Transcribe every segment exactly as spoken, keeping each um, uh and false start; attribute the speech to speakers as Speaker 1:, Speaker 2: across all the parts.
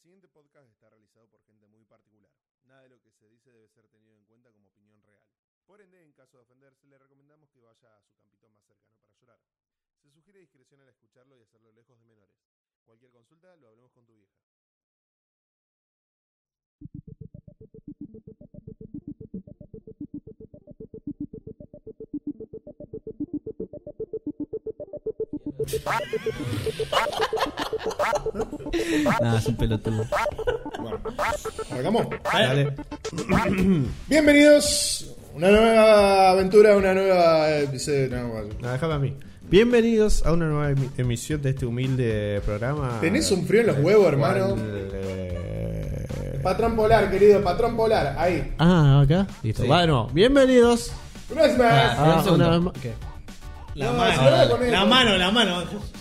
Speaker 1: siguiente podcast está realizado por gente muy particular. Nada de lo que se dice debe ser tenido en cuenta como opinión real. Por ende, en caso de ofenderse, le recomendamos que vaya a su campito más cercano para llorar. Se sugiere discreción al escucharlo y hacerlo lejos de menores. Cualquier consulta, lo hablemos con tu vieja.
Speaker 2: Nah, es un pelotudo.
Speaker 1: Bueno, ¿arrancamos?
Speaker 2: Dale.
Speaker 1: Bienvenidos a una nueva aventura, una nueva episodio. No,
Speaker 3: No, déjame a mí. Bienvenidos a una nueva emi- emisión de este humilde programa.
Speaker 1: ¿Tenés un frío en los huevos, hermano?
Speaker 3: Cual, eh...
Speaker 1: Patrón polar, querido, patrón polar, ahí.
Speaker 3: Ah, acá. Listo.
Speaker 2: Sí.
Speaker 3: Bueno, bienvenidos.
Speaker 1: Una vez más.
Speaker 2: Ah,
Speaker 3: Ah,
Speaker 2: un segundo.
Speaker 3: una vez más. ¿Qué?
Speaker 4: La
Speaker 1: No,
Speaker 4: mano,
Speaker 1: saludá con él.
Speaker 4: la mano, la mano.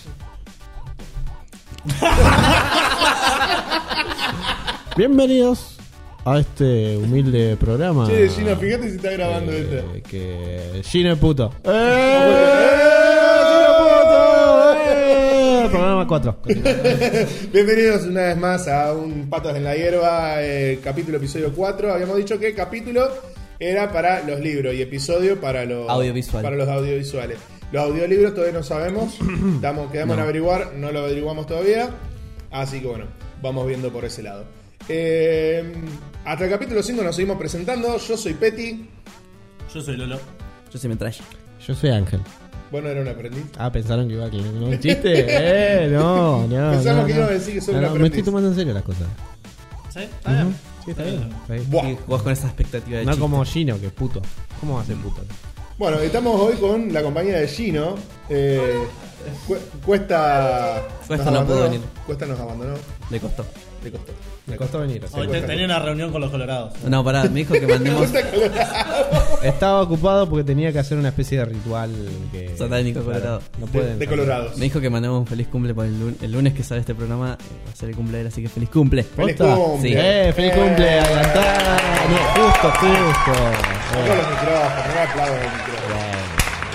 Speaker 3: Bienvenidos a este humilde programa.
Speaker 1: Che, Gino, fíjate si está grabando
Speaker 3: eh,
Speaker 1: este.
Speaker 3: Que Gino es puto. ¡Eh! ¡Gino es puto! ¡Eh! Programa cuatro.
Speaker 1: Bienvenidos una vez más a un Patos en la Hierba, eh, capítulo, episodio cuatro. Habíamos dicho que capítulo era para los libros y episodio para los,
Speaker 2: Audiovisual.
Speaker 1: para los audiovisuales. Los audiolibros todavía no sabemos, estamos, quedamos
Speaker 2: No.
Speaker 1: en averiguar, no lo averiguamos todavía. Así que bueno, vamos viendo por ese lado. Eh, hasta el capítulo cinco nos seguimos presentando. Yo soy Petty.
Speaker 4: Yo soy Lolo.
Speaker 2: Yo soy metralla.
Speaker 3: Yo soy Ángel.
Speaker 1: Bueno, era un aprendiz.
Speaker 3: Ah, pensaron que iba a que no un chiste. Eh, no, no.
Speaker 1: Pensamos
Speaker 3: no,
Speaker 1: que
Speaker 3: no.
Speaker 1: iba a decir que soy
Speaker 3: No,
Speaker 1: un
Speaker 3: no, me
Speaker 1: aprendiz.
Speaker 3: estoy tomando en serio las cosas.
Speaker 4: ¿Sí? ¿Está bien?
Speaker 3: Ujú. Sí, está bien. Está bien.
Speaker 1: Buah.
Speaker 2: Y jugás con esa expectativa de
Speaker 3: No
Speaker 2: chiste.
Speaker 3: como Gino, que es puto. ¿Cómo va a ser puto?
Speaker 1: Bueno, estamos hoy con la compañía de Gino. Eh, cu- cuesta.
Speaker 2: Cuesta,
Speaker 1: nos
Speaker 2: no pudo
Speaker 1: abandonó.
Speaker 2: venir.
Speaker 1: Cuesta nos abandonó.
Speaker 2: Le costó.
Speaker 1: Le costó.
Speaker 3: Me costó venir. o sea.
Speaker 4: Hoy te- tenía una reunión con los colorados.
Speaker 2: No, pará, me dijo que mandemos
Speaker 1: Cuesta colorado.
Speaker 3: Estaba ocupado porque tenía que hacer una especie de ritual que...
Speaker 2: satánico colorado.
Speaker 3: No
Speaker 1: De,
Speaker 3: pueden.
Speaker 1: de colorados.
Speaker 2: Me dijo que mandemos un feliz cumple por el, lun- el lunes que sale este programa. eh, Va a ser el cumple de él, así que feliz cumple.
Speaker 1: Feliz
Speaker 3: ¿Posta?
Speaker 1: cumple.
Speaker 2: Sí.
Speaker 3: ¡Eh! ¡Feliz
Speaker 1: Eh.
Speaker 3: cumple! ¡Adelantá! No, justo, justo.
Speaker 1: Todos
Speaker 3: Eh,
Speaker 1: los micrófonos, no aplaudan el micrófono.
Speaker 3: bueno.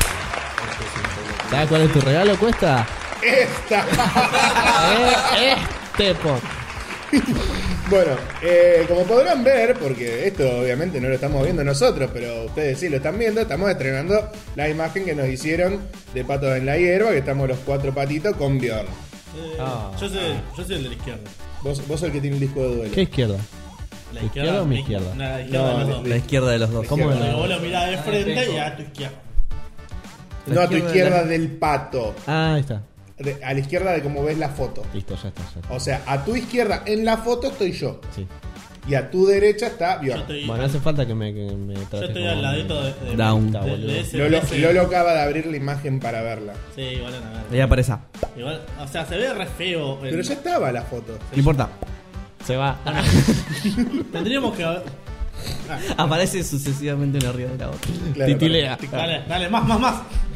Speaker 3: ¿Sabes cuál es tu regalo, Cuesta?
Speaker 1: Esta.
Speaker 3: Eh, este pot.
Speaker 1: Bueno, eh, como podrán ver, porque esto obviamente no lo estamos viendo nosotros, pero ustedes sí lo están viendo, estamos estrenando la imagen que nos hicieron de Patos en la Hierba, que estamos los cuatro patitos con Bjorn.
Speaker 4: Eh,
Speaker 3: Ah.
Speaker 4: yo, soy, yo soy el de la izquierda.
Speaker 1: Vos, vos sos el que tiene el disco de duelo.
Speaker 3: ¿Qué izquierda?
Speaker 4: La
Speaker 3: ¿Tu izquierda o mi izquierda?
Speaker 4: No, la izquierda
Speaker 1: No,
Speaker 4: de los
Speaker 1: la-
Speaker 4: dos.
Speaker 2: La izquierda de los dos.
Speaker 3: ¿Cómo
Speaker 1: izquierda.
Speaker 3: es?
Speaker 4: Porque vos lo mirás de frente y a tu izquierda.
Speaker 1: No, a tu
Speaker 2: izquierda
Speaker 1: izquierda
Speaker 2: de la-
Speaker 1: del pato.
Speaker 3: Ah, ahí está.
Speaker 1: De- a la izquierda de cómo ves la foto.
Speaker 3: Listo, ya está, ya está.
Speaker 1: O sea, a tu izquierda en la foto estoy yo.
Speaker 3: Sí.
Speaker 1: Y a tu derecha está
Speaker 4: Yo
Speaker 1: Bjorn.
Speaker 4: estoy,
Speaker 3: Bueno, hace falta que me, que me
Speaker 4: yo
Speaker 3: trates
Speaker 4: estoy
Speaker 3: como-
Speaker 4: al ladito de, de,
Speaker 2: Down.
Speaker 4: de- de- de ese,
Speaker 1: Lolo,
Speaker 4: de ese-
Speaker 1: Lolo acaba de abrir la imagen para verla.
Speaker 4: Sí, igual a ver.
Speaker 2: Ahí aparece. No
Speaker 4: Igual, o sea, se ve re feo. el-
Speaker 1: Pero ya estaba la foto.
Speaker 2: importa.
Speaker 3: Se va.
Speaker 4: Tendríamos que. Ah,
Speaker 2: Aparece sucesivamente una arriba de la otra.
Speaker 1: Claro,
Speaker 3: Titilea.
Speaker 4: dale, dale, más, más, más.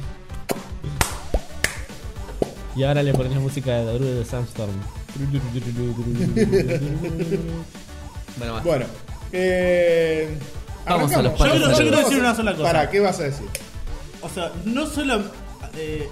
Speaker 3: Y ahora le pones la música de Darude de Sandstorm.
Speaker 2: Bueno, va.
Speaker 1: Bueno, eh,
Speaker 2: Vamos a los
Speaker 1: arrancamos.
Speaker 2: patos.
Speaker 4: Yo quiero- yo quiero
Speaker 1: Vamos
Speaker 4: decir
Speaker 1: a-
Speaker 4: una sola cosa.
Speaker 1: Para, ¿qué vas a decir?
Speaker 4: O sea, no solo. Eh,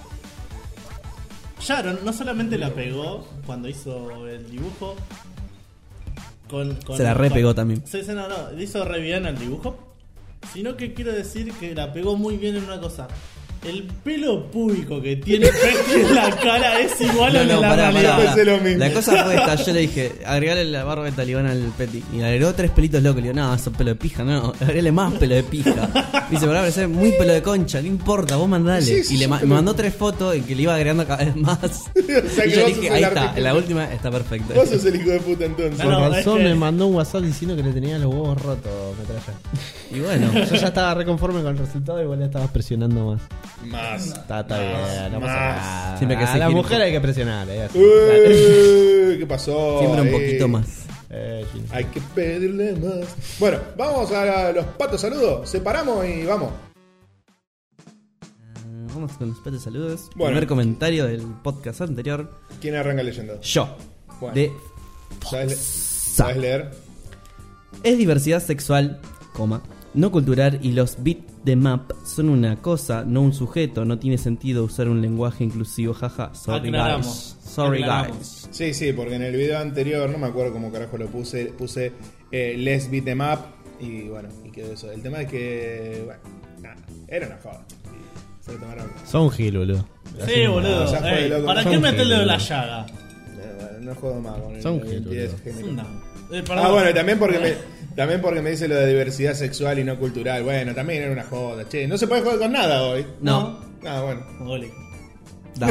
Speaker 4: Sharon no solamente la pegó cuando hizo el dibujo. Con, con-
Speaker 2: Se la repegó
Speaker 4: con-
Speaker 2: también.
Speaker 4: Sí, sí, no, no. Le hizo re bien el dibujo. Sino que quiero decir que la pegó muy bien en una cosa. El pelo púbico que tiene Petty en la cara es igual
Speaker 2: No,
Speaker 4: a
Speaker 2: no,
Speaker 4: la
Speaker 2: pará,
Speaker 4: realidad.
Speaker 2: pará,
Speaker 1: Pensé
Speaker 2: pará.
Speaker 1: lo mismo.
Speaker 2: La cosa fue esta, yo le dije, agregale la barba de talibán al Petty. Y le agregó tres pelitos locos. Le digo, no, eso es pelo de pija, no, agregale más pelo de pija. Y dice, pero parece muy pelo de concha, no importa, vos mandale.
Speaker 1: Sí, sí,
Speaker 2: y le
Speaker 1: sí,
Speaker 2: ma-
Speaker 1: pero-
Speaker 2: me mandó tres fotos en que le iba agregando cada vez más.
Speaker 1: O sea,
Speaker 2: Y
Speaker 1: que
Speaker 2: yo
Speaker 1: vos
Speaker 2: le
Speaker 1: sos
Speaker 2: dije,
Speaker 1: el
Speaker 2: ahí está,
Speaker 1: artista.
Speaker 2: en la última está perfecto.
Speaker 1: Vos sos el hijo de puta entonces.
Speaker 4: No,
Speaker 3: Por
Speaker 4: no,
Speaker 3: razón
Speaker 4: es que-
Speaker 3: me mandó un WhatsApp diciendo que le tenía los huevos rotos, metralla.
Speaker 2: Y bueno,
Speaker 3: Yo ya estaba reconforme con el resultado y igual le estabas presionando más.
Speaker 1: Más.
Speaker 3: Está, está bien, no pasa
Speaker 1: más.
Speaker 3: nada.
Speaker 2: Siempre que
Speaker 3: a
Speaker 2: se
Speaker 3: la
Speaker 2: quiere-
Speaker 3: mujer hay que presionar, eh. así.
Speaker 1: Eh, ¿Qué pasó?
Speaker 2: siempre un
Speaker 1: Eh,
Speaker 2: poquito más.
Speaker 3: Eh, Gino.
Speaker 1: Hay que pedirle más. Bueno, vamos a los patos saludos. Separamos y vamos.
Speaker 2: Eh, Vamos con los petes saludos.
Speaker 1: Bueno.
Speaker 2: Primer comentario del podcast anterior.
Speaker 1: ¿Quién arranca leyendo?
Speaker 2: Yo.
Speaker 1: Bueno.
Speaker 2: De
Speaker 1: ¿Sabes, le- ¿sabes leer?
Speaker 2: Es diversidad sexual, coma, no cultural y los beat de map son una cosa, no un sujeto. No tiene sentido usar un lenguaje inclusivo, jaja. Sorry
Speaker 4: Aclaramos.
Speaker 2: guys. Sorry,
Speaker 4: Aclaramos.
Speaker 2: guys.
Speaker 1: Sí, sí, porque en el video anterior, no me acuerdo cómo carajo lo puse, puse eh, Let's Beat Em Up y bueno, y quedó eso. El tema es que, bueno, nada, era una joda. Y se lo tomaron.
Speaker 3: Son gil, boludo.
Speaker 4: Sí, boludo.
Speaker 1: ya fue,
Speaker 4: Ey,
Speaker 1: loco.
Speaker 4: ¿Para
Speaker 3: Son
Speaker 4: qué meterle
Speaker 3: genios,
Speaker 4: de la
Speaker 3: boludo.
Speaker 4: llaga?
Speaker 1: Eh, bueno, no jodo más con el,
Speaker 3: Son
Speaker 1: el
Speaker 3: gil,
Speaker 1: pie de ese
Speaker 3: boludo.
Speaker 1: género.
Speaker 4: No. Eh, perdón.
Speaker 1: Ah, bueno, y también porque me, también porque me dice lo de diversidad sexual y no cultural. Bueno, también era una joda, che. No se puede jugar con nada hoy.
Speaker 2: No.
Speaker 1: Ah, bueno.
Speaker 4: Goli.
Speaker 2: Down.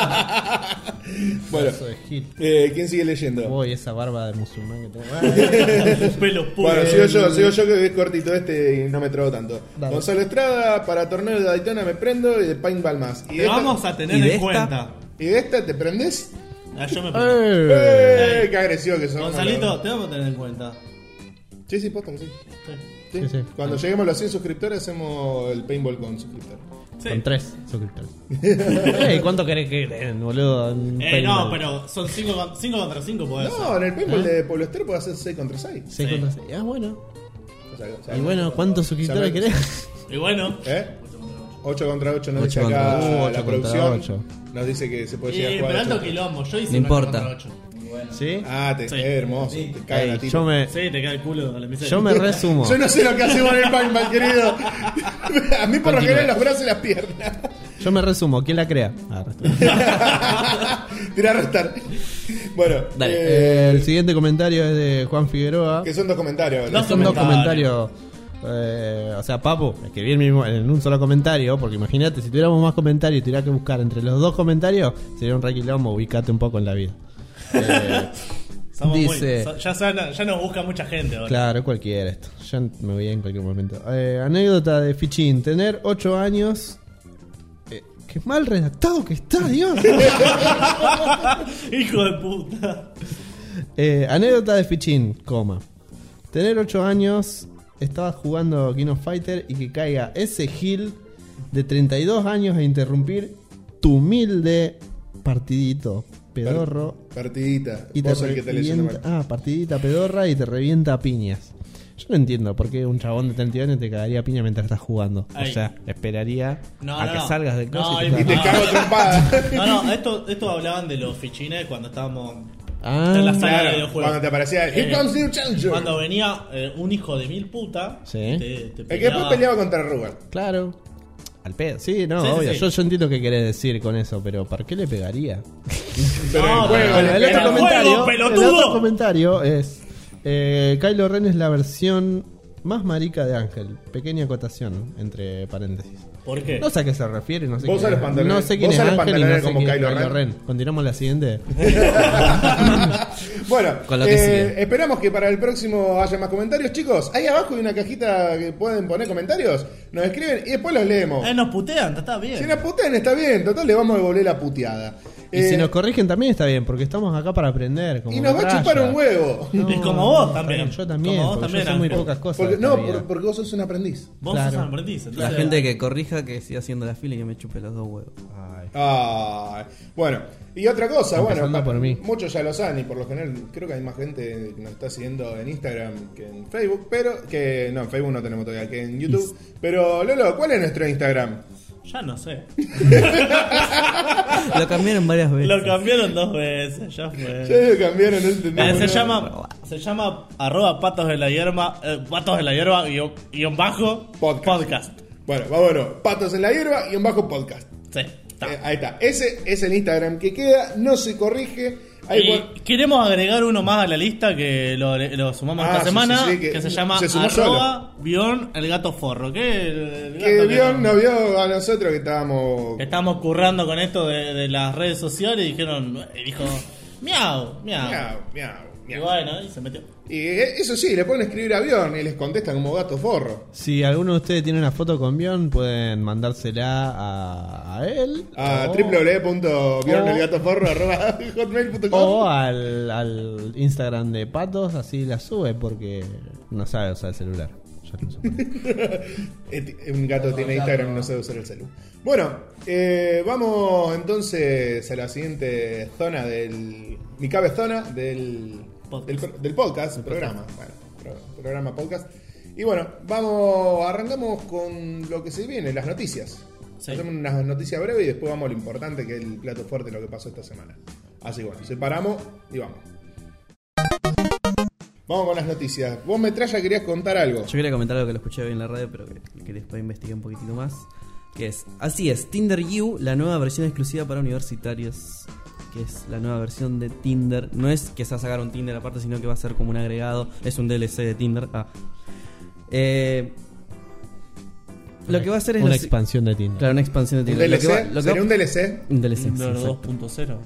Speaker 1: Bueno,
Speaker 3: Eso de gil.
Speaker 1: eh, ¿quién sigue leyendo?
Speaker 3: Voy, esa barba de musulmán que tengo.
Speaker 4: Pelos puros.
Speaker 1: Bueno, sigo yo, sigo yo que es cortito este y no me trago tanto.
Speaker 3: Dale.
Speaker 1: Gonzalo Estrada, para torneo de Daytona me prendo y de Paintball más. Y
Speaker 4: Te
Speaker 1: de esta,
Speaker 4: vamos a tener
Speaker 2: ¿y de
Speaker 4: en
Speaker 2: esta?
Speaker 4: cuenta.
Speaker 1: ¿Y de esta te prendes?
Speaker 4: Ah, yo me prendo.
Speaker 3: Eh.
Speaker 1: ¡Eh! ¡Qué agresivo que sos!
Speaker 4: Gonzalito, te vamos a tener en cuenta.
Speaker 1: Sí, sí, posta que sí.
Speaker 4: Sí.
Speaker 1: Sí.
Speaker 3: Sí, sí.
Speaker 1: Cuando lleguemos a los cien suscriptores hacemos el paintball con suscriptores.
Speaker 4: Sí.
Speaker 3: Con tres suscriptores. Ey, ¿cuánto querés que den, boludo? En
Speaker 4: Eh, no,
Speaker 3: Paintball?
Speaker 4: pero son cinco contra cinco, puede
Speaker 1: No,
Speaker 4: ser.
Speaker 1: en el paintball
Speaker 3: ¿Ah?
Speaker 1: de Pueblo Estero puede hacer seis contra seis.
Speaker 3: seis
Speaker 4: Sí.
Speaker 3: contra seis. Ah, bueno.
Speaker 1: O sea, o sea,
Speaker 3: Y bueno, ¿cuántos suscriptores
Speaker 1: o sea,
Speaker 3: querés?
Speaker 4: Y bueno,
Speaker 1: ¿Eh? ocho contra ocho nos
Speaker 2: ocho
Speaker 1: dice acá
Speaker 3: contra ocho,
Speaker 1: la
Speaker 3: ocho
Speaker 1: producción.
Speaker 3: contra ocho.
Speaker 1: Nos dice que se puede
Speaker 4: y,
Speaker 1: llegar a
Speaker 4: pero
Speaker 1: jugar.
Speaker 4: alto
Speaker 1: ocho.
Speaker 4: quilombo. Yo hice
Speaker 2: No
Speaker 4: un ocho
Speaker 2: importa.
Speaker 4: contra ocho.
Speaker 3: ¿Sí?
Speaker 1: Ah, te,
Speaker 4: Sí.
Speaker 1: es hermoso. Te caen a
Speaker 3: Ey,
Speaker 1: tiro.
Speaker 3: yo me,
Speaker 4: Sí, te cae el culo a la miseria.
Speaker 3: yo me resumo.
Speaker 1: Yo no sé lo que hacemos en el paintball, querido. A mí por lo
Speaker 3: Continúa.
Speaker 1: general los brazos y las piernas.
Speaker 3: Yo me resumo. ¿Quién la crea? Ah, resto.
Speaker 1: Tira a restar. Bueno,
Speaker 2: Dale.
Speaker 1: eh,
Speaker 3: Eh, el siguiente comentario es de Juan Figueroa.
Speaker 1: que son dos comentarios.
Speaker 4: Dos
Speaker 3: Son dos
Speaker 4: comentarios.
Speaker 3: comentarios. Eh, o sea, Papu, escribí el mismo, en un solo comentario. Porque imagínate, si tuviéramos más comentarios y tuviera que buscar entre los dos comentarios, sería un re quilombo. Ubicate un poco en la vida. Eh,
Speaker 4: Somos muy-
Speaker 3: dice.
Speaker 4: so- ya, sa- ya nos busca mucha gente ahora.
Speaker 3: Claro, cualquiera esto. Ya me voy en cualquier momento. Eh, anécdota de Fichín. Tener ocho años. Eh, qué mal redactado que está, Dios.
Speaker 4: Hijo de puta.
Speaker 3: Eh, anécdota de Fichín, coma. Tener ocho años, estaba jugando King of Fighter y que caiga ese Gil de treinta y dos años a interrumpir tu humilde partidito pedorro
Speaker 1: Partidita.
Speaker 3: y te
Speaker 1: Vos sos el que te leyendo
Speaker 3: revienta,
Speaker 1: mal.
Speaker 3: ah, partidita pedorra y te revienta a piñas. Yo no entiendo por qué un chabón de treinta y dos años te cagaría a piña mientras estás jugando.
Speaker 4: Ay.
Speaker 3: O sea, esperaría
Speaker 4: No,
Speaker 3: a
Speaker 4: no,
Speaker 3: que
Speaker 4: no.
Speaker 3: salgas del
Speaker 4: No,
Speaker 3: closet
Speaker 4: y-
Speaker 1: Y te
Speaker 4: Ah.
Speaker 1: cago trompada.
Speaker 4: No, no, esto, esto hablaban de los fichines cuando estábamos
Speaker 3: Ah,
Speaker 4: en la sala de
Speaker 1: Claro,
Speaker 4: videojuegos.
Speaker 1: cuando te aparecía el Here
Speaker 4: Eh,
Speaker 1: comes new challenger.
Speaker 4: Cuando venía eh, un hijo de mil puta,
Speaker 3: Sí.
Speaker 4: te, te
Speaker 1: El que después
Speaker 4: peleaba.
Speaker 1: peleaba contra Rugal.
Speaker 3: claro. Al pedo. Sí, no,
Speaker 4: Sí, sí,
Speaker 3: obvio.
Speaker 4: sí.
Speaker 3: Yo, yo entiendo qué querés decir con eso, pero ¿para qué le pegaría?
Speaker 1: Pero
Speaker 4: No,
Speaker 1: el juego,
Speaker 4: pero-
Speaker 3: Bueno,
Speaker 1: le
Speaker 3: el
Speaker 4: Pero
Speaker 3: otro
Speaker 1: pegaba.
Speaker 3: comentario,
Speaker 4: juego,
Speaker 3: el
Speaker 4: pelotudo.
Speaker 3: otro comentario es eh, Kylo Ren es la versión más marica de Ángel. Pequeña acotación entre paréntesis.
Speaker 4: ¿Por qué?
Speaker 3: No sé a qué se refiere, no sé
Speaker 1: Vos
Speaker 3: quién,
Speaker 1: usás los pantalones-
Speaker 3: no sé quién
Speaker 1: vos
Speaker 3: es
Speaker 1: usás los
Speaker 3: Ángel y no
Speaker 1: pantalones
Speaker 3: sé
Speaker 1: como
Speaker 3: quién es
Speaker 1: Kylo
Speaker 3: Kylo
Speaker 1: Ren.
Speaker 3: Ren. Continuamos la siguiente.
Speaker 1: Bueno,
Speaker 2: Con lo que
Speaker 1: eh,
Speaker 2: sigue.
Speaker 1: esperamos que para el próximo haya más comentarios. Chicos, ahí abajo hay una cajita que pueden poner comentarios. Nos escriben y después los leemos.
Speaker 4: Eh, nos putean, está bien.
Speaker 1: Si nos putean está bien, total le vamos a devolver la puteada.
Speaker 3: Y
Speaker 1: Eh,
Speaker 3: si nos corrigen también está bien, porque estamos acá para aprender. Como
Speaker 1: y nos va a
Speaker 3: metralla.
Speaker 1: chupar un huevo.
Speaker 3: No,
Speaker 4: Y como vos
Speaker 3: está
Speaker 4: también.
Speaker 3: bien, Yo también,
Speaker 4: Como vos
Speaker 3: porque
Speaker 4: también,
Speaker 3: yo sé muy
Speaker 4: Ángel.
Speaker 3: pocas cosas.
Speaker 1: Porque,
Speaker 3: de esta
Speaker 1: no,
Speaker 3: vida.
Speaker 1: por- porque vos sos un aprendiz.
Speaker 4: Vos
Speaker 3: Claro.
Speaker 4: sos un aprendiz.
Speaker 2: La
Speaker 4: entonces-
Speaker 2: gente que corrija que siga haciendo la fila y que me chupe los dos huevos.
Speaker 3: Ay.
Speaker 1: Ay, bueno, y otra cosa,
Speaker 3: Empezando
Speaker 1: bueno,
Speaker 3: por mí.
Speaker 1: muchos ya lo saben y por lo general creo que hay más gente que nos está siguiendo en Instagram que en Facebook, pero que no, en Facebook no tenemos todavía, que en YouTube. Pero Lolo, ¿cuál es nuestro Instagram?
Speaker 4: Ya no sé.
Speaker 2: Lo cambiaron varias veces.
Speaker 4: Lo cambiaron dos veces, ya fue.
Speaker 1: Ya lo cambiaron, no entendí.
Speaker 4: Eh, se
Speaker 1: nada.
Speaker 4: llama se llama arroba patos de la hierba eh, patos de la hierba guión, guión bajo
Speaker 1: Podcast.
Speaker 4: podcast.
Speaker 1: Bueno, va bueno, Patos en la Hierba y un bajo podcast.
Speaker 4: Sí, está.
Speaker 1: Eh, ahí está, ese es el Instagram que queda, no se corrige. Ahí
Speaker 4: Y
Speaker 1: pon-
Speaker 4: queremos agregar uno más a la lista que lo, lo sumamos
Speaker 1: Ah,
Speaker 4: esta
Speaker 1: sí,
Speaker 4: semana,
Speaker 1: sí, sí,
Speaker 4: que,
Speaker 1: que
Speaker 4: se llama
Speaker 1: se sumó
Speaker 4: arroba guión el gato forro. Que el, el
Speaker 1: que
Speaker 4: gato
Speaker 1: vio,
Speaker 4: no-
Speaker 1: nos vio a nosotros que estábamos...
Speaker 4: que estábamos currando con esto de, de las redes sociales y dijeron, y dijo, miau, miau.
Speaker 1: Miau, miau,
Speaker 4: Y
Speaker 1: miau.
Speaker 4: bueno, y se metió.
Speaker 1: Y eh, eso sí, le pueden escribir a Bjorn y les contestan como gato forro.
Speaker 3: Si alguno de ustedes tiene una foto con Bion, pueden mandársela a, a él.
Speaker 1: A
Speaker 3: o-
Speaker 1: w w w punto bjorn el
Speaker 3: o-
Speaker 1: gato forro arroba hotmail punto com.
Speaker 3: O al, al Instagram de Patos, así la sube porque no sabe usar el celular. Ya lo supe.
Speaker 1: Eh, Un gato tiene Instagram y no sabe usar el celu. Bueno, eh, vamos entonces a la siguiente zona del. Mi cabe zona del
Speaker 4: Podcast.
Speaker 1: del, del podcast, programa. Bueno, pro- programa podcast. Y bueno, vamos, arrancamos con lo que se viene, las noticias.
Speaker 4: Sí.
Speaker 1: Hacemos unas noticias breves y después vamos a lo importante que es el plato fuerte de lo que pasó esta semana. Así que bueno, separamos y vamos. Vamos con las noticias. Vos, Metralla, querías contar algo.
Speaker 2: Yo quería comentar algo que lo escuché hoy en la radio, pero que, que después investigué un poquitito más. Que es, así es, Tinder U, la nueva versión exclusiva para universitarios. Que es la nueva versión de Tinder. No es que se va a sacar un Tinder aparte, sino que va a ser como un agregado. Es un D L C de Tinder. Ah. Eh, lo que va a hacer es
Speaker 3: una
Speaker 2: la,
Speaker 3: expansión de Tinder.
Speaker 2: Claro, una expansión de
Speaker 1: ¿Un
Speaker 2: Tinder.
Speaker 1: D L C?
Speaker 2: Lo que va- lo que
Speaker 1: ¿Sería
Speaker 2: va-
Speaker 1: un D L C?
Speaker 2: Un D L C. sí,
Speaker 4: Tinder
Speaker 2: exacto.
Speaker 4: dos punto cero.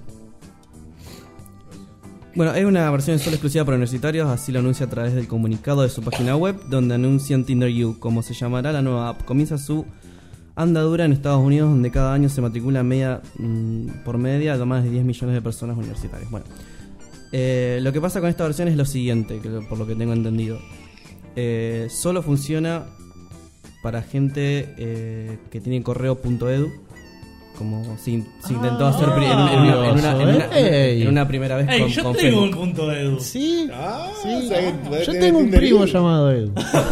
Speaker 2: Bueno, es una versión solo exclusiva para universitarios, así lo anuncia a través del comunicado de su página web, donde anuncian Tinder U, como se llamará la nueva app. Comienza su andadura en Estados Unidos, donde cada año se matricula media mmm, por media a más de diez millones de personas universitarias. Bueno, eh, lo que pasa con esta versión es lo siguiente, que por lo que tengo entendido. Eh, solo funciona para gente eh, que tiene correo punto edu. Como se, se intentó
Speaker 4: Ah,
Speaker 2: hacer pri- en, en una, en, una, en, una,
Speaker 3: ey.
Speaker 2: en una primera vez
Speaker 4: Ey,
Speaker 2: con,
Speaker 4: yo
Speaker 2: con
Speaker 4: tengo un
Speaker 2: Facebook.
Speaker 4: punto edu.
Speaker 3: Sí,
Speaker 1: Ah,
Speaker 3: sí.
Speaker 1: o sea que podés
Speaker 3: Yo
Speaker 1: tener
Speaker 3: tengo un
Speaker 1: Tinder
Speaker 3: primo
Speaker 1: U.
Speaker 3: llamado Edu.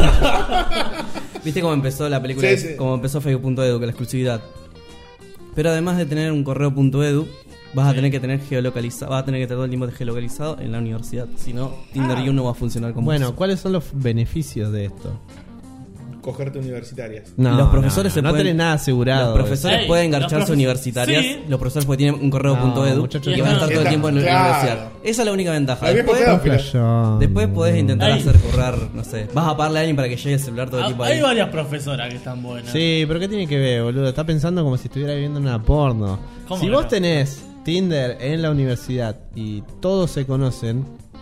Speaker 2: ¿Viste cómo empezó la película?
Speaker 1: Sí,
Speaker 2: de-
Speaker 1: sí.
Speaker 2: Cómo empezó Facebook punto edu, con la exclusividad. Pero además de tener un correo punto edu, vas a tener que tener geolocalizado, vas a tener que tener todo el tiempo geolocalizado en la universidad. Si no, Tinder U no va a funcionar como
Speaker 3: Bueno,
Speaker 2: eso.
Speaker 3: ¿cuáles son los beneficios de esto?
Speaker 1: Cogerte universitarias.
Speaker 2: Los profesores se
Speaker 3: no,
Speaker 2: pueden-
Speaker 3: tenés nada asegurado.
Speaker 2: Los profesores
Speaker 4: Ey,
Speaker 2: pueden
Speaker 4: los
Speaker 2: garcharse
Speaker 4: profe-
Speaker 2: universitarias.
Speaker 4: sí.
Speaker 2: Los profesores porque tienen un correo
Speaker 3: No,
Speaker 2: punto edu
Speaker 3: muchachos,
Speaker 2: y van a estar todo el
Speaker 1: está-
Speaker 2: tiempo en la
Speaker 1: claro.
Speaker 2: universidad. Esa es la única ventaja.
Speaker 1: La vieja
Speaker 2: Después,
Speaker 1: pedófila.
Speaker 3: Flashón.
Speaker 2: después podés intentar
Speaker 4: Ey.
Speaker 2: hacer currar, no sé. Vas a pagarle a alguien para que llegue el celular todo el
Speaker 4: Ah,
Speaker 2: tiempo
Speaker 4: hay
Speaker 2: ahí.
Speaker 4: varias profesoras que están buenas.
Speaker 3: Sí, pero ¿qué tiene que ver, boludo? Está pensando como si estuviera viviendo una porno.
Speaker 4: ¿Cómo
Speaker 3: Si
Speaker 4: que
Speaker 3: vos
Speaker 4: no?
Speaker 3: tenés Tinder en la universidad y todos se conocen,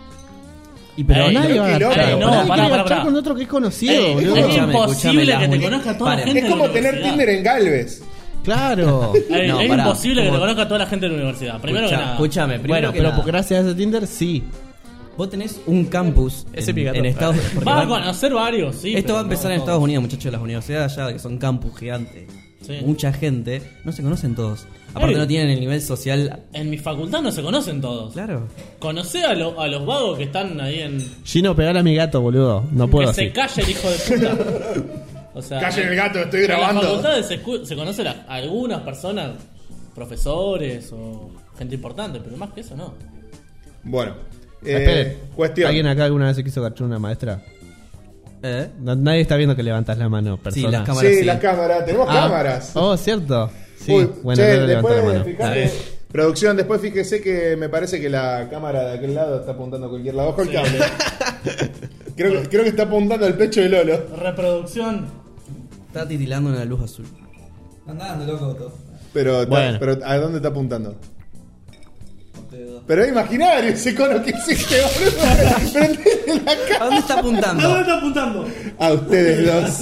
Speaker 2: Y pero
Speaker 4: Ey,
Speaker 3: nadie
Speaker 1: pero
Speaker 3: va a
Speaker 1: qué
Speaker 3: garchar.
Speaker 1: loco.
Speaker 4: No,
Speaker 3: Nadie
Speaker 4: pará,
Speaker 3: quiere
Speaker 4: pará,
Speaker 3: garchar
Speaker 4: pará.
Speaker 3: con otro que es conocido,
Speaker 4: Ey,
Speaker 3: boludo.
Speaker 4: es
Speaker 2: Escuchame,
Speaker 4: imposible
Speaker 2: escuchame,
Speaker 4: que
Speaker 2: las
Speaker 4: te
Speaker 2: mule-
Speaker 4: conozca toda la
Speaker 2: Paren.
Speaker 4: gente
Speaker 1: Es
Speaker 4: de
Speaker 1: como
Speaker 4: la
Speaker 1: tener
Speaker 4: universidad.
Speaker 1: Tinder en Galvez.
Speaker 3: Claro.
Speaker 4: Ey,
Speaker 2: No,
Speaker 4: es
Speaker 2: pará,
Speaker 4: imposible que te
Speaker 2: ¿cómo?
Speaker 4: conozca toda la gente de la universidad. Primero
Speaker 2: Escucha-
Speaker 4: que nada.
Speaker 2: Escuchame, primero
Speaker 3: Bueno,
Speaker 2: que
Speaker 3: pero
Speaker 2: nada,
Speaker 3: gracias a ese Tinder, sí.
Speaker 2: vos tenés un campus
Speaker 3: Ese
Speaker 2: en,
Speaker 3: mi gato.
Speaker 2: en Estados Unidos.
Speaker 4: Vas a conocer varios, sí.
Speaker 2: Esto
Speaker 4: pero
Speaker 2: va a empezar
Speaker 4: no
Speaker 2: en
Speaker 4: todos.
Speaker 2: Estados Unidos, muchachos. Las universidades allá, que son campus gigantes,
Speaker 4: Sí.
Speaker 2: mucha gente, no se conocen todos. Aparte,
Speaker 4: Ey.
Speaker 2: no tienen el nivel social.
Speaker 4: En mi facultad no se conocen todos.
Speaker 2: Claro.
Speaker 4: Conocé a, lo- a los vagos que están ahí en.
Speaker 3: Gino, pegar a mi gato, boludo. No puedo
Speaker 4: que
Speaker 3: así.
Speaker 4: se calle el hijo de puta. O sea,
Speaker 1: Callen el gato, estoy
Speaker 4: en
Speaker 1: grabando.
Speaker 4: las facultades se, escu- se conocen a algunas personas, profesores o gente importante, pero más que eso no.
Speaker 1: Bueno, eh,
Speaker 3: Esperen.
Speaker 1: cuestión.
Speaker 3: ¿Alguien acá alguna vez se quiso garchar una maestra?
Speaker 2: ¿Eh?
Speaker 3: No- nadie está viendo que levantas la mano,
Speaker 2: Sí,
Speaker 3: persona.
Speaker 2: las cámaras.
Speaker 1: Sí,
Speaker 2: sí.
Speaker 1: las cámaras, tenemos
Speaker 3: Ah,
Speaker 1: cámaras.
Speaker 3: Oh, cierto. Sí,
Speaker 1: Uy,
Speaker 3: bueno,
Speaker 1: che,
Speaker 3: no levanta la
Speaker 1: después
Speaker 3: mano.
Speaker 1: fíjate,
Speaker 3: Está bien.
Speaker 1: producción, después fíjese que me parece que la cámara de aquel lado está apuntando a cualquier lado. Ojo el cable. creo, que, creo que está apuntando al pecho de Lolo.
Speaker 4: Reproducción.
Speaker 2: Está titilando una luz azul.
Speaker 5: Andando, loco, todo.
Speaker 1: Pero, está-
Speaker 3: Bueno.
Speaker 1: pero ¿a dónde está apuntando? Pero es imaginario ese cono que existe, boludo. Pero en la
Speaker 2: ¿A dónde está
Speaker 4: ¿A dónde
Speaker 2: apuntando?
Speaker 4: está apuntando?
Speaker 1: A ustedes dos.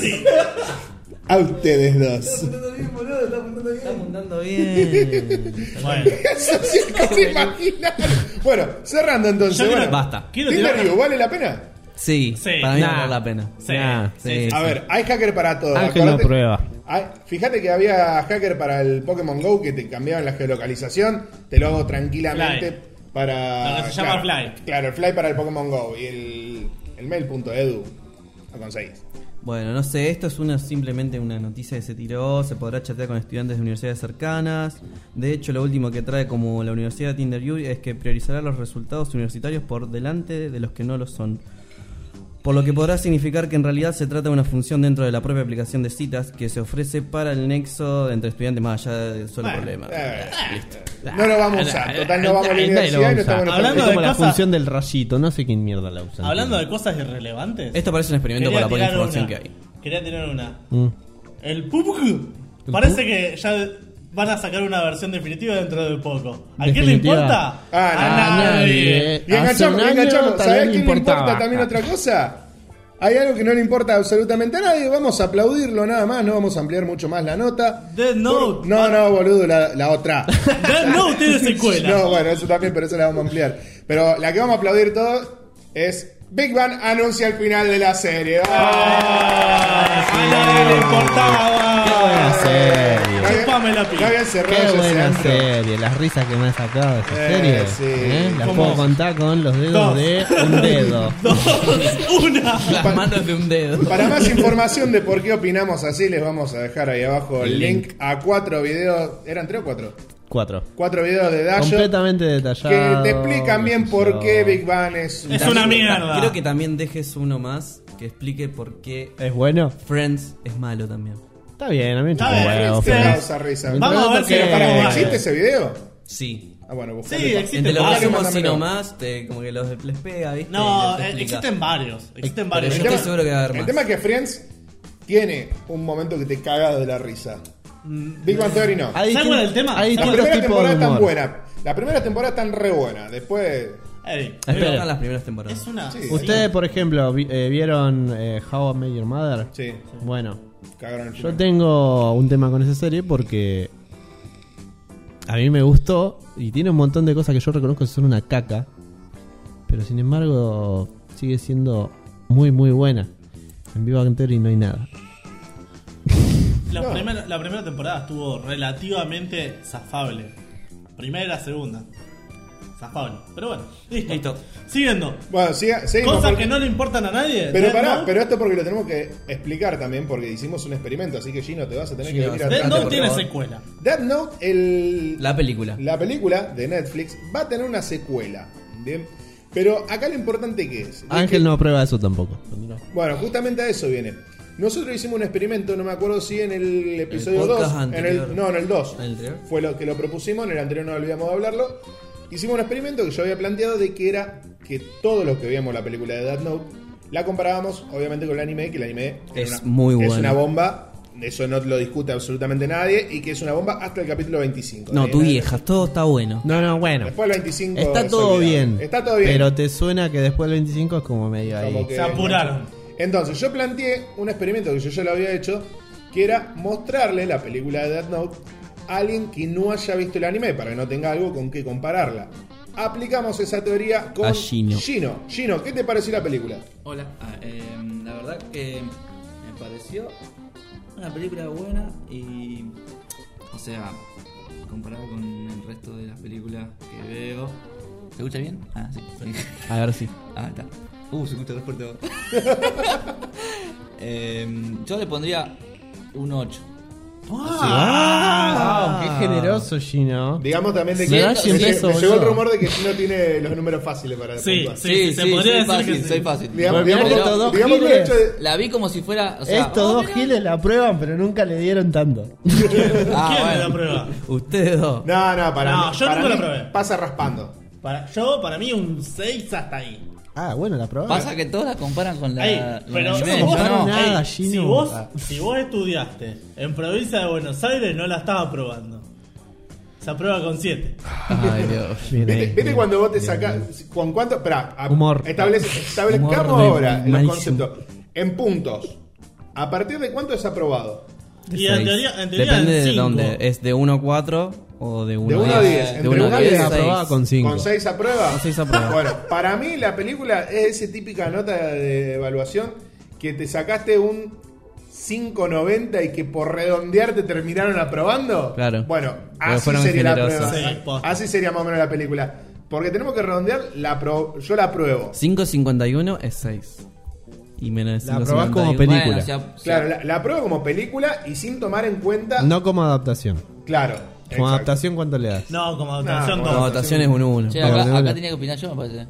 Speaker 1: A ustedes dos.
Speaker 2: Está apuntando bien.
Speaker 4: Bueno,
Speaker 1: Eso sí es casi imaginario. Bueno, cerrando entonces.
Speaker 4: Yo quiero-
Speaker 1: bueno,
Speaker 2: Basta.
Speaker 4: quiero
Speaker 1: Tinder
Speaker 4: tirar
Speaker 1: U, ¿vale la pena?
Speaker 2: Sí,
Speaker 4: Sí.
Speaker 2: para mí
Speaker 3: Nah.
Speaker 2: vale la pena.
Speaker 4: Sí,
Speaker 3: Nah,
Speaker 4: sí,
Speaker 3: sí.
Speaker 1: A ver, hay hacker para todo.
Speaker 3: Ángel lo
Speaker 1: Acordate-
Speaker 3: prueba.
Speaker 1: Hay- fíjate que había hacker para el Pokémon Go que te cambiaban la geolocalización. Te lo hago tranquilamente
Speaker 4: Fly.
Speaker 1: para.
Speaker 4: Lo que se llama
Speaker 1: claro,
Speaker 4: Fly.
Speaker 1: Claro, el Fly para el Pokémon Go. Y el, el mail punto edu lo conseguís.
Speaker 2: Bueno, no sé, esto es una simplemente una noticia que se tiró, se podrá chatear con estudiantes de universidades cercanas. De hecho, lo último que trae como la Universidad de Tinder U es que priorizará los resultados universitarios por delante de los que no lo son. Por lo que podrá significar que en realidad se trata de una función dentro de la propia aplicación de citas que se ofrece para el nexo entre estudiantes más allá del solo
Speaker 1: Bueno,
Speaker 2: problema.
Speaker 1: eh,
Speaker 2: Listo.
Speaker 1: No lo vamos a usar. Total, no vamos a la
Speaker 3: Nadie lo
Speaker 1: universidad
Speaker 3: va a
Speaker 1: y no
Speaker 3: usar.
Speaker 1: estamos en esta
Speaker 4: Hablando
Speaker 3: Es
Speaker 1: vida.
Speaker 3: como
Speaker 4: de
Speaker 3: la
Speaker 4: cosas-
Speaker 3: función del rayito, no sé quién mierda la usa.
Speaker 4: hablando de cosas irrelevantes.
Speaker 2: Esto parece un experimento por
Speaker 4: quería
Speaker 2: la poca
Speaker 4: tirar
Speaker 2: información
Speaker 4: una.
Speaker 2: que hay.
Speaker 4: Quería tener una.
Speaker 3: Mm.
Speaker 4: El P U B G. Parece que ya van a sacar una versión definitiva dentro de poco. ¿A quién le
Speaker 3: Definitiva.
Speaker 4: importa?
Speaker 1: Ah,
Speaker 4: a
Speaker 1: no,
Speaker 4: nadie.
Speaker 1: Y enganchamos,
Speaker 3: Hace un
Speaker 1: y enganchamos.
Speaker 3: año tal
Speaker 1: ¿Sabés
Speaker 3: vez
Speaker 1: quién
Speaker 3: le
Speaker 1: le importa
Speaker 3: importaba.
Speaker 1: también otra cosa? Hay algo que no le importa absolutamente a nadie. Vamos a aplaudirlo nada más. No vamos a ampliar mucho más la nota.
Speaker 4: Death Note.
Speaker 1: No, no, boludo, la, la otra.
Speaker 4: Death Note tiene secuela.
Speaker 1: No, bueno, eso también, pero eso la vamos a ampliar. Pero la que vamos a aplaudir todos es Big Bang anuncia el final de la serie.
Speaker 4: Ah, a nadie le importaba.
Speaker 3: Qué buena serie.
Speaker 1: No había-
Speaker 4: Chupame la pija.
Speaker 1: no habían cerrado
Speaker 3: Qué
Speaker 1: ese
Speaker 3: buena
Speaker 1: antro.
Speaker 3: serie, las risas que me ha sacado de esa
Speaker 1: Eh,
Speaker 3: serie.
Speaker 1: sí.
Speaker 3: ¿eh? Las
Speaker 4: ¿Cómo?
Speaker 3: puedo contar con los dedos
Speaker 4: Dos.
Speaker 3: de un dedo.
Speaker 4: Dos, una.
Speaker 2: Las manos de un dedo.
Speaker 1: Para más información de por qué opinamos así, les vamos a dejar ahí abajo el
Speaker 2: El
Speaker 1: link,
Speaker 2: link.
Speaker 1: a cuatro videos. ¿Eran tres o cuatro?
Speaker 3: Cuatro.
Speaker 1: Cuatro videos de Dayo
Speaker 3: Completamente detallados.
Speaker 1: que te explican bien por qué Big Bang es...
Speaker 4: Es una mierda.
Speaker 2: Quiero que también dejes uno más que explique por qué
Speaker 3: ¿Es bueno?
Speaker 2: Friends es malo también.
Speaker 3: Está bien, a mí me
Speaker 4: Está
Speaker 3: chupa un
Speaker 4: bien,
Speaker 3: huevo,
Speaker 4: sí.
Speaker 1: Te
Speaker 3: Friends.
Speaker 1: causa risa.
Speaker 4: Vamos a ver si
Speaker 3: que-
Speaker 4: lo
Speaker 1: Pará,
Speaker 4: ponemos
Speaker 1: ¿existe
Speaker 4: mal.
Speaker 1: ese video?
Speaker 2: Sí.
Speaker 1: Ah, bueno, buscalo.
Speaker 4: Sí, existe.
Speaker 2: Entre los
Speaker 4: varios,
Speaker 2: sumos y
Speaker 1: mándamelo.
Speaker 2: no más, te, como que los les pega, ¿viste?
Speaker 4: No,
Speaker 2: Y te
Speaker 4: eh,
Speaker 2: explica.
Speaker 4: existen varios. Existen
Speaker 2: Pero
Speaker 4: varios.
Speaker 2: yo
Speaker 1: El
Speaker 2: estoy
Speaker 1: tema-
Speaker 2: seguro que va a haber
Speaker 1: El
Speaker 2: más.
Speaker 1: tema es que Friends tiene un momento que te caga de la risa. Big Bang Theory no.
Speaker 3: Hay
Speaker 4: ¿Sabes
Speaker 3: distin-
Speaker 4: cuál es el tema?
Speaker 3: Hay
Speaker 1: La
Speaker 4: ¿Sabes
Speaker 3: distintos
Speaker 1: primera
Speaker 3: tipos
Speaker 1: temporada
Speaker 3: de
Speaker 1: es tan
Speaker 3: humor.
Speaker 1: buena. La primera temporada es tan re buena. Después...
Speaker 4: Ey,
Speaker 2: Me
Speaker 3: Espera.
Speaker 2: gustan las primeras temporadas.
Speaker 4: es una.
Speaker 1: Sí.
Speaker 3: Ustedes, por ejemplo, vi- eh, ¿vieron eh, How I Met Your Mother?
Speaker 1: Sí,
Speaker 3: Bueno,
Speaker 1: cagaron el
Speaker 3: yo
Speaker 1: final.
Speaker 3: tengo un tema con esa serie porque a mí me gustó y tiene un montón de cosas que yo reconozco que son una caca, pero sin embargo sigue siendo muy muy buena. En Big Bang Theory no hay nada.
Speaker 4: La,
Speaker 1: No.
Speaker 4: primera, la primera temporada estuvo relativamente zafable. Primera, segunda. Zafable. Pero bueno, listo.
Speaker 2: Listo.
Speaker 4: Siguiendo.
Speaker 1: Bueno, siga- seguimos.
Speaker 4: Cosas
Speaker 1: porque-
Speaker 4: que no le importan a nadie.
Speaker 1: Pero
Speaker 4: Death
Speaker 1: pará,
Speaker 4: Note-
Speaker 1: pero esto porque lo tenemos que explicar también, porque hicimos un experimento, así que Gino te vas a tener
Speaker 2: Gino,
Speaker 1: que venir
Speaker 2: vas a
Speaker 4: Death
Speaker 1: atrás.
Speaker 4: Note
Speaker 2: por
Speaker 4: tiene
Speaker 2: favor.
Speaker 4: secuela.
Speaker 1: Death Note, el,
Speaker 2: La película.
Speaker 1: la película de Netflix, va a tener una secuela. Bien. Pero acá lo importante que es.
Speaker 3: Ángel no aprueba eso tampoco.
Speaker 1: Bueno, justamente a eso viene. Nosotros hicimos un experimento, no me acuerdo si en el episodio
Speaker 2: El
Speaker 1: dos.
Speaker 2: podcast
Speaker 1: En
Speaker 2: anterior.
Speaker 1: el, no, en el dos.
Speaker 2: ¿En el anterior?
Speaker 1: Fue lo que lo propusimos, en el anterior no olvidamos de hablarlo. Hicimos un experimento que yo había planteado de que era que todos los que veíamos la película de Death Note la comparábamos obviamente con el anime, que el anime
Speaker 2: Es
Speaker 1: una,
Speaker 2: muy
Speaker 1: es
Speaker 2: bueno.
Speaker 1: una bomba, eso no lo discute absolutamente nadie, y que es una bomba hasta el capítulo veinticinco.
Speaker 2: No,
Speaker 1: Eh,
Speaker 2: tu
Speaker 1: eh,
Speaker 2: vieja, todo está bueno.
Speaker 3: No, no, bueno.
Speaker 1: Después del veinticinco
Speaker 3: Está
Speaker 1: es
Speaker 3: todo
Speaker 1: olvidable.
Speaker 3: bien.
Speaker 1: Está todo bien.
Speaker 3: Pero te suena que después del veinticinco es como medio ahí.
Speaker 1: Como que-
Speaker 4: Se apuraron.
Speaker 1: Entonces yo planteé un experimento que yo ya lo había hecho, que era mostrarle la película de Death Note a alguien que no haya visto el anime, para que no tenga algo con qué compararla. Aplicamos esa teoría con
Speaker 2: A Gino.
Speaker 1: Gino, Gino, ¿qué te pareció la película?
Speaker 5: Hola, ah, eh, la verdad que me pareció una película buena y, o sea, comparado con el resto de las películas que veo. ¿Se escucha bien? Ah, sí. sí.
Speaker 2: A ver si.
Speaker 5: Ah, está. Uh, se escucha re fuerte. eh, yo le pondría un ocho.
Speaker 3: ¡Ah! ¡Qué generoso, Gino!
Speaker 1: Digamos también de
Speaker 3: Me
Speaker 1: que
Speaker 3: da
Speaker 1: me,
Speaker 3: cien
Speaker 1: lle-
Speaker 3: pesos,
Speaker 1: me llegó el
Speaker 3: boludo.
Speaker 1: rumor de que Gino tiene los números fáciles para
Speaker 4: Sí,
Speaker 1: puntuar.
Speaker 4: sí, sí, se podría
Speaker 5: soy
Speaker 4: decir
Speaker 5: fácil,
Speaker 4: que sí.
Speaker 5: soy fácil.
Speaker 1: Digamos,
Speaker 3: Porque
Speaker 1: digamos,
Speaker 3: estos
Speaker 1: con-
Speaker 3: dos
Speaker 1: digamos con el
Speaker 3: giles-
Speaker 1: hecho de...
Speaker 5: La vi como si fuera. O sea,
Speaker 3: Estos
Speaker 5: oh,
Speaker 3: dos
Speaker 5: mira.
Speaker 3: giles la prueban, pero nunca le dieron tanto.
Speaker 5: Ah,
Speaker 4: ¿Quién le
Speaker 5: bueno.
Speaker 4: la prueba?
Speaker 2: Ustedes dos.
Speaker 1: No, no, para
Speaker 4: No,
Speaker 1: mí,
Speaker 4: yo
Speaker 1: para
Speaker 4: nunca la
Speaker 1: mí
Speaker 4: probé.
Speaker 1: pasa raspando.
Speaker 4: Para, yo, para mí, un seis hasta ahí.
Speaker 3: Ah, bueno, la probaron.
Speaker 5: Pasa que todos la comparan con la.
Speaker 4: Ey,
Speaker 5: con
Speaker 4: pero
Speaker 5: el
Speaker 3: yo
Speaker 5: anime,
Speaker 3: no
Speaker 5: yo
Speaker 3: comparo
Speaker 5: no.
Speaker 3: nada.
Speaker 4: Ey, si,
Speaker 3: Gino.
Speaker 4: vos,
Speaker 3: Ah.
Speaker 4: si vos estudiaste en provincia de Buenos Aires, no la estaba probando. Se aprueba con siete.
Speaker 2: Ay, Dios.
Speaker 3: Bien
Speaker 1: ¿Viste,
Speaker 3: ahí,
Speaker 1: viste
Speaker 3: bien,
Speaker 1: cuando vos te
Speaker 3: bien,
Speaker 1: sacás?
Speaker 3: bien.
Speaker 1: ¿Con cuánto? Esperá, a-
Speaker 3: Humor.
Speaker 1: Establece, establezcamos
Speaker 2: Humor de
Speaker 1: ahora el
Speaker 2: malísimo.
Speaker 1: concepto. En puntos. ¿A partir de cuánto es aprobado?
Speaker 4: Y en
Speaker 2: Seis.
Speaker 4: teoría, en teoría
Speaker 2: Depende
Speaker 4: en
Speaker 2: de
Speaker 4: cinco.
Speaker 2: dónde. ¿Es de uno a cuatro o de uno
Speaker 1: De uno
Speaker 2: a
Speaker 1: a
Speaker 2: diez?
Speaker 1: diez.
Speaker 2: De
Speaker 1: Entre
Speaker 2: uno
Speaker 1: uno
Speaker 2: a
Speaker 1: a
Speaker 2: diez,
Speaker 1: diez,
Speaker 2: seis.
Speaker 3: aprobada con cinco.
Speaker 1: ¿Con seis aprueba?
Speaker 2: Con seis aprueba.
Speaker 1: Bueno, para mí la película es esa típica nota de evaluación que te sacaste un cinco noventa y que por redondear te terminaron aprobando.
Speaker 2: Claro.
Speaker 1: Bueno,
Speaker 2: Porque
Speaker 1: así
Speaker 2: fueron
Speaker 1: sería la
Speaker 2: generosos.
Speaker 1: prueba.
Speaker 4: Sí, posta.
Speaker 1: Así sería más o menos la película. Porque tenemos que redondear, la pro- yo la apruebo.
Speaker 2: cinco cincuenta y uno es seis. Y menos de
Speaker 3: La
Speaker 2: cinco
Speaker 3: aprobás como
Speaker 2: cincuenta y uno.
Speaker 3: película.
Speaker 5: Bueno, o sea, o sea,
Speaker 1: Claro, la, la apruebo como película y sin tomar en cuenta.
Speaker 3: No como adaptación.
Speaker 1: Claro.
Speaker 3: Como
Speaker 1: exacto.
Speaker 3: adaptación, ¿cuánto le das?
Speaker 4: No, como adaptación
Speaker 1: No,
Speaker 4: dos.
Speaker 2: Como votación es un uno.
Speaker 5: che,
Speaker 3: No,
Speaker 5: acá,
Speaker 3: no,
Speaker 5: acá
Speaker 3: no.
Speaker 5: tenía que opinar yo, me parece.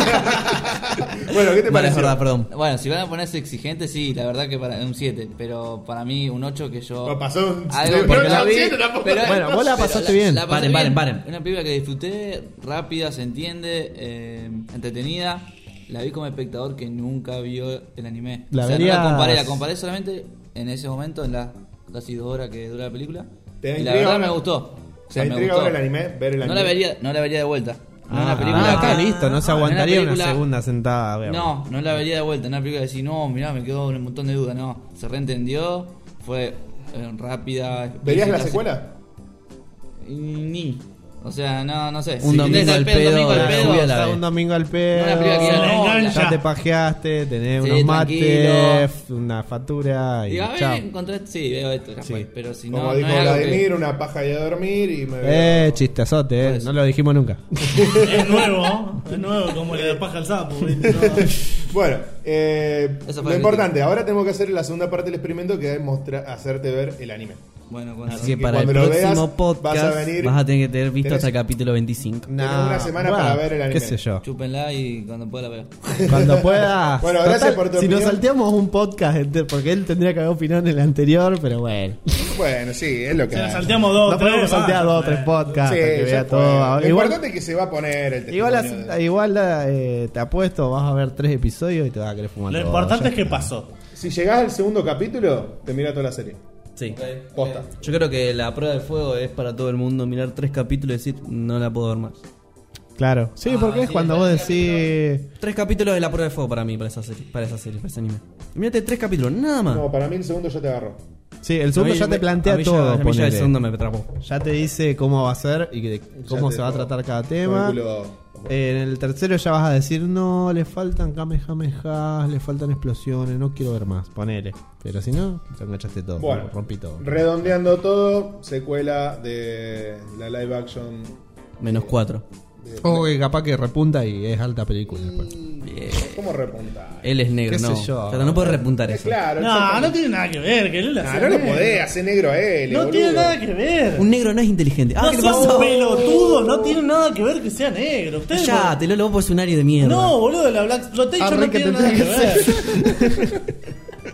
Speaker 1: Bueno, ¿qué te
Speaker 2: Vale, es
Speaker 1: pareció?
Speaker 2: verdad, perdón.
Speaker 5: Bueno, si van a ponerse exigentes, sí, la verdad que para un siete, pero para mí un ocho que yo...
Speaker 1: O pasó un-
Speaker 5: Algo
Speaker 1: no,
Speaker 5: porque
Speaker 1: no,
Speaker 5: la vi,
Speaker 1: siete tampoco.
Speaker 5: pero-
Speaker 3: Bueno, vos la
Speaker 5: pero
Speaker 3: pasaste bien.
Speaker 5: pasé
Speaker 2: Paren, paren, paren.
Speaker 5: Una película que disfruté, rápida, se entiende, eh, entretenida. La vi como espectador que nunca vio el anime.
Speaker 3: La
Speaker 5: o sea,
Speaker 3: verías-
Speaker 5: no la comparé, la comparé solamente en ese momento, en las casi dos horas que dura la película.
Speaker 1: ¿Te
Speaker 5: Y la
Speaker 1: intriga
Speaker 5: verdad
Speaker 1: ahora-
Speaker 5: me gustó. O sea,
Speaker 1: ¿Te
Speaker 5: me
Speaker 1: intriga
Speaker 5: gustó.
Speaker 1: ahora el anime? Ver el
Speaker 5: No
Speaker 1: anime.
Speaker 5: la vería, no la vería de vuelta. No es
Speaker 3: Ah,
Speaker 5: una película
Speaker 3: ah, está
Speaker 5: que-
Speaker 3: listo, no se
Speaker 5: Ah,
Speaker 3: aguantaría
Speaker 5: una
Speaker 3: una
Speaker 5: película-
Speaker 3: segunda sentada. weón.
Speaker 5: No, no la vería de vuelta. Una película que decir, no, mirá, me quedó un montón de dudas. No, se reentendió, fue eh, rápida.
Speaker 1: ¿Verías la
Speaker 5: explícita,
Speaker 1: secuela?
Speaker 5: se- Ni. O sea, no, no sé.
Speaker 2: Un
Speaker 5: Si
Speaker 2: domingo
Speaker 5: tenés
Speaker 2: al
Speaker 5: el
Speaker 2: pedo,
Speaker 5: domingo al
Speaker 2: la
Speaker 5: pedo,
Speaker 2: lluvia
Speaker 5: o
Speaker 2: la
Speaker 5: sea,
Speaker 3: Está un domingo al pedo.
Speaker 5: una película que
Speaker 4: Se
Speaker 5: no,
Speaker 4: le engancha.
Speaker 3: Ya te pajeaste, tenés
Speaker 5: Sí,
Speaker 3: unos mates,
Speaker 5: tranquilo.
Speaker 3: una factura y
Speaker 5: Digo, a
Speaker 3: chao.
Speaker 5: ver, encontré esto. Sí, veo esto, ya
Speaker 3: Sí.
Speaker 5: fue. Pero si no,
Speaker 1: Como
Speaker 5: no
Speaker 1: dijo
Speaker 5: es algo que-
Speaker 1: Vladimir, una paja y a dormir y me
Speaker 3: Eh,
Speaker 1: veo.
Speaker 3: chistazote, eh.
Speaker 5: Pues-
Speaker 3: No lo dijimos nunca.
Speaker 4: Es nuevo, es nuevo como le paja al sapo. ¿viste? No.
Speaker 1: Bueno, eh,
Speaker 5: Eso
Speaker 1: lo
Speaker 5: fue
Speaker 1: importante, ahora tenemos que hacer la segunda parte del experimento que es mostrar, hacerte ver el anime.
Speaker 5: Bueno, cuando
Speaker 2: Así que
Speaker 1: que
Speaker 2: para el
Speaker 1: cuando lo
Speaker 2: próximo
Speaker 1: veas,
Speaker 2: podcast
Speaker 1: vas a venir-
Speaker 2: vas a tener que tener visto
Speaker 1: tenés-
Speaker 2: hasta el capítulo veinticinco.
Speaker 3: No,
Speaker 1: Tenés una semana para ver el anime.
Speaker 3: ¿Qué sé yo?
Speaker 5: chúpenla y cuando pueda la veo.
Speaker 3: Cuando puedas.
Speaker 1: Bueno, gracias por tu
Speaker 3: Si nos
Speaker 1: opinión.
Speaker 3: salteamos un podcast entero, porque él tendría que haber opinado en el anterior, pero bueno.
Speaker 1: Bueno, sí, es lo que
Speaker 4: Se nos
Speaker 1: hay.
Speaker 4: salteamos dos,
Speaker 3: No
Speaker 4: tres.
Speaker 3: podemos saltear
Speaker 4: va,
Speaker 3: dos o tres
Speaker 4: eh.
Speaker 3: podcasts
Speaker 1: Sí,
Speaker 3: hasta que
Speaker 1: ya
Speaker 3: vea
Speaker 1: fue.
Speaker 3: todo.
Speaker 1: Lo
Speaker 3: Igual,
Speaker 1: importante es que se va a poner el
Speaker 3: igual,
Speaker 1: testimonio
Speaker 3: las-
Speaker 1: de-
Speaker 3: igual eh, te apuesto, vas a ver tres episodios y te vas a querer fumar
Speaker 4: Lo
Speaker 3: todo,
Speaker 4: importante
Speaker 3: ya
Speaker 4: es que
Speaker 3: está.
Speaker 4: pasó.
Speaker 1: Si llegás al segundo capítulo, te mira toda la serie.
Speaker 2: Sí.
Speaker 1: Posta.
Speaker 2: Yo creo que la prueba de fuego es para todo el mundo mirar tres capítulos y decir, no la puedo ver más.
Speaker 3: Claro, sí,
Speaker 5: Ah,
Speaker 3: porque es
Speaker 5: sí,
Speaker 3: cuando
Speaker 5: el
Speaker 3: vos
Speaker 5: primer
Speaker 3: decís.
Speaker 2: Tres capítulos es la prueba de fuego para mí, para esa serie, para esa serie, para ese anime. Mírate tres capítulos, nada más.
Speaker 1: No, para mí el segundo ya te agarró.
Speaker 3: Sí, el segundo
Speaker 2: A mí
Speaker 3: ya
Speaker 2: me-
Speaker 3: te plantea
Speaker 2: a mí ya-
Speaker 3: todo.
Speaker 2: a mí ya el
Speaker 3: ponele.
Speaker 2: segundo me atrapó.
Speaker 3: Ya te dice cómo va a ser y que- cómo
Speaker 1: te
Speaker 3: se va a
Speaker 1: dejó
Speaker 3: tratar cada
Speaker 1: con
Speaker 3: tema.
Speaker 1: el culo-
Speaker 3: Eh, en el tercero ya vas a decir, no, le faltan kamehamehas, le faltan explosiones, no quiero ver más, ponele. Pero si no, te enganchaste todo,
Speaker 1: Bueno,
Speaker 3: rompí todo.
Speaker 1: redondeando todo, secuela de la live action.
Speaker 2: Menos cuatro.
Speaker 1: de-
Speaker 3: O que capaz que repunta y es alta película después.
Speaker 2: Bien.
Speaker 1: ¿Cómo repunta?
Speaker 2: Él es negro,
Speaker 3: ¿Qué sé
Speaker 2: no.
Speaker 3: yo?
Speaker 2: O sea, no puede repuntar
Speaker 1: Eh,
Speaker 2: eso.
Speaker 1: claro,
Speaker 4: No,
Speaker 1: exactamente.
Speaker 4: no tiene nada que ver. Que él la
Speaker 1: Nah,
Speaker 4: hace
Speaker 1: no le
Speaker 4: negro.
Speaker 1: podés hacer negro a él.
Speaker 4: No
Speaker 1: boludo.
Speaker 4: tiene nada que ver.
Speaker 2: Un negro no es inteligente. Ah,
Speaker 4: No
Speaker 2: ¿qué le
Speaker 4: seas
Speaker 2: pasó?
Speaker 4: pelotudo, no tiene nada que ver que sea negro. Ustedes
Speaker 2: Ya, te lo lo vos un área de mierda.
Speaker 4: No, boludo, la Black Exploitation
Speaker 3: Ah,
Speaker 4: no
Speaker 3: re que
Speaker 4: tiene nada que
Speaker 3: tendría que
Speaker 4: ver.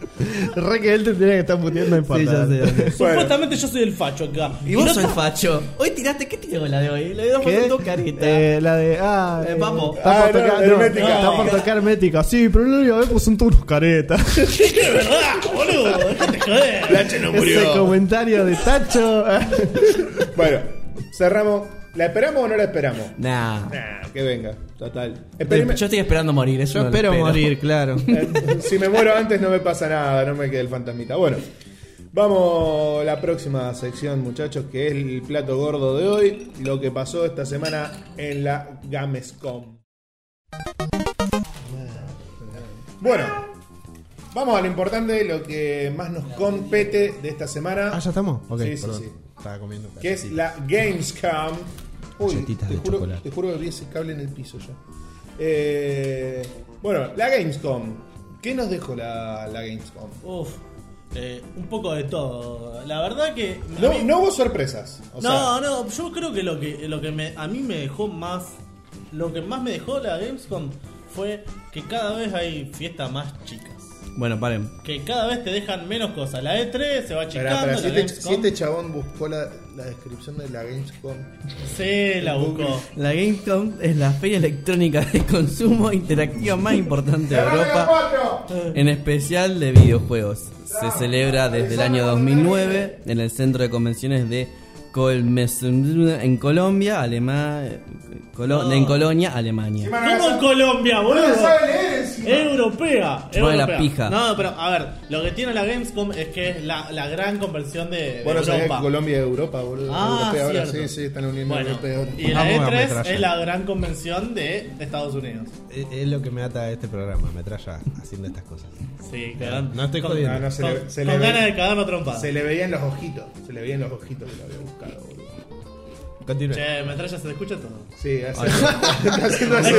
Speaker 3: Re que él tendría que estar puteando, no
Speaker 2: Sí, ya
Speaker 3: importa.
Speaker 2: sé, ya sé.
Speaker 4: Supuestamente yo soy el facho acá.
Speaker 2: Y vos
Speaker 4: no
Speaker 2: sos
Speaker 4: está-
Speaker 2: facho. Hoy tiraste, ¿qué tiró la de hoy? Le damos
Speaker 3: ¿Qué?
Speaker 2: dos caritas.
Speaker 3: Eh, la de. Ah,
Speaker 2: Eh,
Speaker 3: eh,
Speaker 2: vamos.
Speaker 3: Está
Speaker 1: Ah,
Speaker 3: por
Speaker 1: no,
Speaker 3: tocar, no,
Speaker 1: hermética.
Speaker 3: está por tocar hermética. Sí, pero no le habíamos un unos caretas.
Speaker 4: Es verdad, boludo, déjate joder.
Speaker 1: Lache no
Speaker 3: Ese
Speaker 1: murió.
Speaker 3: comentario de Tacho.
Speaker 1: Bueno, cerramos. ¿La esperamos o no la esperamos?
Speaker 2: Nah.
Speaker 1: Nah, que venga. Total.
Speaker 2: Yo
Speaker 1: Esperime-
Speaker 2: estoy esperando morir. Eso
Speaker 3: Yo
Speaker 2: no lo
Speaker 3: espero morir, claro.
Speaker 1: Eh, si me muero antes no me pasa nada, no me quede el fantasmita. Bueno, vamos a la próxima sección, muchachos, que es el plato gordo de hoy, lo que pasó esta semana en la Gamescom. Bueno, vamos a lo importante, lo que más nos compete de esta semana,
Speaker 3: Ah, ya estamos. Ok,
Speaker 1: Sí, sí,
Speaker 3: perdón.
Speaker 1: sí.
Speaker 3: Estaba comiendo.
Speaker 1: que es la Gamescom. Uy,
Speaker 3: Galletitas
Speaker 1: te
Speaker 3: de
Speaker 1: juro,
Speaker 3: chocolate.
Speaker 1: te juro que vi ese cable en el piso ya. Eh, bueno, la Gamescom. ¿Qué nos dejó la, la Gamescom?
Speaker 4: Uf, eh, un poco de todo. La verdad que. a
Speaker 1: No,
Speaker 4: mí-
Speaker 1: no hubo sorpresas. O
Speaker 4: no,
Speaker 1: sea,
Speaker 4: no, yo creo que lo que, lo que me, a mí me dejó más. Lo que más me dejó la Gamescom fue que cada vez hay fiestas más chicas.
Speaker 2: Bueno, paren.
Speaker 4: Que cada vez te dejan menos cosas. La E tres se va
Speaker 1: Espera,
Speaker 4: achicando.
Speaker 1: espera, si,
Speaker 4: la
Speaker 1: este,
Speaker 4: Gamescom
Speaker 1: si este chabón buscó la, la descripción de la Gamescom.
Speaker 4: se la buscó.
Speaker 2: La Gamescom es la feria electrónica de consumo interactiva más importante de Europa, en especial de videojuegos. Se celebra desde el año dos mil nueve en el centro de convenciones de Colmesur en Colombia, Alemania,
Speaker 4: No.
Speaker 2: en Colonia, Alemania.
Speaker 4: ¿Cómo en Colombia, boludo?
Speaker 1: No sabe leer encima.
Speaker 4: Europea.
Speaker 2: Chupa de la
Speaker 4: europea.
Speaker 2: pija.
Speaker 4: No, pero a ver, lo que tiene la Gamescom es que es la, la gran conversión de, de
Speaker 1: Bueno, sabía que
Speaker 4: Europa.
Speaker 1: Colombia es Europa, boludo.
Speaker 4: Ah,
Speaker 1: Europea ahora,
Speaker 4: cierto.
Speaker 1: sí, sí, están uniendo
Speaker 4: Bueno,
Speaker 1: europea ahora.
Speaker 4: y la
Speaker 3: Vamos a
Speaker 4: E tres
Speaker 3: metralla.
Speaker 4: es la gran convención de Estados Unidos.
Speaker 3: Es, es lo que me ata a este programa, me traya haciendo estas cosas.
Speaker 4: Sí, cagan-
Speaker 3: No estoy
Speaker 4: con,
Speaker 3: jodiendo.
Speaker 1: No, no, se
Speaker 4: con-
Speaker 1: le, se
Speaker 4: con
Speaker 1: le ve-
Speaker 4: ganas de cagarnos trompada.
Speaker 1: se le veían los ojitos. Se le veían los ojitos que lo había buscado, boludo.
Speaker 3: Continúe.
Speaker 4: Che, metralla se te escucha todo.
Speaker 1: Sí, hace, está haciendo
Speaker 4: Es
Speaker 1: así.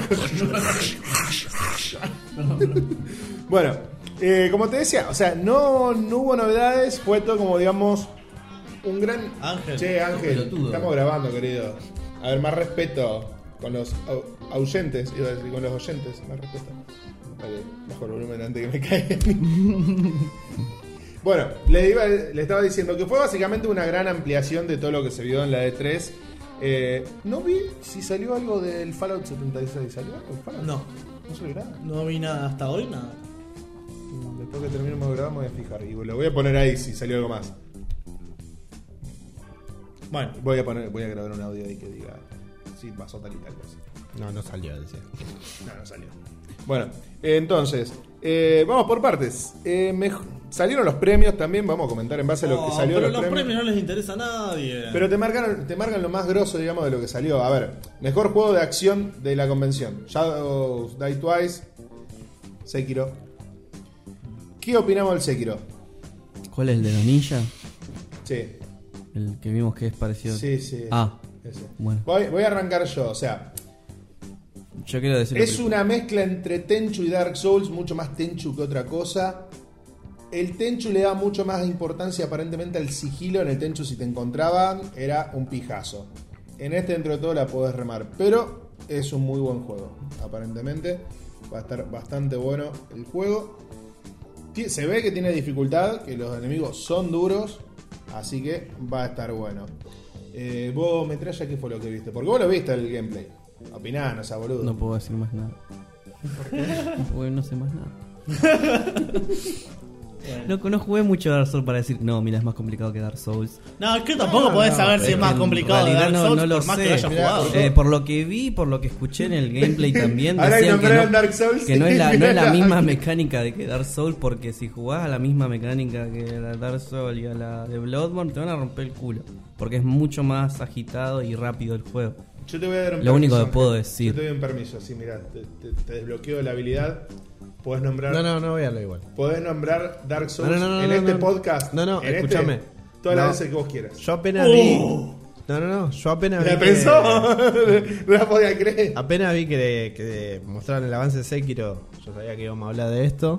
Speaker 4: como.
Speaker 1: Bueno, eh, como te decía, o sea, no, no hubo novedades, fue todo como, digamos, un gran...
Speaker 4: Ángel.
Speaker 1: Che, Ángel,
Speaker 2: Pelotudo.
Speaker 1: estamos grabando, querido. A ver, más respeto con los au- ausentes, iba a decir, con los oyentes, más respeto. Vale, bajo el volumen antes que me caiga. Bueno, le, iba- le estaba diciendo que fue básicamente una gran ampliación de todo lo que se vio en la E tres. Eh, no vi si salió algo del Fallout setenta y seis. ¿Salió algo del Fallout?
Speaker 4: No,
Speaker 1: No salió nada.
Speaker 4: no vi nada hasta hoy, nada.
Speaker 1: Después que terminemos de grabar me voy a fijar y lo voy a poner ahí si salió algo más.
Speaker 4: Bueno,
Speaker 1: Voy a poner, voy a grabar un audio ahí que diga si pasó tal y tal cosa.
Speaker 3: No, no salió, decía.
Speaker 1: No, no salió. Bueno, eh, entonces, eh, vamos por partes. Eh, mej- salieron los premios también, vamos a comentar en base a lo que
Speaker 4: No,
Speaker 1: salió
Speaker 4: pero
Speaker 1: los,
Speaker 4: los premios.
Speaker 1: premios.
Speaker 4: no les interesa a nadie.
Speaker 1: Pero te marcan, te marcan lo más grosso, digamos, de lo que salió. A ver, mejor juego de acción de la convención. Shadows Die Twice, Sekiro. ¿Qué opinamos del Sekiro?
Speaker 2: ¿Cuál es el de la ninja?
Speaker 1: Sí,
Speaker 2: El que vimos que es parecido.
Speaker 1: sí, sí.
Speaker 2: Ah,
Speaker 1: ese.
Speaker 2: bueno.
Speaker 1: Voy, voy a arrancar yo, o sea,
Speaker 2: Yo quiero decir.
Speaker 1: es una mezcla entre Tenchu y Dark Souls, mucho más Tenchu que otra cosa. El Tenchu le da mucho más importancia aparentemente al sigilo. En el Tenchu, si te encontraban, era un pijazo. En este, dentro de todo, la podés remar. Pero es un muy buen juego. Aparentemente va a estar bastante bueno el juego. Se ve que tiene dificultad, que los enemigos son duros. Así que va a estar bueno. Eh, vos, Metralla, ¿qué fue lo que viste? Porque vos lo viste el gameplay. Opiná, no sea boludo.
Speaker 2: No puedo decir más nada. ¿Por qué? Porque no sé más nada. No, no jugué mucho Dark Souls para decir, no, mira, es más complicado que Dark Souls.
Speaker 4: No, es que tampoco no, podés
Speaker 1: no,
Speaker 4: saber si es más
Speaker 2: en
Speaker 4: complicado de Dark
Speaker 2: no,
Speaker 4: Souls
Speaker 2: no lo
Speaker 4: por más
Speaker 2: sé.
Speaker 4: que lo hayas
Speaker 1: Mirá,
Speaker 4: jugado.
Speaker 2: Eh, por lo que vi, por lo que escuché en el gameplay también,
Speaker 1: Ahora
Speaker 2: decían que, no,
Speaker 1: Dark Souls,
Speaker 2: que no es la, no es la
Speaker 1: mirá.
Speaker 2: misma mecánica de que Dark Souls, porque si jugás a la misma mecánica que la Dark Souls y a la de Bloodborne, te van a romper el culo. Porque es mucho más agitado y rápido el juego.
Speaker 1: Yo te voy a dar un
Speaker 2: Lo único
Speaker 1: permiso,
Speaker 2: que puedo
Speaker 1: Ángel.
Speaker 2: decir.
Speaker 1: Yo te doy un permiso, sí, mirá, te, te, te desbloqueo la habilidad. Podés nombrar,
Speaker 3: No, no, no voy a hablar igual.
Speaker 1: podés nombrar Dark Souls
Speaker 3: No, no, no,
Speaker 1: en
Speaker 3: no,
Speaker 1: este
Speaker 3: no.
Speaker 1: podcast.
Speaker 3: No, no,
Speaker 1: en
Speaker 3: escúchame.
Speaker 1: Este, todas
Speaker 3: No.
Speaker 1: las veces que vos quieras.
Speaker 3: Yo apenas
Speaker 4: Oh.
Speaker 3: vi. No, no, no. Yo apenas vi.
Speaker 1: ¿La
Speaker 3: que-
Speaker 1: pensó? No la podía creer.
Speaker 3: Apenas vi que, que mostraron el avance de Sekiro. Yo sabía que íbamos a hablar de esto.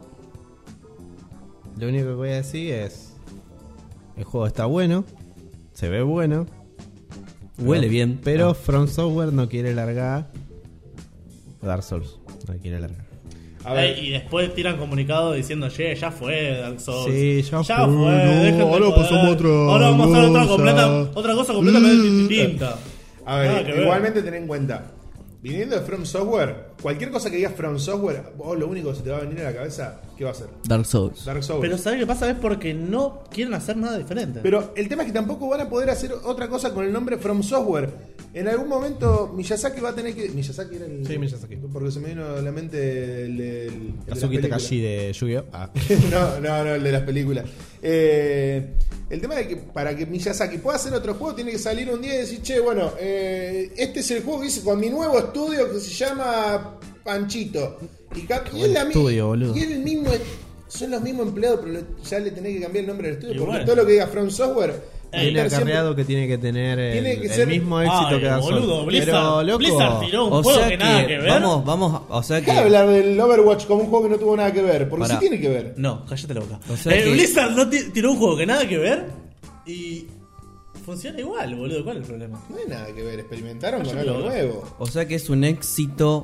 Speaker 3: Lo único que voy a decir es: el juego está bueno, se ve bueno,
Speaker 2: Huele
Speaker 3: pero-
Speaker 2: bien.
Speaker 3: Pero
Speaker 2: Ah.
Speaker 3: From Software no quiere largar Dark Souls. No quiere largar.
Speaker 1: A ver,
Speaker 4: Eh, y después tiran comunicado diciendo, che, ya fue Dark Souls.
Speaker 3: Sí, ya fue,
Speaker 4: fue.
Speaker 3: no,
Speaker 4: dejen de
Speaker 3: ahora
Speaker 4: joder.
Speaker 3: pasamos a otra
Speaker 4: Ahora vamos a hacer otra,
Speaker 3: cosa.
Speaker 4: completa, otra cosa completamente
Speaker 3: Mm.
Speaker 4: distinta.
Speaker 1: a ver
Speaker 4: Nada que ver.
Speaker 1: igualmente ten en cuenta. Viniendo de From Software, cualquier cosa que digas From Software, vos lo único que se te va a venir a la cabeza, ¿qué va a ser?
Speaker 2: Dark Souls.
Speaker 1: Dark Souls.
Speaker 4: Pero ¿sabes qué pasa? Es porque no quieren hacer nada diferente.
Speaker 1: Pero el tema es que tampoco van a poder hacer otra cosa con el nombre From Software. En algún momento Miyazaki va a tener que... Miyazaki era el...
Speaker 3: Sí, Miyazaki.
Speaker 1: Porque se me vino a la mente el, el, el de las
Speaker 3: Kazuki
Speaker 1: películas.
Speaker 3: Takashi de Yu-Gi-Oh! Ah.
Speaker 1: no, no, no, el de las películas. Eh, el tema es que para que Miyazaki pueda hacer otro juego, tiene que salir un día y decir, che, bueno, eh, este es el juego que hice con mi nuevo estudio que se llama Panchito. Y, ca- y es la mi-
Speaker 3: estudio, boludo.
Speaker 1: y es el mismo, son los mismos empleados, pero le- ya le tenés que cambiar el nombre del estudio.
Speaker 4: Y
Speaker 1: Porque
Speaker 4: bueno.
Speaker 1: todo lo que diga From Software
Speaker 4: Ey,
Speaker 3: Viene
Speaker 1: va a estar
Speaker 3: acarreado que tiene que tener el,
Speaker 1: Tiene que
Speaker 3: el
Speaker 1: ser-
Speaker 3: mismo éxito
Speaker 4: Ay,
Speaker 3: que Dark Souls.
Speaker 4: boludo, Blizzard,
Speaker 3: Pero, loco,
Speaker 4: Blizzard tiró un
Speaker 2: O
Speaker 4: juego
Speaker 2: sea
Speaker 4: que nada que
Speaker 2: que,
Speaker 4: ver.
Speaker 2: vamos, vamos, o sea
Speaker 1: Deja
Speaker 2: que
Speaker 1: de hablar del Overwatch como un juego que no tuvo nada que ver, porque
Speaker 2: Pará.
Speaker 1: sí tiene que ver.
Speaker 4: No, cállate la boca.
Speaker 2: O sea
Speaker 4: Eh,
Speaker 2: que-
Speaker 4: Blizzard no ti- tiró un juego que nada que ver y funciona igual, boludo. ¿Cuál es el problema?
Speaker 1: No hay nada que ver, experimentaron con
Speaker 4: Cállate
Speaker 1: algo
Speaker 4: la boca.
Speaker 1: nuevo.
Speaker 2: O sea que es un éxito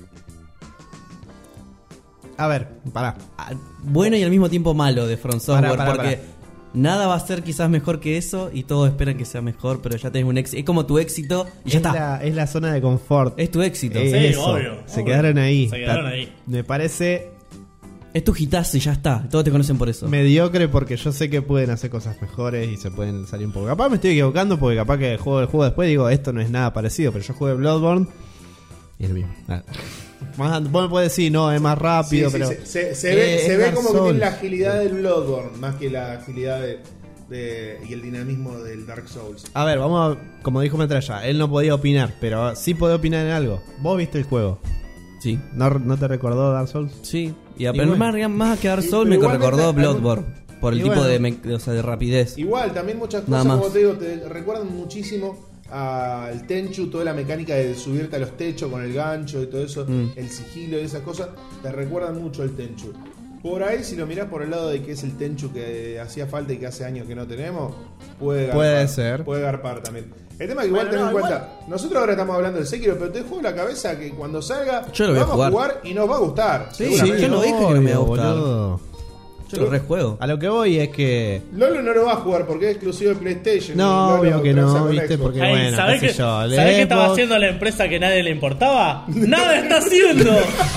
Speaker 3: A ver, pará.
Speaker 2: ah, bueno y al mismo tiempo malo de From Software,
Speaker 3: Pará, pará,
Speaker 2: porque
Speaker 3: pará.
Speaker 2: nada va a ser quizás mejor que eso y todos esperan que sea mejor, pero ya tenés un éxito. Es como tu éxito y ya
Speaker 3: Es
Speaker 2: está.
Speaker 3: la, es la zona de confort.
Speaker 2: Es tu éxito.
Speaker 3: Eh,
Speaker 4: Sí,
Speaker 3: eso.
Speaker 4: obvio,
Speaker 3: Se
Speaker 4: obvio.
Speaker 3: quedaron ahí.
Speaker 4: Se quedaron
Speaker 3: Ta-
Speaker 4: ahí.
Speaker 3: Me parece
Speaker 2: Es tu hitazo y ya está. Todos te conocen por eso.
Speaker 3: mediocre porque yo sé que pueden hacer cosas mejores y se pueden salir un poco. Capaz me estoy equivocando porque capaz que juego el juego después y digo, esto no es nada parecido, pero yo jugué Bloodborne y es lo mismo. Nada. Más, vos me puedes decir, no, es más rápido,
Speaker 1: Sí, sí,
Speaker 3: pero...
Speaker 1: se, se- se
Speaker 3: Eh,
Speaker 1: ve,
Speaker 3: es
Speaker 1: se ve
Speaker 3: Dark
Speaker 1: como que tiene
Speaker 3: Souls.
Speaker 1: la agilidad del Bloodborne más que la agilidad de, de- y el dinamismo del Dark Souls.
Speaker 3: A ver, vamos a... Como dijo Metralla, él no podía opinar, pero sí podía opinar en algo. Vos viste el juego.
Speaker 2: Sí.
Speaker 3: ¿No, no te recordó Dark Souls?
Speaker 2: Sí. Y,
Speaker 3: Y
Speaker 2: a- pero
Speaker 3: bueno.
Speaker 2: más, más que Dark
Speaker 1: Y-
Speaker 2: Souls
Speaker 1: pero
Speaker 2: me
Speaker 1: igualmente
Speaker 2: recordó
Speaker 1: hay
Speaker 2: Bloodborne. Por el
Speaker 3: Y
Speaker 2: tipo
Speaker 3: bueno.
Speaker 2: de, me- o sea, de rapidez.
Speaker 1: Igual, también muchas
Speaker 2: Nada
Speaker 1: cosas,
Speaker 2: más.
Speaker 1: como te digo, te recuerdan muchísimo al Tenchu, toda la mecánica de subirte a los techos con el gancho y todo eso,
Speaker 2: Mm.
Speaker 1: el sigilo y esas cosas, te recuerdan mucho al Tenchu. Por ahí, si lo mirás por el lado de que es el Tenchu que hacía falta y que hace años que no tenemos, puede garpar.
Speaker 3: Puede ser.
Speaker 1: Puede garpar también. El tema es que igual
Speaker 4: Bueno,
Speaker 1: ten en
Speaker 4: no,
Speaker 1: cuenta, nosotros ahora estamos hablando del Sekiro, pero te juego en la cabeza que cuando salga
Speaker 2: Yo lo voy a
Speaker 1: vamos
Speaker 2: jugar.
Speaker 1: y nos va a gustar.
Speaker 2: Sí,
Speaker 1: seguramente.
Speaker 2: yo no dije que no me va a
Speaker 3: Obvio,
Speaker 2: gustar.
Speaker 3: boludo.
Speaker 2: Yo lo rejuego.
Speaker 3: A lo que voy es que...
Speaker 1: Lolo no lo va a jugar porque es exclusivo de PlayStation. y
Speaker 3: No,
Speaker 1: Lolo
Speaker 3: obvio que
Speaker 1: transa
Speaker 3: no,
Speaker 1: con
Speaker 3: viste,
Speaker 1: Xbox.
Speaker 3: porque
Speaker 4: Ey,
Speaker 3: bueno,
Speaker 4: ¿sabés
Speaker 3: qué
Speaker 4: qué,
Speaker 3: sé yo,
Speaker 4: ¿sabés
Speaker 3: el
Speaker 4: qué estaba
Speaker 3: Xbox-
Speaker 4: haciendo la empresa que nadie le importaba? ¡Nada está haciendo!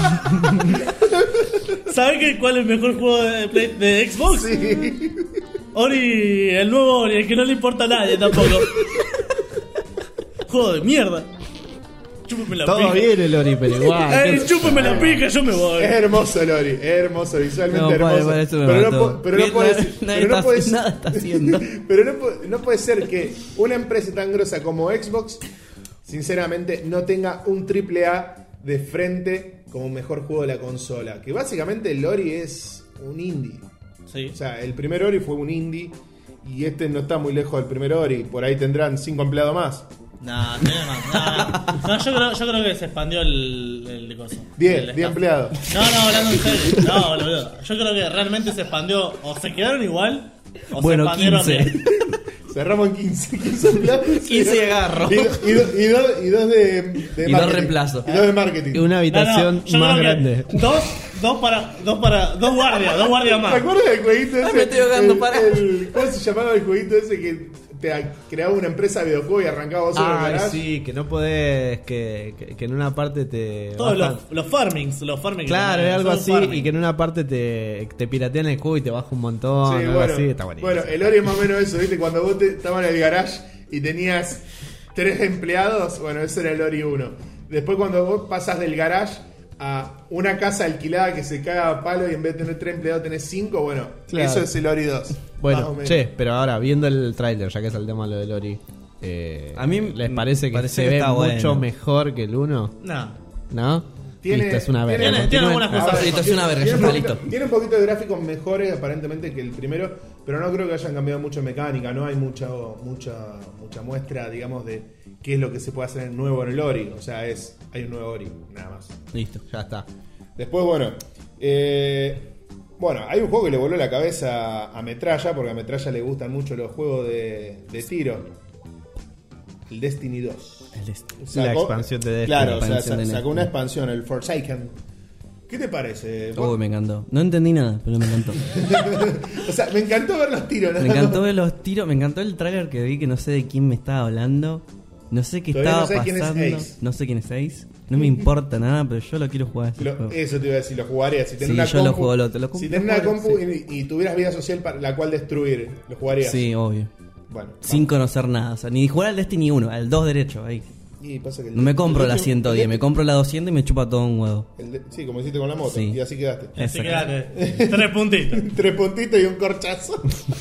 Speaker 4: ¿Sabés qué, cuál es el mejor juego de, Play- de Xbox?
Speaker 1: Sí.
Speaker 4: Ori, el nuevo Ori, el que no le importa a nadie tampoco. Juego de mierda. Chúpeme la
Speaker 3: Todo
Speaker 4: pija.
Speaker 3: bien el Ori, pero igual.
Speaker 4: Ey,
Speaker 3: qué sé
Speaker 4: chúpeme
Speaker 3: yo.
Speaker 4: la pija, yo me voy.
Speaker 1: Es hermoso Lori, es hermoso, visualmente
Speaker 2: No,
Speaker 1: hermoso.
Speaker 2: padre, padre, eso me
Speaker 1: pero, no,
Speaker 2: mató.
Speaker 1: po- pero no
Speaker 2: Bien,
Speaker 1: puede
Speaker 2: nadie-
Speaker 1: ser-
Speaker 2: nadie
Speaker 1: pero no
Speaker 2: está-
Speaker 1: puede ser-
Speaker 2: nada está haciendo.
Speaker 1: pero no, pu- no puede ser que una empresa tan grosa como Xbox, sinceramente, no tenga un triple A de frente como mejor juego de la consola. Que básicamente el Ori es un indie.
Speaker 4: Sí.
Speaker 1: O sea, el primer Ori fue un indie y este no está muy lejos del primer Ori. Por ahí tendrán cinco empleados más.
Speaker 4: No, tiene más. No, no, yo, creo, yo creo que se expandió el, el de coso.
Speaker 1: diez,
Speaker 4: El
Speaker 1: diez
Speaker 4: staff.
Speaker 1: empleados.
Speaker 4: No, no, hablando en serio. No, boludo. Yo creo que realmente se expandió. O se quedaron igual. O
Speaker 2: Bueno,
Speaker 4: se expandieron
Speaker 2: quince.
Speaker 4: bien.
Speaker 1: Cerramos en quince, quince empleados.
Speaker 2: quince agarro.
Speaker 1: Y, do- y, do- y, do- y dos de, de
Speaker 2: Y dos
Speaker 1: marketing.
Speaker 2: reemplazos.
Speaker 1: Y dos de marketing.
Speaker 3: Y una habitación
Speaker 4: No, no, yo
Speaker 3: más
Speaker 4: creo que
Speaker 3: grande.
Speaker 4: Dos, dos para, dos para, dos guardias, dos guardias
Speaker 1: ¿Te
Speaker 4: más.
Speaker 1: acuerdas del jueguito ese?
Speaker 2: me estoy ahogando,
Speaker 1: el,
Speaker 2: pará.
Speaker 1: el- ¿Cómo se llamaba el jueguito ese que te creaba una empresa de videojuego y arrancaba vos sobre el
Speaker 3: Ah,
Speaker 1: garage?
Speaker 3: sí, que no podés, que, que, que en una parte te...
Speaker 4: Todos
Speaker 3: bajan-
Speaker 4: los, los farmings, los farmings.
Speaker 3: Claro,
Speaker 4: que
Speaker 3: es algo
Speaker 4: son
Speaker 3: así,
Speaker 4: farming.
Speaker 3: y que en una parte te, te piratean el juego y te baja un montón,
Speaker 1: Sí,
Speaker 3: algo
Speaker 1: bueno,
Speaker 3: así, está buenísimo.
Speaker 1: bueno, el Ori es más o menos eso, ¿viste? Cuando vos te, estabas en el garage y tenías tres empleados, bueno, eso era el Ori uno. Después cuando vos pasas del garage a una casa alquilada que se caga a palo y en vez de tener tres empleados tenés cinco, bueno,
Speaker 3: Claro.
Speaker 1: eso es el Ori dos. más o
Speaker 3: Bueno,
Speaker 1: menos.
Speaker 3: che, pero ahora, viendo el tráiler, ya que saltamos a lo del Ori, eh,
Speaker 2: A mí
Speaker 3: ¿les
Speaker 2: me
Speaker 3: parece que
Speaker 2: parece
Speaker 3: se
Speaker 2: que
Speaker 3: ve
Speaker 2: está
Speaker 3: mucho
Speaker 2: bueno.
Speaker 3: mejor que el uno?
Speaker 4: No.
Speaker 3: ¿No?
Speaker 1: Tiene-
Speaker 3: Listo, es una verga.
Speaker 4: tiene- tiene
Speaker 3: Continúen.
Speaker 4: algunas cosas.
Speaker 1: Ahora,
Speaker 2: Listo, es una verga,
Speaker 1: tiene
Speaker 2: ya
Speaker 1: un
Speaker 2: está,
Speaker 1: poquito-
Speaker 2: listo.
Speaker 1: Tiene un poquito de gráficos mejores aparentemente que el primero, pero no creo que hayan cambiado mucho de mecánica, no hay mucha, mucha, mucha muestra, digamos, de qué es lo que se puede hacer nuevo en el Ori. O sea, es hay un nuevo Ori, nada más.
Speaker 3: Listo, ya está.
Speaker 1: Después, bueno, eh, bueno, hay un juego que le voló la cabeza a Metralla, porque a Metralla le gustan mucho los juegos de, de tiro. El Destiny dos.
Speaker 2: El este.
Speaker 3: La expansión de Destiny.
Speaker 1: Claro,
Speaker 2: La
Speaker 1: o sea,
Speaker 2: expansión
Speaker 1: sa-
Speaker 2: de
Speaker 1: sacó una
Speaker 2: Destiny.
Speaker 1: expansión, el Forsaken. ¿Qué te parece?
Speaker 2: Uy, me encantó. No entendí nada, pero me encantó.
Speaker 1: O sea, me encantó ver los tiros.
Speaker 2: Me
Speaker 1: nada
Speaker 2: encantó
Speaker 1: más.
Speaker 2: ver los tiros, me encantó el tráiler que vi que no sé de quién me estaba hablando. No sé qué
Speaker 1: Todavía no
Speaker 2: estaba
Speaker 1: sé quién es
Speaker 2: pasando.
Speaker 1: Ace.
Speaker 2: No sé quién es Ace. No me importa nada, pero yo lo quiero jugar. ese
Speaker 1: Lo-
Speaker 2: juego.
Speaker 1: eso te iba a decir, lo jugarías. Si tenés
Speaker 2: Sí,
Speaker 1: una
Speaker 2: yo lo
Speaker 1: compu-
Speaker 2: juego al otro, lo
Speaker 1: si
Speaker 2: compu-
Speaker 1: tenés
Speaker 2: lo
Speaker 1: una
Speaker 2: juego,
Speaker 1: compu y, y tuvieras vida social para la cual destruir, ¿lo jugarías?
Speaker 2: Sí, obvio.
Speaker 1: Bueno,
Speaker 2: Sin conocer nada. O sea, ni jugar al Destiny uno, al dos derecho. Ahí.
Speaker 1: y pasa que el-
Speaker 2: No me compro
Speaker 1: el-
Speaker 2: la
Speaker 1: el-
Speaker 2: ciento diez, me compro la doscientos y me chupa todo un huevo.
Speaker 1: el de- sí, como hiciste con la moto.
Speaker 2: Sí.
Speaker 1: Y así quedaste.
Speaker 4: Así
Speaker 2: Exacto.
Speaker 4: quedate. Tres puntitos.
Speaker 1: Tres puntitos y un corchazo.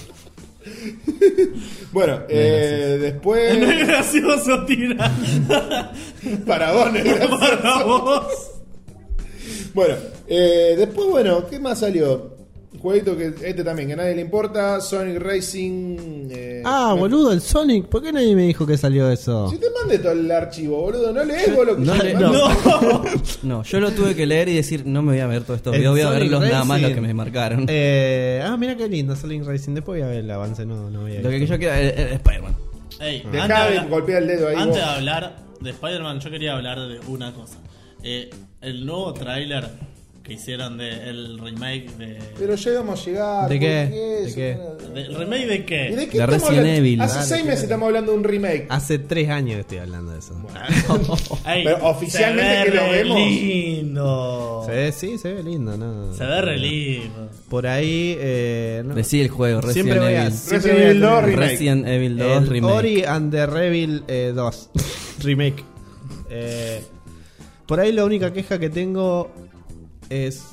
Speaker 1: Bueno, eh,
Speaker 4: No es
Speaker 1: después.
Speaker 4: gracioso, tira.
Speaker 1: Para vos, no es gracioso.
Speaker 4: Para vos.
Speaker 1: Bueno, eh, después, bueno, ¿qué más salió? Jueguito que este también, que a nadie le importa. Sonic Racing. eh,
Speaker 3: Ah,
Speaker 1: me-
Speaker 3: boludo, el Sonic. ¿Por qué nadie me dijo que salió eso?
Speaker 1: Si te mandé todo el archivo, boludo, no lees vos lo que
Speaker 2: No
Speaker 1: yo
Speaker 2: le-
Speaker 1: te mando?
Speaker 4: No.
Speaker 2: No, yo lo tuve que leer y decir, no me voy a ver todos estos
Speaker 3: El
Speaker 2: videos, voy a ver
Speaker 3: Sonic
Speaker 2: los nada más
Speaker 3: Racing.
Speaker 2: los que me marcaron.
Speaker 3: Eh, ah, mira qué lindo, Sonic Racing. Después voy a ver el avance, no, no voy a
Speaker 2: Lo que yo quiero es, es Spider-Man.
Speaker 4: Ey, antes,
Speaker 1: Dejá
Speaker 4: de
Speaker 1: de
Speaker 4: hablar,
Speaker 1: golpear el dedo ahí.
Speaker 4: antes de
Speaker 1: vos.
Speaker 4: hablar de Spider-Man, yo quería hablar de una cosa. Eh, el nuevo tráiler que hicieron del remake de...
Speaker 1: Pero ya íbamos a llegar.
Speaker 3: ¿De
Speaker 1: ¿por
Speaker 3: qué?
Speaker 1: qué?
Speaker 3: ¿De qué?
Speaker 4: ¿Del remake de
Speaker 1: ¿Y
Speaker 4: qué?
Speaker 1: de qué
Speaker 2: De
Speaker 1: estamos
Speaker 2: Resident
Speaker 1: hablando?
Speaker 2: Evil.
Speaker 1: Hace
Speaker 3: Dale,
Speaker 1: seis
Speaker 3: ¿qué
Speaker 1: meses
Speaker 3: tal?
Speaker 1: estamos hablando de un remake.
Speaker 3: Hace tres años que estoy hablando de eso.
Speaker 4: Ey,
Speaker 1: Pero oficialmente
Speaker 4: se ve
Speaker 1: que lo
Speaker 4: re
Speaker 1: vemos.
Speaker 4: lindo.
Speaker 3: Se ve, sí, se ve lindo, ¿no?
Speaker 4: Se ve re lindo.
Speaker 3: Por ahí. Eh, no.
Speaker 2: Decí el juego, Resident
Speaker 3: Siempre voy a.
Speaker 2: Evil.
Speaker 3: siempre
Speaker 1: Resident
Speaker 3: voy a
Speaker 1: Evil dos
Speaker 3: tener-
Speaker 1: remake.
Speaker 2: Resident Evil dos
Speaker 3: el
Speaker 2: Remake.
Speaker 3: Ori and the Rebel eh, dos Remake. Eh, por ahí la única queja que tengo es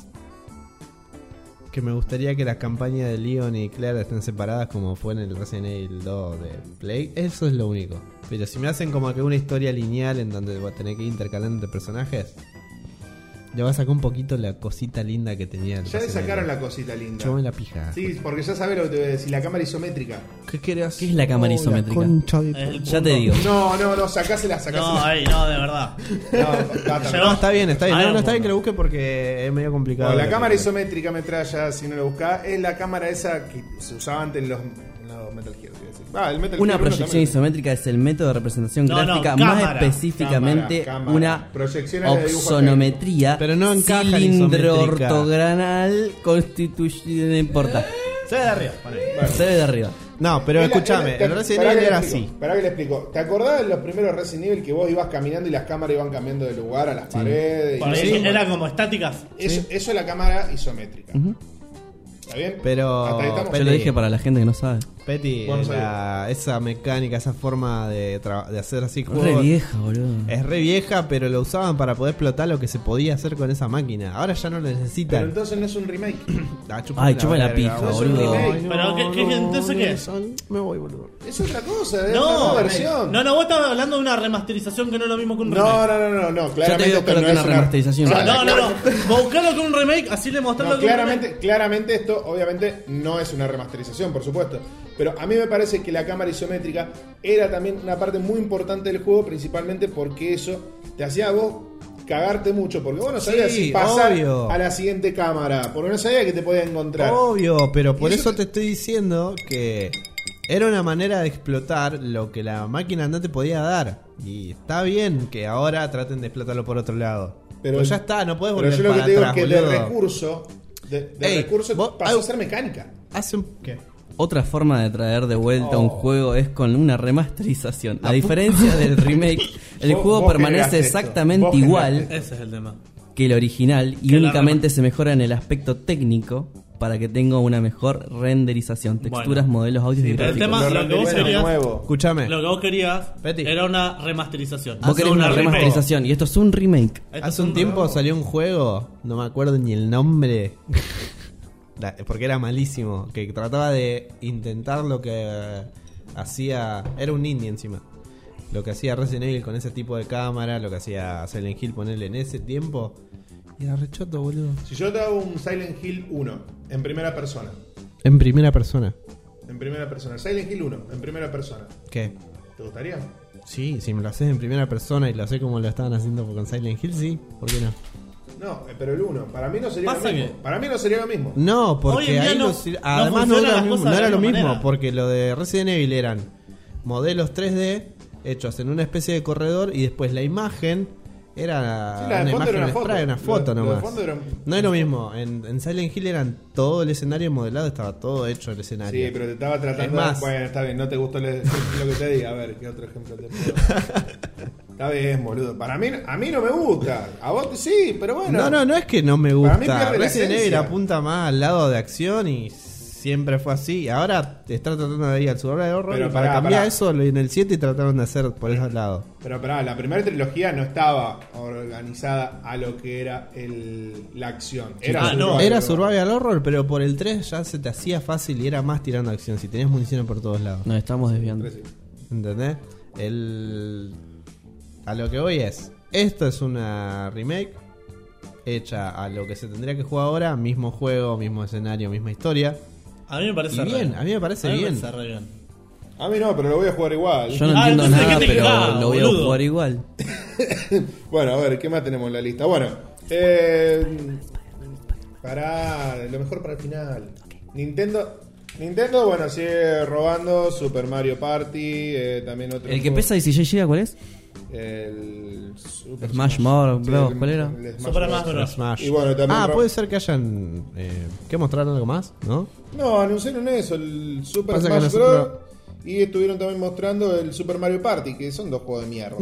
Speaker 3: que me gustaría que las campañas de Leon y Claire estén separadas como fue en el Resident Evil dos de Play. Eso es lo único. Pero si me hacen como que una historia lineal en donde voy a tener que ir intercalando entre personajes, le va a sacar un poquito la cosita linda que tenía el
Speaker 1: Ya le
Speaker 3: Resident
Speaker 1: sacaron
Speaker 3: Evil.
Speaker 1: la cosita linda.
Speaker 3: Chupame la pija.
Speaker 1: Sí, porque ya sabes lo que te voy a decir, la cámara isométrica.
Speaker 3: ¿Qué querés?
Speaker 2: ¿Qué es la cámara
Speaker 3: Oh,
Speaker 2: isométrica?
Speaker 3: concha de tu-
Speaker 4: El
Speaker 2: Ya te digo.
Speaker 1: No, no, no, sacásela,
Speaker 4: No,
Speaker 1: sacásela.
Speaker 4: ey, no, de verdad.
Speaker 1: No, está, está,
Speaker 3: No, está bien, está bien.
Speaker 4: Hay
Speaker 3: No,
Speaker 4: un
Speaker 3: no, está bien
Speaker 4: mundo.
Speaker 3: que lo busque porque es medio complicado.
Speaker 1: Bueno, la
Speaker 3: lo
Speaker 1: cámara
Speaker 3: que-
Speaker 1: isométrica metralla, si no lo buscás, es la cámara esa que se usaba antes en los, en los Metal Gear. quiero decir. Ah, el Metal
Speaker 2: Una
Speaker 1: Gear uno
Speaker 2: proyección
Speaker 1: también.
Speaker 2: isométrica es el método de representación
Speaker 4: No, no,
Speaker 2: gráfica
Speaker 4: cámara,
Speaker 2: más específicamente
Speaker 1: cámara, cámara.
Speaker 2: una
Speaker 1: Proyecciones de dibujo
Speaker 2: opsonometría
Speaker 3: Pero no encaja en
Speaker 2: cilindro
Speaker 3: isométrica.
Speaker 2: ortogonal constituye, no importa.
Speaker 3: Se ve de arriba. poné.
Speaker 1: Bueno.
Speaker 2: Se ve de arriba.
Speaker 3: No, pero
Speaker 1: Es la-
Speaker 3: escúchame,
Speaker 1: es la-
Speaker 3: el Resident
Speaker 1: pará
Speaker 3: Evil
Speaker 1: que
Speaker 3: era
Speaker 1: le explico,
Speaker 3: así.
Speaker 1: Pará que le explico. ¿Te acordás de los primeros Resident Evil que vos ibas caminando y las cámaras iban cambiando de lugar a las paredes? y
Speaker 4: Por
Speaker 1: eso?
Speaker 4: ahí era como estáticas.
Speaker 1: Eso, eso es la cámara isométrica. ¿Está bien?
Speaker 3: Pero-
Speaker 1: Hasta ahí estamos.
Speaker 2: Yo
Speaker 3: Peti.
Speaker 2: lo dije para la gente que no sabe.
Speaker 3: Petty,
Speaker 1: Bueno,
Speaker 3: la- esa mecánica, esa forma de, tra- de hacer así
Speaker 2: Es re
Speaker 3: juegos
Speaker 2: vieja, boludo.
Speaker 3: es re vieja, pero lo usaban para poder explotar lo que se podía hacer con esa máquina. Ahora ya no lo
Speaker 1: Pero
Speaker 3: necesitan.
Speaker 1: entonces no es un remake.
Speaker 3: Ah, chúpame
Speaker 2: Ay, chúpame la
Speaker 3: verga,
Speaker 2: pija,
Speaker 1: boludo.
Speaker 3: Ay,
Speaker 4: Pero, ¿qué- qué- entonces qué?
Speaker 3: Nelson, me voy, boludo.
Speaker 1: Es otra cosa, es
Speaker 4: No,
Speaker 1: una nueva versión.
Speaker 4: no, no, vos estabas hablando de una remasterización que no es lo mismo que un remake.
Speaker 1: No, no, no, no, no, claramente
Speaker 2: digo
Speaker 1: esto
Speaker 2: que lo
Speaker 1: no
Speaker 2: que
Speaker 1: es
Speaker 2: una remasterización.
Speaker 1: O sea,
Speaker 4: No, no,
Speaker 1: claro-
Speaker 4: no. Buscalo con un remake, así le mostrarlo
Speaker 1: No,
Speaker 4: con un
Speaker 1: claramente, claramente esto obviamente no es una remasterización, por supuesto. Pero a mí me parece que la cámara isométrica era también una parte muy importante del juego, principalmente porque eso te hacía a vos cagarte mucho, porque vos no sabías
Speaker 3: Sí,
Speaker 1: si pasar
Speaker 3: obvio.
Speaker 1: a la siguiente cámara, porque no sabías que te podía encontrar.
Speaker 3: Obvio, pero por
Speaker 1: Y
Speaker 3: eso
Speaker 1: eso-
Speaker 3: te estoy diciendo que era una manera de explotar lo que la máquina no te podía dar. Y está bien que ahora traten de explotarlo por otro lado.
Speaker 1: Pero-
Speaker 3: Pero ya está, no puedes
Speaker 1: Pero
Speaker 3: volver
Speaker 1: yo lo que
Speaker 3: para
Speaker 1: te digo
Speaker 3: atrás,
Speaker 1: es que de
Speaker 3: boludo.
Speaker 1: recurso, de, de
Speaker 3: Ey,
Speaker 1: recurso
Speaker 3: vos-
Speaker 1: pasó
Speaker 3: au-
Speaker 1: a ser mecánica.
Speaker 3: Hace un... ¿Qué?
Speaker 2: Otra forma de traer de vuelta
Speaker 1: Oh.
Speaker 2: un juego es con una remasterización. A diferencia del remake, el
Speaker 1: Vos-
Speaker 2: juego
Speaker 1: vos
Speaker 2: permanece
Speaker 1: generaste esto.
Speaker 2: exactamente
Speaker 1: Vos
Speaker 2: igual
Speaker 1: generaste
Speaker 4: Ese es el tema.
Speaker 2: que el original y
Speaker 4: Que la
Speaker 2: únicamente
Speaker 4: rema-
Speaker 2: se mejora en el aspecto técnico para que tenga una mejor renderización, texturas,
Speaker 4: Bueno.
Speaker 2: modelos, audios
Speaker 4: Sí,
Speaker 2: y
Speaker 4: pero el
Speaker 2: gráficos.
Speaker 4: tema-
Speaker 1: Lo
Speaker 4: lo que vos
Speaker 1: renderizaron
Speaker 4: querías-
Speaker 1: nuevo.
Speaker 3: Escúchame.
Speaker 4: Lo que vos querías
Speaker 3: Betty.
Speaker 4: era una remasterización.
Speaker 2: Vos querés
Speaker 4: no
Speaker 2: una
Speaker 4: remake.
Speaker 2: remasterización y esto es un remake.
Speaker 4: Esto es
Speaker 3: Hace un tiempo
Speaker 4: nuevo.
Speaker 3: salió un juego, no me acuerdo ni el nombre, la- porque era malísimo, que trataba de intentar lo que eh, hacía, era un indie encima, lo que hacía Resident Evil con ese tipo de cámara, lo que hacía Silent Hill ponerle en ese tiempo, y era rechoto, boludo.
Speaker 1: Si yo te hago un Silent Hill uno en primera persona,
Speaker 3: En primera persona.
Speaker 1: en primera persona, Silent Hill uno en primera persona,
Speaker 3: ¿Qué?
Speaker 1: ¿te gustaría?
Speaker 3: Sí, si me lo haces en primera persona y lo sé como lo estaban haciendo con Silent Hill, sí, ¿por qué no?
Speaker 1: No, eh, pero el uno, para mí no sería lo
Speaker 4: Pasa
Speaker 1: mismo.
Speaker 4: que-
Speaker 1: Para mí no sería lo mismo.
Speaker 3: No,
Speaker 4: Hoy
Speaker 3: porque
Speaker 4: en día
Speaker 3: ahí
Speaker 4: no-
Speaker 3: los-
Speaker 4: no
Speaker 3: además no,
Speaker 4: funcionan
Speaker 3: era,
Speaker 4: las
Speaker 3: lo mismo,
Speaker 4: cosas
Speaker 3: no
Speaker 4: de
Speaker 3: era
Speaker 4: la
Speaker 3: lo
Speaker 4: misma
Speaker 3: mismo,
Speaker 4: manera.
Speaker 3: porque lo de Resident Evil eran modelos tres D hechos en una especie de corredor y después la imagen era
Speaker 1: Sí, la de
Speaker 3: una
Speaker 1: fondo
Speaker 3: imagen
Speaker 1: era una
Speaker 3: spray,
Speaker 1: foto.
Speaker 3: una
Speaker 1: Lo-
Speaker 3: foto
Speaker 1: lo de
Speaker 3: nomás.
Speaker 1: fondo era-
Speaker 3: No es lo mismo, en, en Silent Hill eran todo el escenario modelado, estaba todo hecho el escenario.
Speaker 1: Sí, pero te estaba tratando.
Speaker 3: Es más.
Speaker 1: Bueno, está bien, no te gustó le- lo que te diga. A ver, ¿qué otro ejemplo te puedo? Está bien, boludo. Para mí, a mí no me gusta. A vos sí, pero bueno.
Speaker 3: No, no, no es que no me
Speaker 1: Para mí
Speaker 3: gusta.
Speaker 1: pierde la
Speaker 3: Resident Evil
Speaker 1: esencia.
Speaker 3: apunta más al lado de acción y siempre fue así. Ahora está tratando de ir al survival horror
Speaker 1: Pero
Speaker 3: y para
Speaker 1: pará,
Speaker 3: cambiar
Speaker 1: pará.
Speaker 3: eso en el siete trataron de hacer por esos lados.
Speaker 1: Pero pará, la primera trilogía no estaba organizada a lo que era el, la acción. Era
Speaker 4: Ah, no.
Speaker 1: survival.
Speaker 3: Era survival horror, pero por el tres ya se te hacía fácil y era más tirando acción. Si tenías munición por todos lados.
Speaker 2: Nos estamos desviando.
Speaker 1: Sí.
Speaker 3: ¿Entendés? El... A lo que voy es, esto es una remake hecha a lo que se tendría que jugar ahora, mismo juego, mismo escenario, misma historia.
Speaker 4: A mí me parece
Speaker 3: Y
Speaker 4: re
Speaker 3: bien, a mí me parece
Speaker 4: A mí me
Speaker 3: bien.
Speaker 4: parece re bien.
Speaker 1: A mí no, pero lo voy a jugar igual.
Speaker 2: Yo no
Speaker 4: Ah,
Speaker 2: entiendo
Speaker 4: entonces,
Speaker 2: nada,
Speaker 4: ¿qué te
Speaker 2: pero
Speaker 4: quejás,
Speaker 2: lo voy a
Speaker 4: boludo?
Speaker 2: jugar igual.
Speaker 1: Bueno, a ver, ¿qué más tenemos en la lista? Bueno, eh, para lo mejor para el final. Nintendo, Nintendo, bueno, sigue robando Super Mario Party, eh, también otro.
Speaker 2: ¿El que
Speaker 1: juego-
Speaker 2: pesa dieciséis gigas cuál es?
Speaker 1: El Super
Speaker 2: Smash Bros,
Speaker 1: Sí,
Speaker 2: Bros,
Speaker 1: el-
Speaker 2: ¿cuál era?
Speaker 1: el Smash
Speaker 4: Super
Speaker 1: Bros.
Speaker 4: Smash Bros.
Speaker 3: Smash.
Speaker 1: Y bueno, también
Speaker 3: ah,
Speaker 1: ro-
Speaker 3: puede ser que hayan... Eh, ¿Qué mostraron algo más? ¿No?
Speaker 1: No, anunciaron eso, el Super
Speaker 3: Pasa que
Speaker 1: Smash
Speaker 3: nosotros-
Speaker 1: Bros. Y estuvieron también mostrando el Super Mario Party, que son dos juegos de mierda.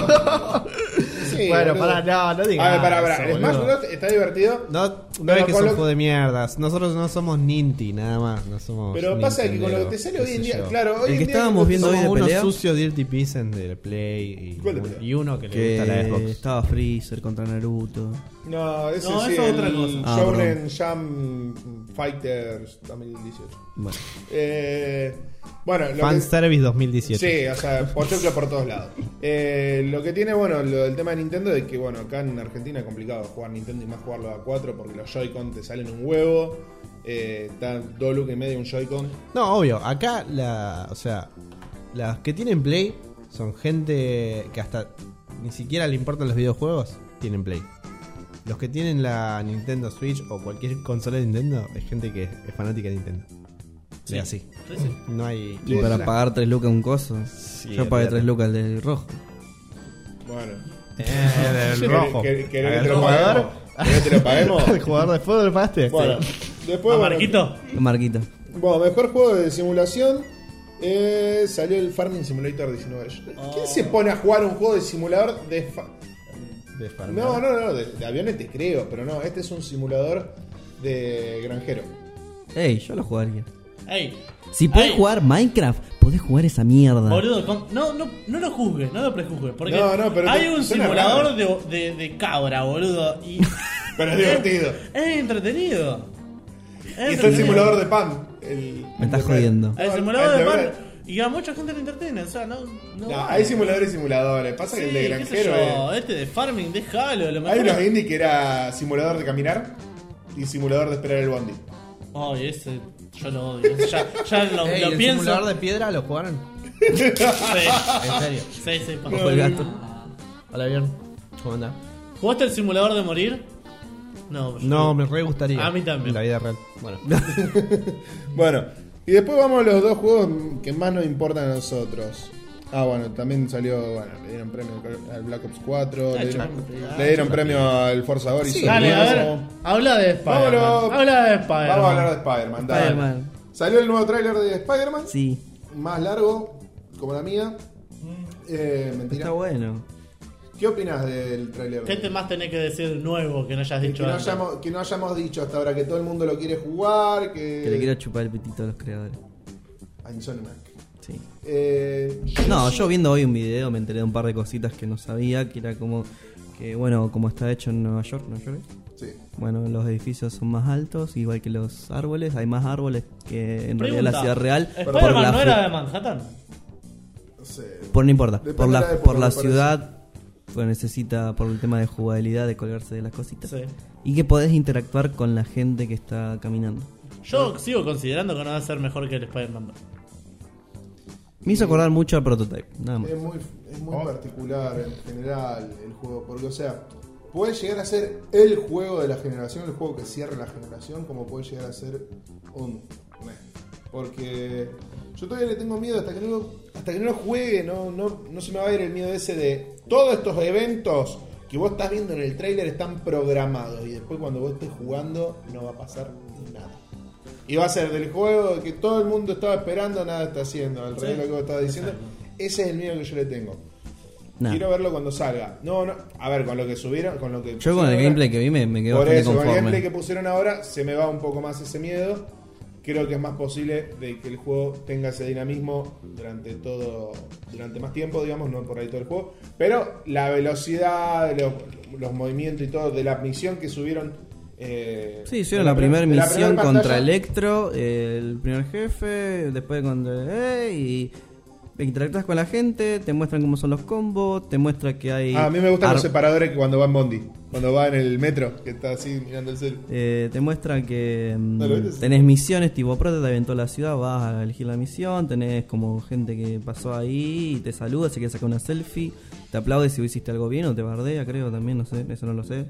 Speaker 1: Sí,
Speaker 3: Bueno,
Speaker 1: boludo.
Speaker 3: pará, no, no digas
Speaker 1: A ver, pará, pará.
Speaker 3: eso,
Speaker 1: El Smash
Speaker 3: boludo.
Speaker 1: Bros. está divertido.
Speaker 3: No, no
Speaker 1: Pero
Speaker 3: es que
Speaker 1: con
Speaker 3: son
Speaker 1: lo-
Speaker 3: juegos de mierdas. Nosotros no somos Ninty, nada más. No somos
Speaker 1: Pero pasa que con lo que te
Speaker 3: Nintenderos,
Speaker 1: sale
Speaker 3: qué
Speaker 1: hoy en
Speaker 3: sé
Speaker 1: día,
Speaker 3: yo.
Speaker 1: claro, hoy
Speaker 2: El
Speaker 1: en
Speaker 2: que
Speaker 1: día
Speaker 2: estábamos
Speaker 1: lo-
Speaker 2: viendo hoy
Speaker 3: Somos
Speaker 2: de
Speaker 3: unos
Speaker 2: pelea,
Speaker 3: sucios Dirty Pieces del Play y,
Speaker 1: ¿Cuál de pelea?
Speaker 3: y uno que le gusta la
Speaker 2: que
Speaker 3: Xbox.
Speaker 2: estaba Freezer contra Naruto.
Speaker 1: No, ese
Speaker 4: No,
Speaker 1: sí,
Speaker 4: eso es
Speaker 1: el
Speaker 4: otra cosa.
Speaker 2: Ah,
Speaker 1: Shonen Jam Fighters dos mil dieciocho.
Speaker 2: Bueno,
Speaker 1: Eh, bueno, lo que,
Speaker 3: Fanservice dos mil dieciocho.
Speaker 1: sí, o sea, pochoclo por todos lados. Eh, lo que tiene, bueno, lo del tema de Nintendo es que, bueno, acá en Argentina es complicado jugar Nintendo y más jugarlo a cuatro porque los Joy-Con te salen un huevo. Eh, está dos lucas y medio un Joy-Con.
Speaker 3: No, obvio. Acá, la, o sea, las que tienen Play son gente que hasta ni siquiera le importan los videojuegos, tienen Play. Los que tienen la Nintendo Switch o cualquier consola de Nintendo es gente que es fanática de Nintendo. Sí,
Speaker 4: Sí.
Speaker 3: así.
Speaker 4: Sí, sí.
Speaker 3: No hay.
Speaker 2: y para
Speaker 3: la-
Speaker 2: pagar tres lucas un coso.
Speaker 3: Sí,
Speaker 2: Yo pagué
Speaker 3: olvídate.
Speaker 2: tres lucas el del rojo.
Speaker 1: Bueno.
Speaker 3: Eh, del rojo.
Speaker 1: ¿Querés que
Speaker 3: A ver,
Speaker 1: te lo
Speaker 3: jugador.
Speaker 1: paguemos? ¿Querés que te lo paguemos?
Speaker 3: ¿El jugador de fútbol lo pagaste?
Speaker 1: Bueno,
Speaker 3: Sí.
Speaker 1: después,
Speaker 4: ¿A
Speaker 1: bueno,
Speaker 4: Marquito?
Speaker 2: Marquito.
Speaker 1: bueno, mejor juego de simulación. Eh, salió el Farming Simulator diecinueve. ¿Quién se pone a jugar un juego de simulador de fa-
Speaker 3: De farmar.
Speaker 1: No, no, no, de, de aviones te creo, pero no, este es un simulador de granjero.
Speaker 2: Ey, yo lo jugaría.
Speaker 4: Ey.
Speaker 2: Si podés
Speaker 4: Ey,
Speaker 2: jugar Minecraft, podés jugar esa mierda.
Speaker 4: Boludo, con- no, no, no lo juzgues, no lo prejuzgues. Porque
Speaker 1: No, no, pero
Speaker 4: hay
Speaker 1: te-
Speaker 4: un
Speaker 1: suena
Speaker 4: simulador de, de, de cabra, boludo. Y
Speaker 1: Pero es divertido.
Speaker 4: es entretenido. Es
Speaker 1: Y está el
Speaker 4: entretenido.
Speaker 1: simulador de pan. El,
Speaker 2: Me estás
Speaker 1: el-
Speaker 2: jodiendo.
Speaker 4: El
Speaker 1: No,
Speaker 4: simulador
Speaker 1: el
Speaker 4: de
Speaker 1: de
Speaker 4: pan.
Speaker 1: verdad.
Speaker 4: Y a mucha gente le entretiene, o sea, no. No,
Speaker 1: No, hay simuladores y simuladores. Pasa
Speaker 4: Sí,
Speaker 1: que el de
Speaker 4: qué sé
Speaker 1: granjero
Speaker 4: yo,
Speaker 1: es-
Speaker 4: este de farming, déjalo. Lo
Speaker 1: Hay
Speaker 4: mejor.
Speaker 1: unos indie que era simulador de caminar y simulador de esperar el bondi.
Speaker 4: Ay, ese. Yo lo odio. Ya, ya lo,
Speaker 3: Ey,
Speaker 4: lo
Speaker 3: ¿el
Speaker 4: pienso.
Speaker 3: simulador de piedra lo jugaron?
Speaker 4: Sí,
Speaker 3: En serio.
Speaker 4: sí, sí. pa.
Speaker 3: Ojo el gato. Hola, bien. ¿Cómo andás?
Speaker 4: ¿Jugaste el simulador de morir? No, yo-
Speaker 3: No, me re gustaría.
Speaker 4: A mí también.
Speaker 3: En la vida real. Bueno.
Speaker 1: Bueno, y después vamos a los dos juegos que más nos importan a nosotros. Ah, bueno, también salió, bueno, le dieron premio al Black Ops cuatro,
Speaker 4: Ah,
Speaker 1: le dieron,
Speaker 4: chupame.
Speaker 1: le dieron premio al Forza Horizon.
Speaker 3: Sí,
Speaker 4: Dale, a ver,
Speaker 1: Vamos
Speaker 4: habla de Spider-Man.
Speaker 1: Vámonos.
Speaker 4: Habla de Spider-Man.
Speaker 1: a hablar de Spider-Man. dale.
Speaker 2: Spider-Man.
Speaker 1: Salió el nuevo tráiler de Spider-Man,
Speaker 2: Sí,
Speaker 1: más largo, como la mía. Eh, mentira.
Speaker 2: está bueno.
Speaker 1: ¿Qué opinas del tráiler?
Speaker 4: ¿Qué te más tenés que decir nuevo que no hayas
Speaker 1: Que
Speaker 4: dicho
Speaker 1: no,
Speaker 4: antes?
Speaker 1: hayamos, que no hayamos dicho hasta ahora que todo el mundo lo quiere jugar, que...
Speaker 2: Que le quiero chupar el pitito a los creadores.
Speaker 1: A Insomniac.
Speaker 2: Sí.
Speaker 1: Eh,
Speaker 2: No, yo viendo hoy un video me enteré de un par de cositas que no sabía, que era como que bueno, como está hecho en Nueva York, ¿Nueva York?
Speaker 1: Sí.
Speaker 2: Bueno, los edificios son más altos, igual que los árboles, hay más árboles que en
Speaker 4: Pregunta,
Speaker 2: realidad la ciudad real. por
Speaker 4: ¿Spider-Man
Speaker 2: la
Speaker 4: no
Speaker 2: fu-
Speaker 4: era de Manhattan?
Speaker 1: No sé.
Speaker 2: Por no importa,
Speaker 1: Depende
Speaker 2: por
Speaker 1: de la
Speaker 2: la,
Speaker 1: época,
Speaker 2: por la
Speaker 1: me parece.
Speaker 2: ciudad, pues necesita por el tema de jugabilidad de colgarse de las cositas.
Speaker 4: Sí.
Speaker 2: Y que podés interactuar con la gente que está caminando.
Speaker 4: Yo sigo considerando que no va a ser mejor que el Spider-Man.
Speaker 2: Me hizo acordar mucho al Prototype, nada más.
Speaker 1: Es muy, es muy particular en general el juego, porque o sea, puede llegar a ser el juego de la generación, el juego que cierra la generación, como puede llegar a ser un meh. Porque yo todavía le tengo miedo hasta que no lo, hasta que no lo juegue, no, no, no se me va a ir el miedo ese de todos estos eventos que vos estás viendo en el tráiler están programados y después cuando vos estés jugando no va a pasar nada. Y va a ser del juego que todo el mundo estaba esperando, nada está haciendo. Al revés de lo que vos estabas diciendo. Ese es el miedo que yo le tengo.
Speaker 2: Nah.
Speaker 1: Quiero verlo cuando salga. No, no. A ver, con lo que subieron, con lo que
Speaker 2: Yo con el
Speaker 1: pusieron
Speaker 2: gameplay
Speaker 1: ahora,
Speaker 2: que vi me, me quedo
Speaker 1: por
Speaker 2: bastante
Speaker 1: eso, con el gameplay que
Speaker 2: conforme.
Speaker 1: pusieron ahora, se me va un poco más ese miedo. Creo que es más posible de que el juego tenga ese dinamismo durante todo, durante más tiempo, digamos, no por ahí todo el juego. Pero la velocidad, los, los movimientos y todo de la misión que subieron. Eh,
Speaker 2: Sí, hicieron
Speaker 1: de
Speaker 2: la primera
Speaker 1: de la
Speaker 2: misión
Speaker 1: primer
Speaker 2: contra
Speaker 1: pantalla.
Speaker 2: Electro, eh, el primer jefe, después contra... Eh, y interactúas con la gente, te muestran cómo son los combos, te muestra que hay...
Speaker 1: Ah, a mí me gustan
Speaker 2: ar-
Speaker 1: los separadores que cuando va en Bondi, cuando va en el metro, que está así mirando el celu.
Speaker 2: Eh, te muestra que mm,
Speaker 1: ¿No lo viste?
Speaker 2: tenés misiones tipo Prototype en toda la ciudad, vas a elegir la misión, tenés como gente que pasó ahí y te saluda, se quiere sacar una selfie, te aplaude si hiciste algo bien o te bardea, creo también, no sé, eso no lo sé.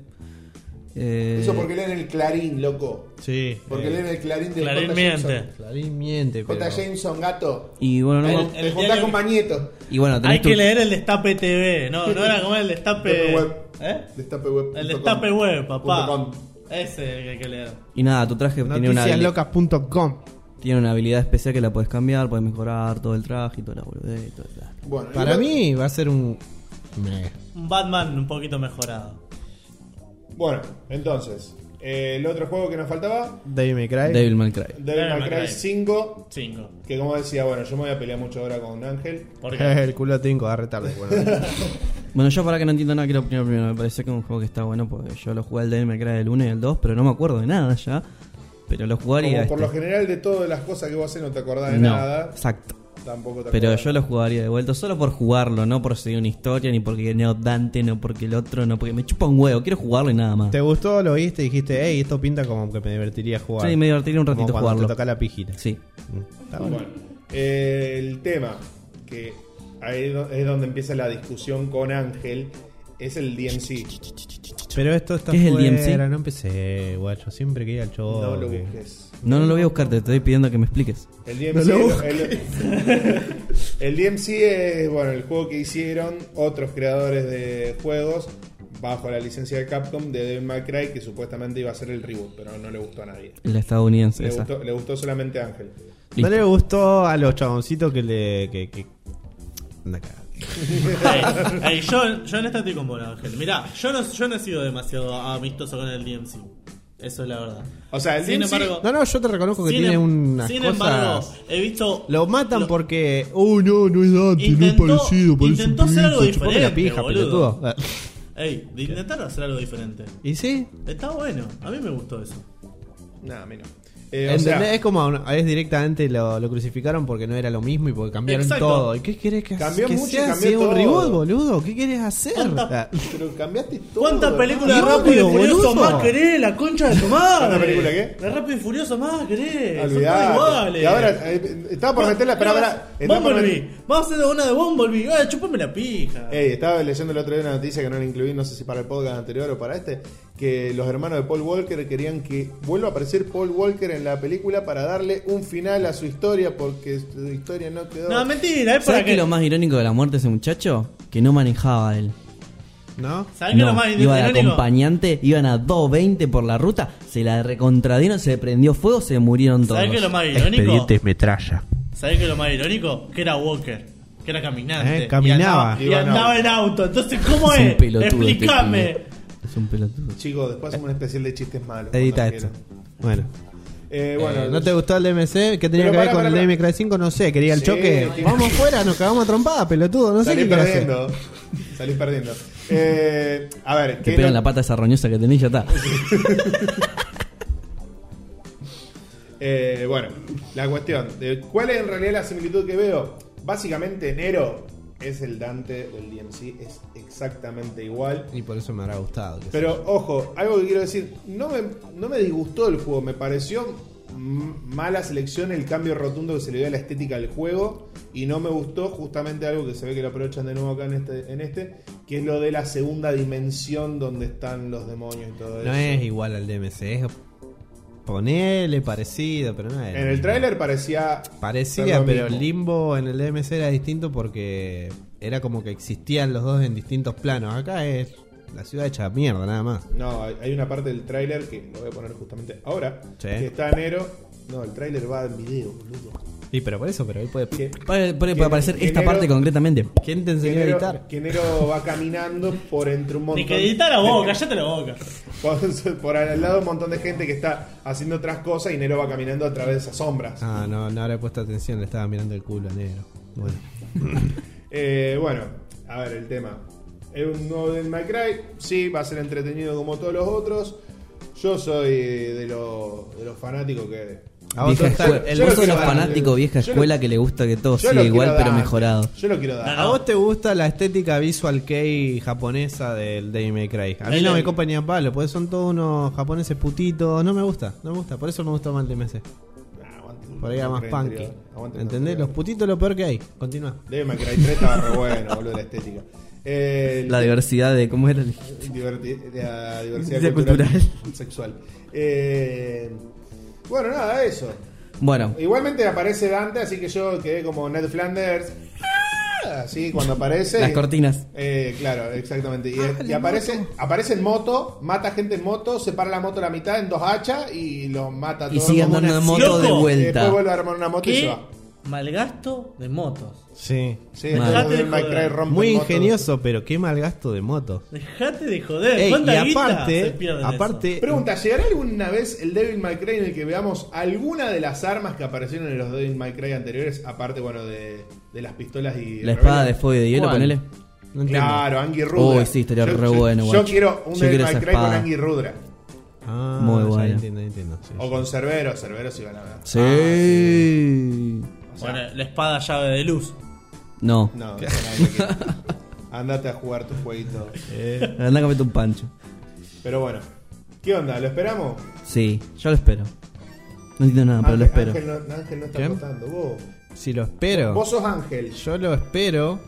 Speaker 2: Eh,
Speaker 1: Eso porque leen el Clarín, loco.
Speaker 3: Sí.
Speaker 1: Porque
Speaker 3: eh,
Speaker 1: leen el Clarín de
Speaker 4: Clarín
Speaker 1: J.
Speaker 4: miente.
Speaker 1: Jameson.
Speaker 3: Clarín miente, pero...
Speaker 1: J. Jameson, gato.
Speaker 2: Y bueno, no,
Speaker 1: El,
Speaker 2: me-
Speaker 4: el
Speaker 1: te juntás
Speaker 4: diario-
Speaker 1: con Mañeto.
Speaker 2: y bueno, tenés
Speaker 4: Hay
Speaker 2: tu-
Speaker 4: que leer el Destape T V. No, no era como el Destape...
Speaker 1: Destape Web.
Speaker 4: ¿Eh?
Speaker 1: Destape web.
Speaker 4: El Destape Web, papá.
Speaker 1: com.
Speaker 4: Ese que hay que leer.
Speaker 2: y nada, tu traje tiene una, habili-
Speaker 3: Noticiaslocas punto com.
Speaker 2: tiene una habilidad especial que la puedes cambiar, puedes mejorar todo el traje y toda la boludez y todo el traje.
Speaker 1: Bueno,
Speaker 3: Para
Speaker 1: igual-
Speaker 3: mí va a ser un... Meh.
Speaker 4: Un Batman un poquito mejorado.
Speaker 1: Bueno, entonces, eh, el otro juego que nos faltaba,
Speaker 3: Devil May Cry.
Speaker 2: Devil May Cry.
Speaker 1: Devil
Speaker 4: Devil
Speaker 1: May
Speaker 4: May
Speaker 1: Cry
Speaker 4: Cry.
Speaker 1: cinco,
Speaker 4: cinco.
Speaker 1: que como decía, bueno, yo me voy a pelear mucho ahora con Ángel.
Speaker 4: ¿Por qué?
Speaker 3: El culo tinco, agarre tarde. Bueno.
Speaker 2: Bueno, yo para que no entiendo nada quiero opinar primero. Me parece que es un juego que está bueno porque yo lo jugué el Devil May Cry del uno y el dos, pero no me acuerdo de nada ya. Pero lo jugaría.
Speaker 1: Como por
Speaker 2: este.
Speaker 1: lo general de todas las cosas que vos haces no te acordás de
Speaker 2: No,
Speaker 1: nada.
Speaker 2: exacto.
Speaker 1: Tampoco te
Speaker 2: Pero
Speaker 1: acordás.
Speaker 2: yo lo jugaría de vuelta solo por jugarlo, no por seguir una historia, ni porque no Dante, no porque el otro, no porque me chupa un huevo. Quiero jugarlo y nada más.
Speaker 3: ¿Te gustó? Lo viste y dijiste, hey, esto pinta como que me divertiría jugar.
Speaker 2: Sí, me divertiría un
Speaker 3: Como
Speaker 2: ratito
Speaker 3: cuando
Speaker 2: jugarlo.
Speaker 3: te toca la pijita.
Speaker 2: Sí.
Speaker 3: Mm, Está bueno.
Speaker 1: Bueno, eh, el tema que ahí do- es donde empieza la discusión con Ángel es el D M C.
Speaker 3: Pero esto está
Speaker 2: ¿Qué es el
Speaker 3: fuera,
Speaker 2: D M C?
Speaker 3: no empecé, guacho. Siempre quería el show.
Speaker 1: No lo busques.
Speaker 2: No, no lo voy a buscar, te estoy pidiendo que me expliques.
Speaker 1: El D M C, el, el D M C es bueno el juego que hicieron otros creadores de juegos bajo la licencia de Capcom de Devil May Cry, que supuestamente iba a ser el reboot, pero no le gustó a nadie.
Speaker 2: La estadounidense
Speaker 1: Le
Speaker 2: esa.
Speaker 1: gustó, le gustó solamente a Ángel.
Speaker 3: No
Speaker 2: Listo.
Speaker 3: le gustó a los chaboncitos que le. Que, que... Anda acá.
Speaker 4: Ey, ey, yo, yo en esta estoy con vos, Ángel. Mirá, yo no, yo no he sido demasiado amistoso con el D M C. Eso es la verdad.
Speaker 1: O sea, el
Speaker 4: Sin
Speaker 1: D M C,
Speaker 4: embargo,
Speaker 3: No, no, yo te reconozco que
Speaker 4: sin,
Speaker 3: tiene
Speaker 4: em-
Speaker 3: unas
Speaker 4: sin
Speaker 3: cosas.
Speaker 4: embargo, he visto.
Speaker 3: Lo matan
Speaker 4: lo-
Speaker 3: porque. Oh, no, no es Dante,
Speaker 4: Intentó-
Speaker 3: no es parecido. parece
Speaker 4: intentó
Speaker 3: un
Speaker 4: hacer algo
Speaker 3: pibito, chupame la
Speaker 4: diferente,
Speaker 3: pija,
Speaker 4: boludo.
Speaker 3: pelotudo.
Speaker 4: Ey, de intentar hacer algo diferente.
Speaker 3: ¿Y sí?
Speaker 4: Está bueno, a mí me gustó eso.
Speaker 1: no, a mí no. Eh, o
Speaker 3: ¿Entendés?
Speaker 1: sea,
Speaker 3: Es como, es directamente lo, lo crucificaron porque no era lo mismo y porque cambiaron
Speaker 4: Exacto.
Speaker 3: todo. ¿Y qué querés que,
Speaker 1: Cambió
Speaker 3: que
Speaker 1: mucho y
Speaker 3: sea?
Speaker 1: cambió
Speaker 3: Si es un
Speaker 1: todo.
Speaker 3: reboot, boludo. ¿Qué querés hacer?
Speaker 4: ¿Cuánta-
Speaker 3: Ah,
Speaker 1: pero cambiaste todo.
Speaker 4: ¿Cuántas películas de
Speaker 3: Y
Speaker 4: Rápido y
Speaker 3: obvio,
Speaker 4: Furioso
Speaker 3: boludo.
Speaker 4: más querés? La concha de tu madre.
Speaker 1: ¿Cuántas películas qué?
Speaker 4: De Rápido y Furioso más querés. Son
Speaker 1: Olvidate.
Speaker 4: todas iguales.
Speaker 1: Y ahora, eh, estaba por meterla, espera, espera. Estaba por
Speaker 4: Bumblebee.
Speaker 1: meter-
Speaker 4: Vamos a hacer una de Bumblebee. Ay, chupame la pija.
Speaker 1: Ey, estaba leyendo el otro día una noticia que no la incluí, no sé si para el podcast anterior o para este, que los hermanos de Paul Walker querían que vuelva a aparecer Paul Walker en la película para darle un final a su historia, porque su historia no quedó.
Speaker 4: No, mentira, es para
Speaker 2: ¿Sabes qué
Speaker 4: que.
Speaker 2: es lo más irónico de la muerte de ese muchacho? Que no manejaba él.
Speaker 3: ¿No?
Speaker 4: ¿Sabes qué es
Speaker 2: No,
Speaker 4: lo más
Speaker 2: iba de
Speaker 4: irónico?
Speaker 2: acompañante, iban a doscientos veinte por la ruta, se la recontradieron, se prendió fuego, se murieron todos.
Speaker 4: ¿Sabes qué es lo más irónico?
Speaker 3: Expedientes metralla.
Speaker 4: ¿Sabes qué es lo más irónico? Que era Walker. Que era caminante.
Speaker 3: Eh, caminaba.
Speaker 4: Y andaba, y
Speaker 1: Iba en
Speaker 4: andaba en auto. Entonces, ¿cómo
Speaker 2: Es
Speaker 4: es?
Speaker 2: un pelotudo este
Speaker 4: Explícame.
Speaker 2: pibe. Es un pelotudo.
Speaker 1: Chicos, después hacemos un especial de chistes malos.
Speaker 3: Edita
Speaker 1: cuando
Speaker 3: esto.
Speaker 1: quieran.
Speaker 3: Bueno.
Speaker 1: Eh, bueno,
Speaker 3: Eh, ¿No te gustó el D M C? ¿Qué tenía
Speaker 1: Pero
Speaker 3: que ver
Speaker 1: pará,
Speaker 3: con
Speaker 1: pará,
Speaker 3: el
Speaker 1: pará.
Speaker 3: D M C cinco? No sé, quería el
Speaker 1: Sí,
Speaker 3: choque.
Speaker 1: tiene-
Speaker 3: Vamos afuera, nos cagamos a trompada, pelotudo. No sé
Speaker 1: salís
Speaker 3: qué quiere hacer.
Speaker 1: perdiendo. Salís perdiendo. Eh, a ver,
Speaker 2: Te
Speaker 1: ¿qué
Speaker 2: pegan
Speaker 1: no-
Speaker 2: la pata esa roñosa que tenés y ya está.
Speaker 1: Eh, bueno, la cuestión de cuál es en realidad la similitud que veo. Básicamente, Nero es el Dante del D M C, es exactamente igual.
Speaker 3: Y por eso me habrá gustado. que
Speaker 1: Pero ojo, algo que quiero decir, no me, no me disgustó el juego, me pareció m- mala selección el cambio rotundo que se le dio a la estética del juego y no me gustó justamente algo que se ve que lo aprovechan de nuevo acá en este, en este que es lo de la segunda dimensión donde están los demonios y todo
Speaker 3: no
Speaker 1: eso.
Speaker 3: es igual al D M C, es ponele parecido, pero no es.
Speaker 1: En el tráiler parecía
Speaker 3: Parecía,
Speaker 1: ser lo
Speaker 3: pero el
Speaker 1: mismo.
Speaker 3: Limbo en el D M C era distinto porque era como que existían los dos en distintos planos. Acá es la ciudad hecha mierda, nada más.
Speaker 1: No, hay, hay una parte del tráiler que lo voy a poner justamente ahora,
Speaker 3: Sí.
Speaker 1: que está Nero. No, el tráiler va en video, boludo.
Speaker 3: Sí, pero por eso, pero ahí puede.
Speaker 1: Que-
Speaker 2: Puede, puede
Speaker 1: que-
Speaker 2: aparecer
Speaker 1: que
Speaker 2: esta
Speaker 1: Nero-
Speaker 2: parte concretamente.
Speaker 3: ¿Quién te
Speaker 1: Que
Speaker 3: enseñó a
Speaker 1: Nero,
Speaker 3: editar?
Speaker 1: que Nero va caminando por entre un montón
Speaker 4: Ni que editar la boca,
Speaker 1: de-
Speaker 4: cállate la boca.
Speaker 1: por, por al lado de un montón de gente que está haciendo otras cosas y Nero va caminando a través de esas sombras.
Speaker 3: Ah, no, no habré puesto atención, le estaba mirando el culo a negro. Bueno.
Speaker 1: Eh, bueno, a ver el tema. Es un nuevo Devil May Cry, sí, va a ser entretenido como todos los otros. Yo soy de, los de los fanáticos que...
Speaker 3: A vos
Speaker 2: Vieja
Speaker 3: te gusta
Speaker 2: escuela.
Speaker 3: el-
Speaker 1: yo
Speaker 2: Vos
Speaker 1: lo
Speaker 2: sos
Speaker 1: quiero
Speaker 2: los
Speaker 1: dar,
Speaker 2: fanáticos vieja
Speaker 1: yo lo-
Speaker 2: escuela que le gusta que todo
Speaker 1: yo
Speaker 2: siga
Speaker 1: lo
Speaker 2: igual
Speaker 1: quiero
Speaker 2: pero
Speaker 1: dar,
Speaker 2: mejorado.
Speaker 1: Yo lo quiero dar.
Speaker 4: No, no.
Speaker 3: ¿A vos te gusta la estética visual key japonesa del Devil May Cry? A mí
Speaker 4: El-
Speaker 3: no me copa ni a palo, porque son todos unos japoneses putitos. No me gusta, no me gusta. Por eso me gusta más el D M C.
Speaker 1: Ah, aguante,
Speaker 3: Por ahí era más
Speaker 1: Devil May Cry
Speaker 3: punky.
Speaker 1: anterior, aguante el
Speaker 3: ¿Entendés?
Speaker 1: anterior.
Speaker 3: Los putitos es lo peor que hay. Continúa.
Speaker 1: Devil May Cry tres estaba re bueno, boludo, la estética. Eh,
Speaker 2: La diversidad de cómo era el...
Speaker 1: Diverti- la diversidad
Speaker 2: Diversidad
Speaker 1: cultural,
Speaker 2: cultural.
Speaker 1: sexual. Eh, bueno, nada, eso.
Speaker 2: Bueno,
Speaker 1: Igualmente aparece Dante, así que yo quedé como Ned Flanders. ¡Ah! Así cuando aparece.
Speaker 2: las cortinas.
Speaker 1: Eh, claro, exactamente. Y, y aparece, aparece en moto, mata gente en moto, separa la moto a la mitad en dos hachas y los mata a
Speaker 2: Y
Speaker 1: todos.
Speaker 2: sigue
Speaker 1: como
Speaker 2: andando en
Speaker 1: una-
Speaker 2: moto de
Speaker 4: loco.
Speaker 1: Y
Speaker 2: vuelta.
Speaker 1: después vuelve a armar una moto y se
Speaker 4: ¿Qué
Speaker 1: va.
Speaker 4: malgasto de motos?
Speaker 3: Sí.
Speaker 1: Sí,
Speaker 2: Mal.
Speaker 1: entonces
Speaker 4: Dejate de
Speaker 1: Devil May
Speaker 4: joder.
Speaker 1: Cry rompe
Speaker 3: Muy
Speaker 1: motos.
Speaker 3: ingenioso, pero qué mal gasto de moto.
Speaker 4: Dejate de joder.
Speaker 3: Ey,
Speaker 4: ¿Cuánta
Speaker 3: y
Speaker 4: guita se
Speaker 3: aparte,
Speaker 4: pierde en
Speaker 3: aparte
Speaker 1: Pregunta, ¿llegará alguna vez el Devil May Cry en el que veamos alguna de las armas que aparecieron en los Devil May Cry anteriores? Aparte, bueno, de, de las pistolas y...
Speaker 2: La espada de
Speaker 1: rebeldes?
Speaker 2: fuego y de hielo,
Speaker 3: ¿Cuál?
Speaker 2: ponele.
Speaker 3: no entiendo.
Speaker 1: Claro, Anguy Rudra.
Speaker 2: Uy, sí, estaría
Speaker 1: Yo-
Speaker 2: re
Speaker 1: yo-
Speaker 2: bueno,
Speaker 1: Yo
Speaker 2: guacho.
Speaker 1: quiero un
Speaker 2: Yo
Speaker 1: Devil
Speaker 2: quiero
Speaker 1: May
Speaker 2: esa
Speaker 1: Cry con
Speaker 2: espada.
Speaker 1: Anguy Rudra.
Speaker 3: Ah,
Speaker 2: Muy
Speaker 3: ya
Speaker 2: bueno.
Speaker 3: entiendo, entiendo. sí,
Speaker 1: O
Speaker 3: sí.
Speaker 1: con Cerbero. Cerbero sí van a ver.
Speaker 2: Sí.
Speaker 1: O sea,
Speaker 4: Bueno, la espada llave de luz.
Speaker 2: No.
Speaker 1: no, eso nadie lo quiere. Andate a jugar tu jueguito.
Speaker 3: Eh,
Speaker 2: Anda a comerte un pancho.
Speaker 1: Pero bueno, ¿qué onda? ¿Lo esperamos?
Speaker 2: Sí, yo lo espero. No entiendo nada, pero lo
Speaker 1: Ángel,
Speaker 2: espero.
Speaker 1: Ángel no, Ángel no está
Speaker 3: ¿Qué?
Speaker 1: votando. Vos.
Speaker 3: si lo espero,
Speaker 1: Vos sos Ángel.
Speaker 3: yo lo espero,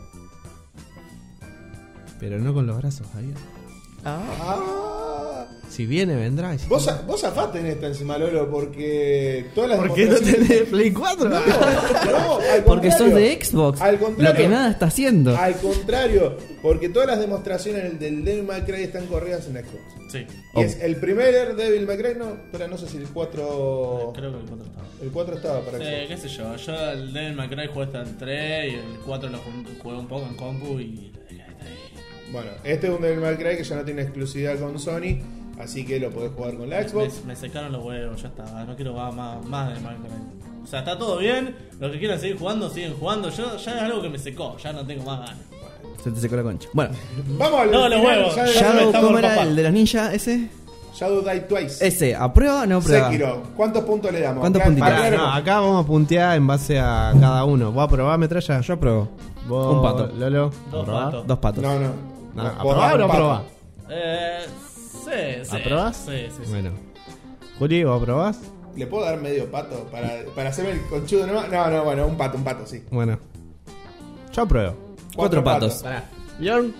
Speaker 3: pero no con los brazos abiertos.
Speaker 1: Ah.
Speaker 3: Si viene, vendrá. y si
Speaker 1: Vos,
Speaker 3: no-
Speaker 1: za- vos zafaste en esta encima, Lolo, porque todas las
Speaker 3: ¿Por qué no
Speaker 1: demostraciones-
Speaker 3: tenés Play cuatro?
Speaker 1: No, no, al
Speaker 2: Porque sos
Speaker 1: contrario.
Speaker 2: de Xbox.
Speaker 1: Al contrario.
Speaker 2: Lo que nada está haciendo.
Speaker 1: Al contrario, porque todas las demostraciones del Devil May Cry están corridas en Xbox.
Speaker 4: Sí.
Speaker 1: Y
Speaker 2: Oh.
Speaker 1: es el primer Devil May Cry, no, pero no sé si el cuatro.
Speaker 4: Creo que el cuatro estaba.
Speaker 1: El cuatro estaba para
Speaker 4: Sí,
Speaker 1: Xbox.
Speaker 4: qué sé yo. Yo el Devil May Cry jugué hasta el tres y el cuatro lo jun- jugué un poco en compu y lo dejé ahí.
Speaker 1: Bueno, este es un Devil May Cry que ya no tiene exclusividad con Sony, así que lo podés jugar con la Xbox.
Speaker 4: Me, me secaron los huevos, ya está. No quiero más, más, más Devil May Cry. O sea, está todo bien. Los que quieran seguir jugando, siguen jugando. Yo ya es algo que me secó. Ya no tengo más ganas.
Speaker 2: Se te secó la concha. Bueno,
Speaker 1: Vamos al
Speaker 4: No, los
Speaker 1: final,
Speaker 4: huevos.
Speaker 1: ya de-
Speaker 4: Ya
Speaker 2: Shadow,
Speaker 4: estamos,
Speaker 2: ¿cómo era
Speaker 4: papá.
Speaker 2: el de los ninjas ese?
Speaker 1: Shadow Die Twice.
Speaker 2: Ese, ¿aprueba o no aprueba?
Speaker 1: Sekiro, ¿cuántos puntos le damos?
Speaker 2: ¿Cuántos
Speaker 1: Acá-
Speaker 2: puntitos?
Speaker 1: acá
Speaker 3: Pará,
Speaker 1: no.
Speaker 3: no, acá vamos a puntear en base a cada uno. ¿Vos aprobás, Metralla?
Speaker 2: Yo apruebo.
Speaker 3: ¿Vos,
Speaker 2: Un pato.
Speaker 3: Lolo?
Speaker 4: Dos
Speaker 3: ¿Aprobás?
Speaker 4: patos.
Speaker 2: Dos patos.
Speaker 1: No, no.
Speaker 3: No,
Speaker 1: Vos
Speaker 3: ¿aprobás
Speaker 1: das
Speaker 3: o no
Speaker 1: un pato.
Speaker 3: aprobás?
Speaker 4: Eh, sí, sí.
Speaker 3: ¿Aprobás?
Speaker 4: Sí, sí, sí.
Speaker 3: Bueno. Juli, ¿vos aprobás?
Speaker 1: ¿Le puedo dar medio pato para, para hacerme el conchudo? No, no, no, bueno, un pato, un pato, sí.
Speaker 3: Bueno. Yo apruebo.
Speaker 2: Cuatro patos.
Speaker 3: ¿Bjorn?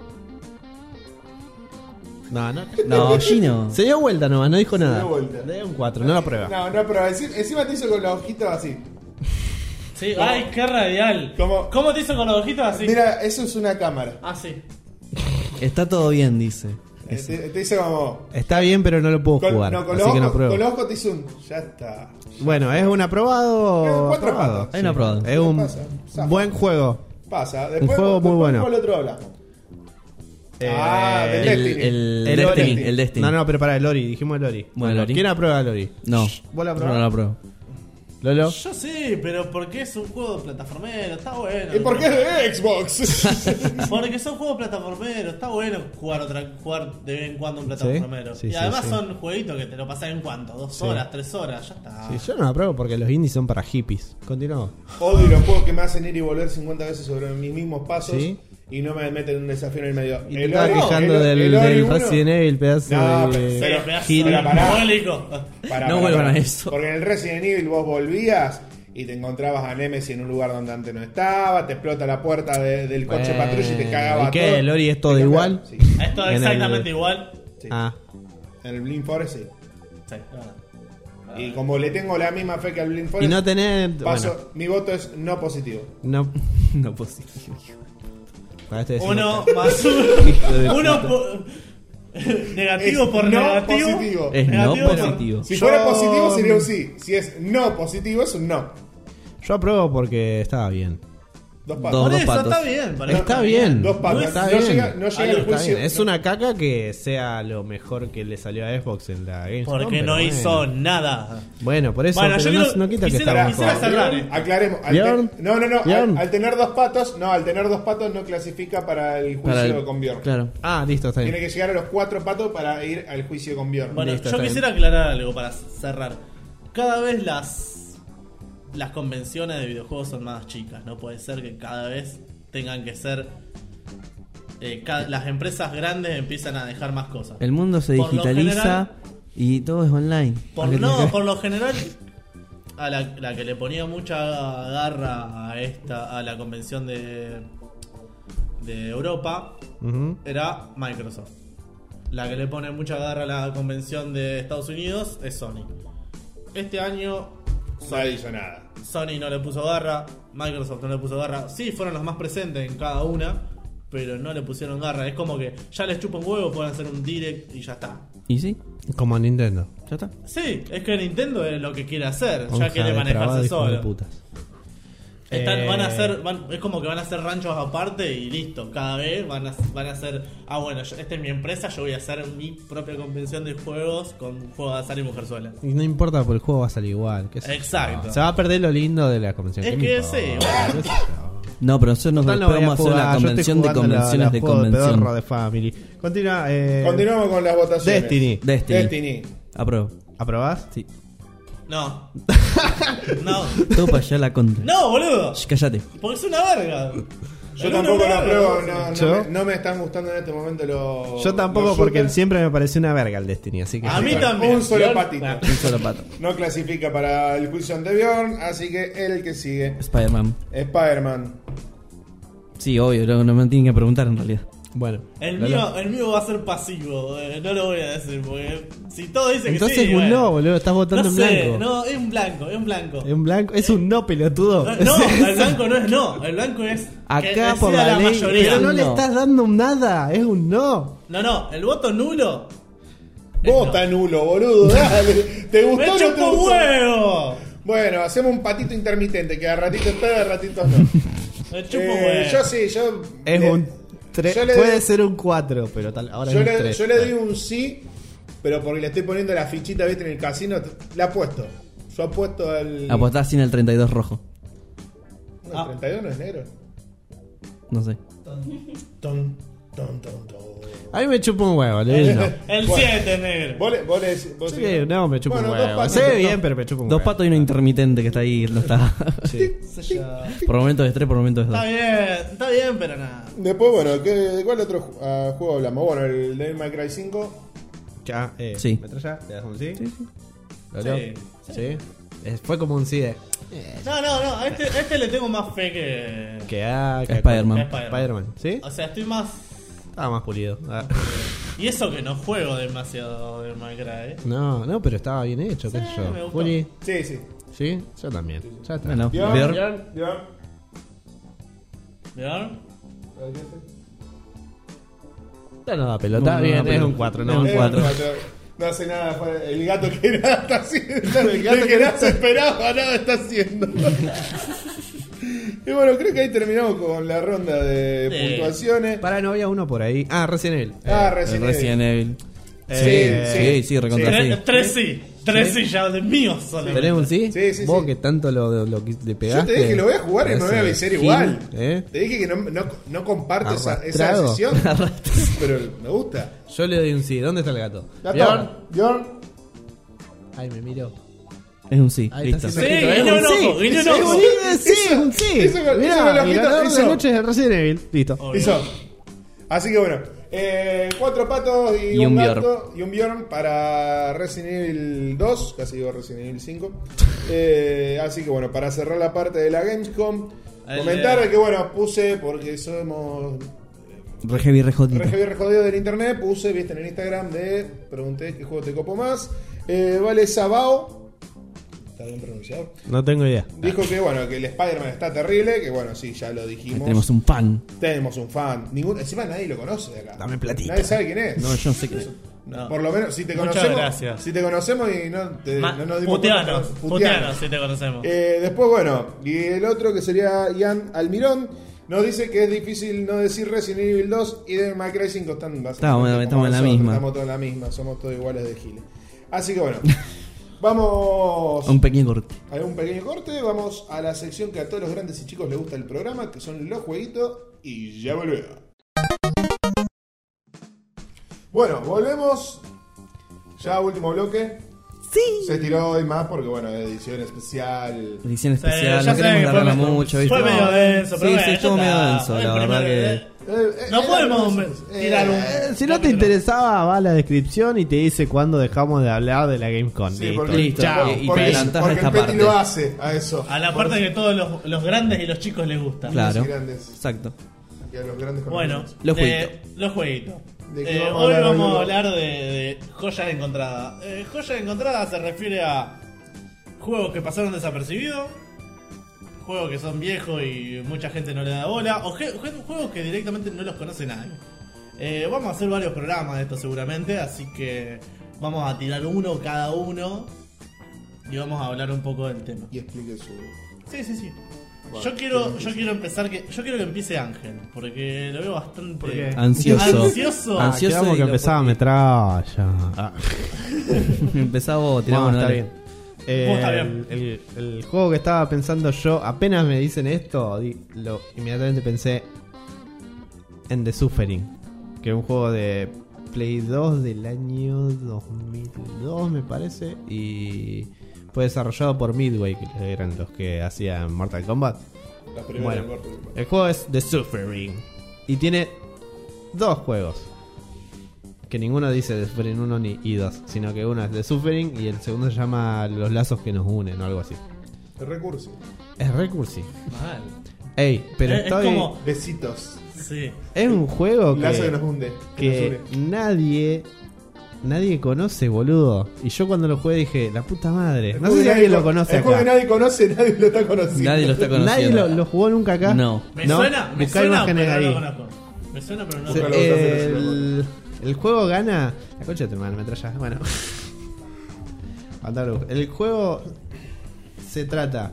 Speaker 3: No, no.
Speaker 2: No, Gino.
Speaker 3: Se dio vuelta nomás, no dijo nada.
Speaker 1: dio vuelta.
Speaker 3: Le dio un cuatro, no lo aprueba.
Speaker 1: No, no, pero encima, encima te hizo con los ojitos así.
Speaker 4: Sí, ay, qué radial.
Speaker 1: ¿Cómo?
Speaker 4: ¿Cómo te hizo con los ojitos así?
Speaker 1: Mira, eso es una cámara.
Speaker 4: Ah, sí.
Speaker 2: Está todo bien, dice.
Speaker 1: Eh, Te, te hizo como.
Speaker 3: Está bien, pero no lo puedo
Speaker 1: Con,
Speaker 3: jugar.
Speaker 1: no, con,
Speaker 3: así
Speaker 1: los
Speaker 3: que no
Speaker 1: ojos,
Speaker 3: apruebo.
Speaker 1: con los ojos te hizo un. Ya está.
Speaker 3: Bueno, ¿es un aprobado?
Speaker 1: Eh, cuatro
Speaker 3: aprobado.
Speaker 1: patos.
Speaker 2: Hay un aprobado.
Speaker 3: Es un
Speaker 1: Pasa, zafa.
Speaker 3: buen juego.
Speaker 1: Pasa. Después,
Speaker 3: juego muy
Speaker 1: después
Speaker 3: bueno.
Speaker 1: ¿cuál otro hablamos?
Speaker 3: Eh,
Speaker 1: Ah, del
Speaker 2: El,
Speaker 1: Destiny.
Speaker 2: el,
Speaker 3: El
Speaker 2: Destiny,
Speaker 1: Destiny.
Speaker 2: el Destiny.
Speaker 3: No, no, pero para el Lori, dijimos el Lori.
Speaker 2: Bueno, Lori.
Speaker 3: ¿Quién aprueba el Lori?
Speaker 2: No.
Speaker 3: ¿Vos la
Speaker 2: Yo
Speaker 3: aprobás?
Speaker 2: no lo apruebo.
Speaker 3: ¿Lolo?
Speaker 4: Yo sí, pero porque es un juego plataformero, está bueno.
Speaker 1: ¿Y por qué es de Xbox?
Speaker 4: Porque son juegos plataformeros, está bueno jugar otra jugar de vez en cuando un plataformero.
Speaker 3: Sí,
Speaker 4: y
Speaker 3: sí,
Speaker 4: además
Speaker 3: sí.
Speaker 4: son jueguitos que te lo pasas en cuánto, dos
Speaker 3: Sí.
Speaker 4: horas, tres horas, ya está.
Speaker 3: Sí, yo no lo apruebo porque los indies son para hippies. Continuamos.
Speaker 1: Odio los juegos que me hacen ir y volver cincuenta veces sobre mis mismos pasos.
Speaker 3: Sí.
Speaker 1: Y no me meten un desafío en el medio.
Speaker 3: Y te
Speaker 1: El
Speaker 3: estaba
Speaker 1: Ori-
Speaker 3: quejando
Speaker 1: el-
Speaker 3: del,
Speaker 1: el Ori
Speaker 3: del
Speaker 1: uno-
Speaker 3: Resident Evil, pedazo
Speaker 1: No,
Speaker 3: de...
Speaker 4: Sí,
Speaker 1: pero-
Speaker 4: pedazo
Speaker 3: Gil.
Speaker 4: de
Speaker 1: Pero pará.
Speaker 4: mogólico.
Speaker 1: Pará,
Speaker 2: No
Speaker 1: pará,
Speaker 2: vuelvan
Speaker 1: pará.
Speaker 2: a eso.
Speaker 1: Porque en el Resident Evil vos volvías y te encontrabas a Nemesis en un lugar donde antes no estaba, te explota la puerta de- del coche
Speaker 3: Bueno,
Speaker 1: patrulla y te cagaba
Speaker 3: ¿y qué?
Speaker 1: todo.
Speaker 3: ¿El Ori es todo
Speaker 1: Te cambiaba-
Speaker 3: igual?
Speaker 1: Sí.
Speaker 4: Esto
Speaker 3: En
Speaker 4: es
Speaker 3: el-
Speaker 4: exactamente igual.
Speaker 1: Sí.
Speaker 3: Ah,
Speaker 1: En el Blind Forest sí.
Speaker 4: Sí, es verdad.
Speaker 1: Y como le tengo la misma fe que al Blind
Speaker 3: y
Speaker 1: Forest,
Speaker 3: no tener...
Speaker 1: paso,
Speaker 3: Bueno,
Speaker 1: mi voto es no positivo.
Speaker 3: no...
Speaker 2: No positivo.
Speaker 3: Para este decimos-
Speaker 4: Uno más
Speaker 3: de
Speaker 4: uno. Uno
Speaker 3: puta.
Speaker 4: por- negativo
Speaker 1: Es
Speaker 4: por
Speaker 1: no
Speaker 4: negativo.
Speaker 1: positivo.
Speaker 2: Es no
Speaker 4: Negativo por-
Speaker 2: positivo.
Speaker 1: Si
Speaker 3: Yo-
Speaker 1: fuera positivo sería un sí. Si es no positivo es un no.
Speaker 3: Yo apruebo porque estaba bien.
Speaker 1: Dos
Speaker 2: Dos.
Speaker 1: pasos.
Speaker 4: Por
Speaker 2: Dos
Speaker 4: eso
Speaker 2: patos.
Speaker 4: está bien. para mí
Speaker 3: Está bien.
Speaker 1: Dos patas.
Speaker 3: Está
Speaker 1: No
Speaker 3: bien.
Speaker 1: llega, no llega
Speaker 4: Algo
Speaker 1: al
Speaker 3: Está
Speaker 1: juicio.
Speaker 3: bien. Es una caca que sea lo mejor que le salió a Xbox en la Gamescom.
Speaker 4: Porque
Speaker 3: pero
Speaker 4: no
Speaker 3: bueno.
Speaker 4: hizo nada.
Speaker 3: Bueno, por eso,
Speaker 4: Bueno,
Speaker 3: pero
Speaker 4: yo
Speaker 3: no,
Speaker 4: quiero-
Speaker 3: no quita que
Speaker 4: quisiera-
Speaker 3: estaba
Speaker 4: quisiera
Speaker 3: mejor.
Speaker 4: cerrar, eh.
Speaker 1: Aclaremos. Al
Speaker 3: Bjorn.
Speaker 1: te- no, no, no.
Speaker 3: Bjorn.
Speaker 1: Al, al tener dos patos, no, al tener dos patos no clasifica para el juicio
Speaker 2: Para el-
Speaker 1: con Bjorn.
Speaker 2: Claro.
Speaker 3: Ah, listo, está
Speaker 1: Tiene
Speaker 3: bien.
Speaker 1: que llegar a los cuatro patos para ir al juicio con Bjorn.
Speaker 4: Bueno,
Speaker 3: Listo,
Speaker 4: yo
Speaker 3: está
Speaker 4: quisiera aclarar algo para cerrar. Cada vez las las convenciones de videojuegos son más chicas. No puede ser que cada vez tengan que ser eh, ca- las empresas grandes empiezan a dejar más cosas.
Speaker 2: El mundo se
Speaker 4: Por lo
Speaker 2: digitaliza
Speaker 4: general-
Speaker 2: y todo es online.
Speaker 4: Por,
Speaker 2: Aunque
Speaker 4: no,
Speaker 2: tenga-
Speaker 4: por lo general, a la, la que le ponía mucha garra a esta, a la convención de, de Europa,
Speaker 3: Ujú.
Speaker 4: era Microsoft. La que le pone mucha garra a la convención de Estados Unidos es Sony. Este año
Speaker 1: Nadie hizo nada.
Speaker 4: Sony no le puso garra, Microsoft no le puso garra. Sí, fueron los más presentes en cada una, pero no le pusieron garra. Es como que ya les chupa un huevo, pueden hacer un direct y ya está.
Speaker 2: ¿Y sí?
Speaker 3: Como Nintendo.
Speaker 2: ¿Ya está?
Speaker 4: Sí, es que Nintendo es lo que quiere hacer,
Speaker 3: Honja
Speaker 4: ya quiere
Speaker 3: de trabado,
Speaker 4: manejarse
Speaker 3: hijo de
Speaker 4: solo.
Speaker 3: putas.
Speaker 4: Están-
Speaker 3: Eh,
Speaker 4: van a hacer, van- es como que van a hacer ranchos aparte y listo. Cada vez van a, van a hacer, ah bueno, yo- esta es mi empresa, yo voy a hacer mi propia convención de juegos con juegos de azar y mujerzuela.
Speaker 3: Y no importa, porque el juego va a salir igual. qué sé yo.
Speaker 4: Exacto.
Speaker 3: Se va a perder lo lindo de la convención.
Speaker 4: Es
Speaker 3: ¿qué
Speaker 4: que
Speaker 3: me
Speaker 4: sí,
Speaker 3: importa?
Speaker 4: bueno.
Speaker 3: ¿Qué sé yo?
Speaker 2: No, pero nosotros nos
Speaker 3: Total, no voy a
Speaker 2: podemos hacer
Speaker 3: jugar,
Speaker 2: la
Speaker 3: yo estoy
Speaker 2: convención de
Speaker 3: jugando la-
Speaker 2: convenciones
Speaker 3: la
Speaker 2: de
Speaker 3: juego
Speaker 2: convención.
Speaker 3: pedorro de Family. Continúa. Eh,
Speaker 1: Continuamos con las votaciones.
Speaker 3: Destiny.
Speaker 2: Destiny.
Speaker 1: Destiny.
Speaker 2: Apruebo.
Speaker 3: ¿Aprobás?
Speaker 2: Sí.
Speaker 4: No. No.
Speaker 2: Todo para allá la contra.
Speaker 4: No, boludo.
Speaker 2: Shh, cállate.
Speaker 4: Porque es una verga.
Speaker 1: Yo
Speaker 4: El
Speaker 1: tampoco
Speaker 4: uno
Speaker 1: lo
Speaker 4: no,
Speaker 1: apruebo,
Speaker 4: no,
Speaker 1: no, no,
Speaker 3: ¿Yo?
Speaker 1: me, no me están gustando en este momento los.
Speaker 3: Yo tampoco,
Speaker 1: los
Speaker 3: porque
Speaker 1: shooters.
Speaker 3: siempre me pareció una verga el Destiny. Así que
Speaker 4: A mí
Speaker 1: Bueno,
Speaker 4: también.
Speaker 1: Un solo
Speaker 4: Yo-
Speaker 1: patito.
Speaker 4: Ah.
Speaker 2: Un solo pato.
Speaker 1: No clasifica para el juicio de Bjorn, así que él el que sigue.
Speaker 2: Spider-Man.
Speaker 1: Spider-Man.
Speaker 2: Sí, obvio, no, no me tienen que preguntar en realidad.
Speaker 3: Bueno.
Speaker 4: El
Speaker 3: Lolo.
Speaker 4: mío, el mío va a ser pasivo, eh, no lo voy a decir, porque si todo dice que
Speaker 3: Entonces
Speaker 4: sí.
Speaker 3: es un
Speaker 4: bueno.
Speaker 3: no, boludo. Estás votando
Speaker 4: No
Speaker 3: en
Speaker 4: sé,
Speaker 3: blanco.
Speaker 4: no, es un blanco, es un blanco.
Speaker 3: Es un blanco. Es un no, pelotudo.
Speaker 4: No, no, el blanco no es no, el blanco es
Speaker 2: Acá
Speaker 4: que
Speaker 2: por
Speaker 4: decida
Speaker 2: la ley,
Speaker 4: mayoría.
Speaker 3: Pero no le
Speaker 2: No.
Speaker 3: estás dando un nada. Es un no.
Speaker 4: No, no, el voto nulo. es
Speaker 1: Vota
Speaker 4: no.
Speaker 1: nulo, boludo. Dale. ¿Te
Speaker 4: ¡Me
Speaker 1: gustó o no te
Speaker 4: chupo
Speaker 1: gustó?
Speaker 4: huevo!
Speaker 1: Bueno, hacemos un patito intermitente, que a ratitos está, a ratitos no.
Speaker 4: Me chupo
Speaker 1: Eh,
Speaker 4: huevo.
Speaker 1: yo sí, yo.
Speaker 3: Es
Speaker 1: le-
Speaker 3: un tres.
Speaker 1: yo le
Speaker 3: Puede
Speaker 1: doy-
Speaker 3: ser un cuatro, pero tal, ahora
Speaker 1: Yo
Speaker 3: es un
Speaker 1: le,
Speaker 3: tres.
Speaker 1: yo le doy un sí, pero porque le estoy poniendo la fichita, viste, en el casino, la apuesto. Yo apuesto al.
Speaker 2: Apostás sin el treinta y dos rojo.
Speaker 1: No, el treinta y uno es negro.
Speaker 2: No sé.
Speaker 1: Ton. Ton, ton, ton.
Speaker 3: A mí me chupa un huevo, le no.
Speaker 4: El
Speaker 1: Bueno.
Speaker 4: siete, negro.
Speaker 1: Vos le- vos le decís- vos
Speaker 3: Sí,
Speaker 1: decís-
Speaker 3: no, me chupa
Speaker 1: Bueno,
Speaker 3: un
Speaker 1: dos
Speaker 3: huevo.
Speaker 1: patos,
Speaker 3: Se ve
Speaker 1: dos-
Speaker 3: bien, pero me chupa un
Speaker 2: Dos
Speaker 3: huevo.
Speaker 2: patos y uno intermitente que está ahí, no está.
Speaker 3: Sí.
Speaker 2: Por momentos de estrés, por momentos de
Speaker 4: Está
Speaker 2: dos.
Speaker 4: bien, está bien, pero nada.
Speaker 1: Después, bueno, ¿qué, ¿de cuál otro ju- ah, juego hablamos? Bueno, el Devil May Cry cinco.
Speaker 3: Ya, eh,
Speaker 2: Sí.
Speaker 3: ¿metralla? ¿Le das un sí?
Speaker 2: Sí, sí.
Speaker 3: ¿Lo leo?
Speaker 4: Sí,
Speaker 3: Sí. Es- Fue como un sí de.
Speaker 4: No, no, no, a este, a este le tengo más fe que.
Speaker 3: Que a.
Speaker 2: Que a Spider-Man.
Speaker 4: que a Spider-Man.
Speaker 3: Spider-Man, ¿sí?
Speaker 4: O sea, estoy más.
Speaker 3: Estaba más pulido. Ah.
Speaker 4: Y eso que no juego demasiado de Minecraft, eh.
Speaker 3: No, no, pero estaba bien hecho, qué
Speaker 4: Sí,
Speaker 3: sé yo.
Speaker 4: me gustó.
Speaker 3: Juli,
Speaker 1: Sí, sí.
Speaker 3: ¿sí? Yo también. Ya está.
Speaker 2: Bueno,
Speaker 1: Bjorn,
Speaker 2: Bjorn.
Speaker 1: Bjorn, Bjorn.
Speaker 4: ¿Vieron?
Speaker 3: Ya no da pelota,
Speaker 2: No, no
Speaker 3: bien,
Speaker 2: da
Speaker 3: es
Speaker 2: pelota.
Speaker 3: un cuatro,
Speaker 2: Es
Speaker 3: ¿no?
Speaker 2: un
Speaker 1: Eh,
Speaker 2: cuatro.
Speaker 1: No hace nada. fue- El gato que nada está haciendo.
Speaker 3: El gato
Speaker 1: el
Speaker 3: que
Speaker 1: que nada se esperaba, nada está haciendo. Y bueno, creo que ahí terminamos con la ronda de
Speaker 4: Sí.
Speaker 1: puntuaciones.
Speaker 3: Para, no había uno por ahí. Ah, Resident Evil.
Speaker 1: Ah,
Speaker 2: El
Speaker 1: Resident
Speaker 2: Resident
Speaker 1: Evil.
Speaker 2: Evil.
Speaker 3: Eh,
Speaker 2: Sí, sí, recontra sí.
Speaker 4: Tres, tres sí. Tres sí, ya de míos solamente.
Speaker 3: ¿Tenés un sí?
Speaker 1: Sí, sí,
Speaker 3: Vos
Speaker 1: sí.
Speaker 3: que tanto lo, lo que le
Speaker 1: Yo
Speaker 3: pegaste.
Speaker 1: te dije que lo voy a jugar y me voy a
Speaker 3: Ese
Speaker 1: avisar
Speaker 3: Gil,
Speaker 1: igual.
Speaker 3: ¿eh?
Speaker 1: Te dije que no, no, no comparto esa, esa
Speaker 3: Arrastrado.
Speaker 1: decisión. Pero me gusta.
Speaker 3: Yo le doy un sí. ¿Dónde está el gato?
Speaker 1: Gato,
Speaker 3: ¿Bjorn?
Speaker 1: Bjorn.
Speaker 3: Ay, me miró.
Speaker 2: Es un sí,
Speaker 3: Ahí está
Speaker 2: listo.
Speaker 4: Sí,
Speaker 3: haciendo-
Speaker 4: guiño
Speaker 3: Es
Speaker 4: un
Speaker 3: un sí.
Speaker 4: ojo, guiño un
Speaker 3: Sí,
Speaker 4: ojo.
Speaker 3: un sí, sí, es un sí.
Speaker 1: Hizo con- hizo
Speaker 3: Mirá,
Speaker 1: con la
Speaker 3: y
Speaker 1: pita,
Speaker 3: ganador
Speaker 1: hizo.
Speaker 3: de noche es el Resident Evil. Listo.
Speaker 4: Obvio.
Speaker 1: Hizo. Así que bueno, eh, cuatro patos y,
Speaker 2: Y
Speaker 1: un,
Speaker 2: un
Speaker 1: gato y un Bjorn para Resident Evil dos, casi digo Resident Evil cinco. Eh, así que bueno, para cerrar la parte de la Gamescom,
Speaker 4: El,
Speaker 1: comentar
Speaker 4: eh,
Speaker 1: que bueno, puse porque somos
Speaker 2: Re heavy, re jodido.
Speaker 1: re heavy, re jodido del internet, puse, viste en el Instagram de pregunté qué juego te copo más. Eh, vale Sabao. ¿Está bien pronunciado?
Speaker 3: No tengo idea.
Speaker 1: Dijo que bueno, que el Spider-Man está terrible, que bueno, sí, ya lo
Speaker 2: Que
Speaker 1: dijimos.
Speaker 2: tenemos un fan.
Speaker 1: Tenemos un fan. Ningún, encima nadie lo conoce de acá.
Speaker 3: Dame platita.
Speaker 1: Nadie sabe quién es.
Speaker 2: No, yo no sé qué.
Speaker 4: No.
Speaker 1: Por lo menos, si te
Speaker 4: Muchas
Speaker 1: conocemos.
Speaker 4: gracias.
Speaker 1: Si te conocemos y no te
Speaker 4: Ma-
Speaker 1: no nos dimos
Speaker 4: puteanos,
Speaker 1: cuenta,
Speaker 4: puteanos,
Speaker 1: puteanos.
Speaker 4: si te conocemos.
Speaker 1: Eh, después, bueno, y el otro que sería Ian Almirón, nos dice que es difícil no decir Resident Evil dos y Devil May Cry cinco están básicamente
Speaker 2: Estamos-
Speaker 1: como
Speaker 2: estamos en la
Speaker 1: nosotros,
Speaker 2: misma.
Speaker 1: Estamos todos en la misma, somos todos iguales de giles. Así que bueno, vamos
Speaker 2: Un pequeño corte.
Speaker 1: a un pequeño corte, vamos a la sección que a todos los grandes y chicos les gusta el programa, que son los jueguitos, y ya volvemos. Bueno, volvemos. Ya último bloque.
Speaker 2: Sí.
Speaker 1: Se tiró hoy más porque, bueno, edición especial.
Speaker 2: Edición
Speaker 4: Sí,
Speaker 2: especial,
Speaker 4: ya
Speaker 2: no
Speaker 4: sé
Speaker 2: queremos
Speaker 4: que fue
Speaker 2: alargarla
Speaker 4: medio-
Speaker 2: mucho, ¿viste?
Speaker 4: fue medio denso, pero
Speaker 2: Sí,
Speaker 4: bueno,
Speaker 2: sí,
Speaker 4: ya
Speaker 2: estuvo medio
Speaker 4: está.
Speaker 2: denso,
Speaker 4: El
Speaker 2: la verdad
Speaker 4: primero-
Speaker 2: que.
Speaker 1: Eh, eh,
Speaker 4: No
Speaker 1: era-
Speaker 4: podemos
Speaker 1: eh,
Speaker 4: tirar un-
Speaker 3: Eh, si no
Speaker 4: No,
Speaker 3: te
Speaker 4: pero-
Speaker 3: interesaba, va a la descripción y te dice cuándo dejamos de hablar de la GameCon.
Speaker 1: Sí,
Speaker 3: Listo.
Speaker 1: porque,
Speaker 2: Listo,
Speaker 1: Chao.
Speaker 2: y- y te
Speaker 1: porque,
Speaker 2: adelantás
Speaker 1: porque
Speaker 2: a esta
Speaker 1: el Peti
Speaker 2: parte.
Speaker 1: lo hace a eso.
Speaker 4: A la parte que todos los, los grandes y los chicos les gusta.
Speaker 2: Claro.
Speaker 1: Los grandes.
Speaker 2: Exacto.
Speaker 1: Y a los grandes
Speaker 4: Bueno,
Speaker 1: conocemos.
Speaker 2: Los
Speaker 4: de-
Speaker 2: jueguitos.
Speaker 4: Los jueguitos.
Speaker 1: ¿De qué
Speaker 4: Eh,
Speaker 1: vamos a
Speaker 4: hoy
Speaker 1: hablar hoy,
Speaker 4: vamos a
Speaker 1: Lugo?
Speaker 4: hablar de, de joyas encontradas. Eh, joyas encontradas se refiere a juegos que pasaron desapercibidos, juegos que son viejos y mucha gente no le da bola, o je- jue- juegos que directamente no los conoce nadie. Eh, vamos a hacer varios programas de esto seguramente, así que vamos a tirar uno cada uno y vamos a hablar un poco del tema.
Speaker 1: Y explique su.
Speaker 4: Sí, sí, sí.
Speaker 1: Bueno,
Speaker 4: yo quiero,
Speaker 1: ¿quién
Speaker 4: yo
Speaker 1: empieza?
Speaker 4: quiero empezar que, yo quiero que empiece Ángel, porque lo veo bastante
Speaker 3: ¿Por qué?
Speaker 2: Ansioso.
Speaker 4: Ansioso.
Speaker 3: Ah,
Speaker 2: Ansioso
Speaker 3: quedamos
Speaker 2: y
Speaker 3: que
Speaker 2: lo
Speaker 3: empezaba
Speaker 2: porque-
Speaker 3: metralla. Ah.
Speaker 2: Empezá vos, tiramos
Speaker 3: Bueno, está
Speaker 2: dale.
Speaker 3: bien. Eh,
Speaker 4: Vos está bien.
Speaker 3: El, el- el juego que estaba pensando yo, apenas me dicen esto, di- lo, inmediatamente pensé en The Suffering, que es un juego de Play dos del año dos mil dos, me parece, y fue desarrollado por Midway, que eran los que hacían Mortal Kombat.
Speaker 1: La primera
Speaker 3: Bueno,
Speaker 1: del Mortal Kombat.
Speaker 3: el juego es The Suffering y tiene dos juegos. Que ninguno dice The Suffering uno ni y dos, sino que uno es The Suffering y el segundo se llama Los lazos que nos unen o algo así.
Speaker 1: El recurso.
Speaker 3: Es recursi.
Speaker 4: Mal.
Speaker 3: Ey, pero
Speaker 4: Es- es
Speaker 3: estoy.
Speaker 4: como-
Speaker 1: Besitos.
Speaker 4: Sí.
Speaker 3: Es un juego
Speaker 1: Lazo que nos
Speaker 3: que,
Speaker 1: hunde. Que
Speaker 3: que
Speaker 1: nos une.
Speaker 3: nadie. Nadie conoce, boludo. Y yo cuando lo jugué dije, la puta madre.
Speaker 1: El
Speaker 3: No
Speaker 1: juego
Speaker 3: sé si
Speaker 1: que
Speaker 3: alguien
Speaker 1: nadie
Speaker 3: lo
Speaker 1: con-
Speaker 3: conoce
Speaker 1: El juego que
Speaker 3: acá.
Speaker 1: nadie conoce, nadie lo está conociendo.
Speaker 2: Nadie lo está conociendo.
Speaker 3: Nadie lo, lo jugó nunca acá.
Speaker 2: No.
Speaker 4: Me suena, me
Speaker 3: Buscá
Speaker 4: suena,
Speaker 3: imágenes
Speaker 4: pero no
Speaker 3: ahí.
Speaker 4: lo conozco. Me suena, pero no
Speaker 3: Se-
Speaker 4: lo
Speaker 1: Nunca lo
Speaker 4: conozco.
Speaker 1: vas a hacer,
Speaker 3: el, el juego gana. La concha de tu hermano, metralla. Bueno. Andalo. El juego se trata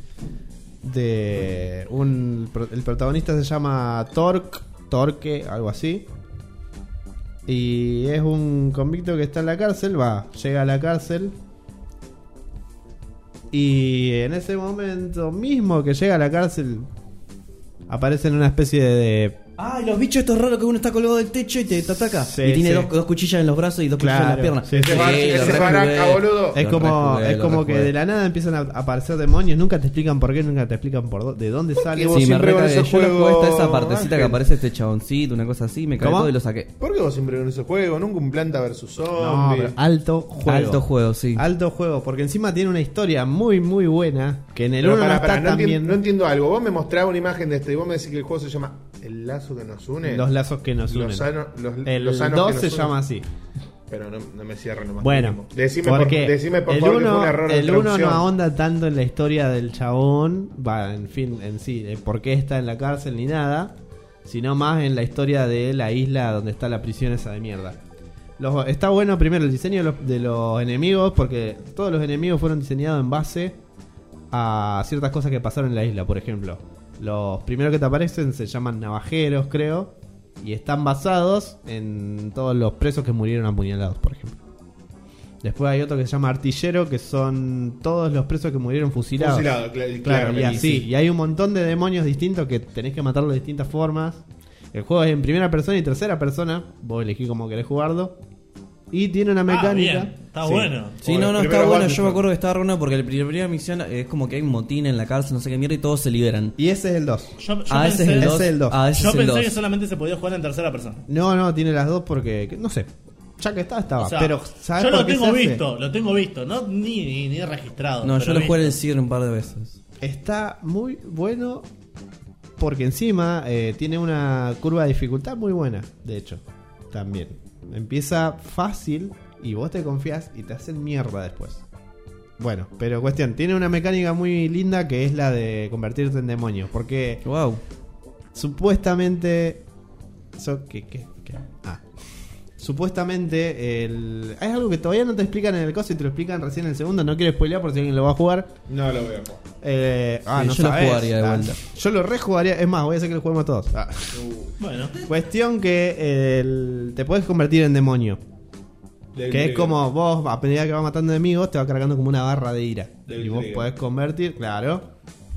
Speaker 3: de un. El protagonista se llama Torque, Torque, algo así. Y es un convicto que está en la cárcel. Va, llega a la cárcel. Y en ese momento mismo que llega a la cárcel, aparece en una especie de
Speaker 2: Ah, y los bichos estos raros que uno está colgado del techo y te, te ataca.
Speaker 3: Sí,
Speaker 2: y tiene
Speaker 3: sí.
Speaker 2: dos, dos cuchillas en los brazos y dos cuchillas en las piernas.
Speaker 3: sí, sí.
Speaker 1: Ese bar-
Speaker 2: lo
Speaker 1: ese
Speaker 2: rejugué.
Speaker 1: Baraka, boludo.
Speaker 3: Es
Speaker 2: Lo
Speaker 3: como,
Speaker 2: rejugué,
Speaker 3: es
Speaker 2: lo
Speaker 3: como que
Speaker 2: rejugué.
Speaker 3: de la nada empiezan a aparecer demonios, nunca te explican por qué, nunca te explican por dó- de dónde sale.
Speaker 1: vos
Speaker 2: Sí, me
Speaker 1: siempre con
Speaker 2: recagué.
Speaker 1: ese
Speaker 2: Yo lo
Speaker 1: juego,
Speaker 2: jugué hasta esa partecita
Speaker 1: Ángel?
Speaker 2: que aparece este chaboncito, una cosa así, me caí
Speaker 3: ¿Cómo?
Speaker 2: todo y lo saqué.
Speaker 1: ¿Por qué vos siempre con ese juego? Nunca un Planta versus
Speaker 3: No,
Speaker 1: Zombie.
Speaker 3: pero alto juego.
Speaker 2: Alto juego, sí.
Speaker 3: Alto juego, porque encima tiene una historia muy, muy buena. Que en el
Speaker 1: Pero
Speaker 3: uno
Speaker 1: pará,
Speaker 3: no
Speaker 1: pará,
Speaker 3: está
Speaker 1: no,
Speaker 3: tan
Speaker 1: entiendo,
Speaker 3: bien.
Speaker 1: no entiendo algo. Vos me mostrabas una imagen de este y vos me decís que el juego se llama El lazo que nos une.
Speaker 3: Los lazos que nos unen.
Speaker 1: Los sano- los-
Speaker 3: el
Speaker 1: los sanos
Speaker 3: dos
Speaker 1: que nos
Speaker 3: se
Speaker 1: unen.
Speaker 3: llama así.
Speaker 1: Pero no, no me cierra nomás.
Speaker 3: Bueno,
Speaker 1: decime por,
Speaker 3: porque
Speaker 1: decime por
Speaker 3: el
Speaker 1: favor que fue
Speaker 3: uno,
Speaker 1: un error de
Speaker 3: el uno no
Speaker 1: traducción.
Speaker 3: ahonda tanto en la historia del chabón, va, en fin, en sí, de por qué está en la cárcel ni nada, sino más en la historia de la isla donde está la prisión esa de mierda. Los- está bueno primero el diseño de los, de los enemigos, porque todos los enemigos fueron diseñados en base a ciertas cosas que pasaron en la isla. Por ejemplo, los primeros que te aparecen se llaman navajeros, creo, y están basados en todos los presos que murieron apuñalados, por ejemplo. Después hay otro que se llama artillero, que son todos los presos que murieron fusilados.
Speaker 1: Fusilado, cl-
Speaker 3: Claro,
Speaker 1: claro,
Speaker 3: y así. Y hay un montón de demonios distintos que tenés que matarlos de distintas formas. El juego es en primera persona y tercera persona. Vos elegís cómo querés jugarlo. Y tiene una
Speaker 4: Ah,
Speaker 3: mecánica.
Speaker 4: bien, está
Speaker 3: Sí.
Speaker 4: bueno.
Speaker 2: Sí,
Speaker 1: Bueno,
Speaker 2: no, no,
Speaker 1: primero
Speaker 2: está bueno.
Speaker 1: Battlefront.
Speaker 2: Yo me acuerdo que estaba re bueno porque la pri- primera misión es como que hay un motín en la cárcel, no sé qué mierda, y todos se liberan.
Speaker 3: Y ese es el dos.
Speaker 4: Yo, yo
Speaker 2: Ah, ese
Speaker 4: pensé,
Speaker 2: es el
Speaker 3: Ese
Speaker 2: dos.
Speaker 3: es el dos.
Speaker 2: Ah, ese
Speaker 4: yo
Speaker 2: es el
Speaker 4: pensé
Speaker 2: dos.
Speaker 4: que solamente se podía jugar en tercera persona.
Speaker 3: No, no, tiene las dos porque. que- No sé. Ya que está, estaba.
Speaker 4: O sea,
Speaker 3: pero, ¿sabes
Speaker 4: yo
Speaker 3: por
Speaker 4: lo
Speaker 3: qué
Speaker 4: tengo
Speaker 3: se hace?
Speaker 4: visto, lo tengo visto, no ni, ni, ni registrado.
Speaker 2: No,
Speaker 4: pero
Speaker 2: yo lo jugué en el
Speaker 4: visto.
Speaker 2: Sigre un par de veces.
Speaker 3: Está muy bueno porque encima eh, tiene una curva de dificultad muy buena, de hecho, también. Empieza fácil y vos te confías y te hacen mierda después. Bueno, pero cuestión, tiene una mecánica muy linda que es la de convertirte en demonio, porque
Speaker 2: Wow.
Speaker 3: supuestamente... So, ¿qué, qué, qué? Ah. Supuestamente el... es algo que todavía no te explican en el coso y te lo explican recién en el segundo. No quiero spoilear por si alguien lo va a jugar.
Speaker 1: No lo veo.
Speaker 3: Eh, ah,
Speaker 2: Sí,
Speaker 3: no
Speaker 2: yo lo
Speaker 3: sabés.
Speaker 2: jugaría de
Speaker 3: Ah,
Speaker 2: vuelta.
Speaker 3: yo lo rejugaría. Es más, voy a hacer que lo juguemos todos. Ah.
Speaker 4: Bueno,
Speaker 3: Cuestión que el- te puedes convertir en demonio.
Speaker 1: Del
Speaker 3: Que es
Speaker 1: trigger.
Speaker 3: como vos, a medida que vas matando enemigos, te va cargando como una barra de ira.
Speaker 1: Del
Speaker 3: y vos
Speaker 1: trigger.
Speaker 3: podés convertir, claro.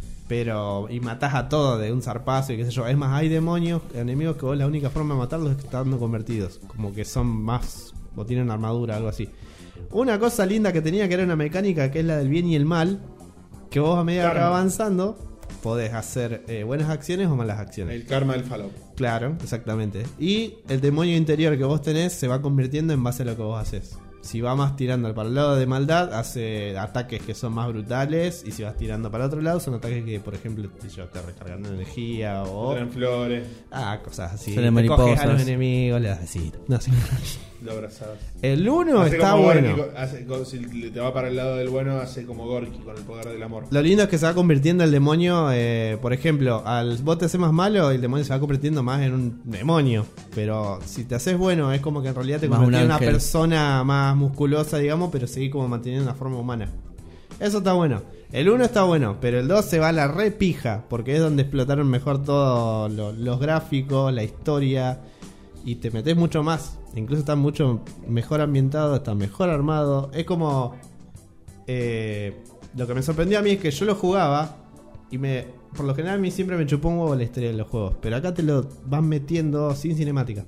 Speaker 3: Pero, y matás a todos de un zarpazo y qué sé yo. Es más, hay demonios, enemigos que vos la única forma de matarlos es estando convertidos. Como que son más, o tienen armadura, algo así. Una cosa linda que tenía que era una mecánica que es la del bien y el mal. Que vos a medida que
Speaker 1: Karma.
Speaker 3: vas avanzando, podés hacer eh, buenas acciones o malas acciones.
Speaker 1: El karma del Fallout.
Speaker 3: Claro, exactamente. Y el demonio interior que vos tenés se va convirtiendo en base a lo que vos haces. Si va más tirando para el lado de maldad, hace ataques que son más brutales. Y si vas tirando para el otro lado, son ataques que, por ejemplo, te, yo, te recargan energía o.
Speaker 1: Traen flores,
Speaker 3: Ah, cosas así.
Speaker 2: Salen
Speaker 3: Te coges a
Speaker 2: mariposas.
Speaker 3: los enemigos, le das besitos. No sé.
Speaker 1: lo abrazabas.
Speaker 3: El uno
Speaker 1: Hace
Speaker 3: está
Speaker 1: como
Speaker 3: bueno.
Speaker 1: Gorky, hace- co- si te va para el lado del bueno, hace como Gorky con el poder del amor.
Speaker 3: Lo lindo es que se va convirtiendo el demonio, eh, por ejemplo, al vos te haces más malo, el demonio se va convirtiendo más en un demonio. Pero si te haces bueno, es como que en realidad te
Speaker 2: Más
Speaker 3: convertís
Speaker 2: un
Speaker 3: en una
Speaker 2: ángel.
Speaker 3: persona más musculosa, digamos, pero seguís como manteniendo una forma humana. Eso está bueno. El uno está bueno, pero el dos se va a la repija, porque es donde explotaron mejor todos lo- los gráficos, la historia, y te metes mucho más. Incluso está mucho mejor ambientado, está mejor armado. Es como... eh, lo que me sorprendió a mí es que yo lo jugaba y me... Por lo general a mí siempre me chupó un huevo la historia de los juegos, pero acá te lo van metiendo sin cinemática.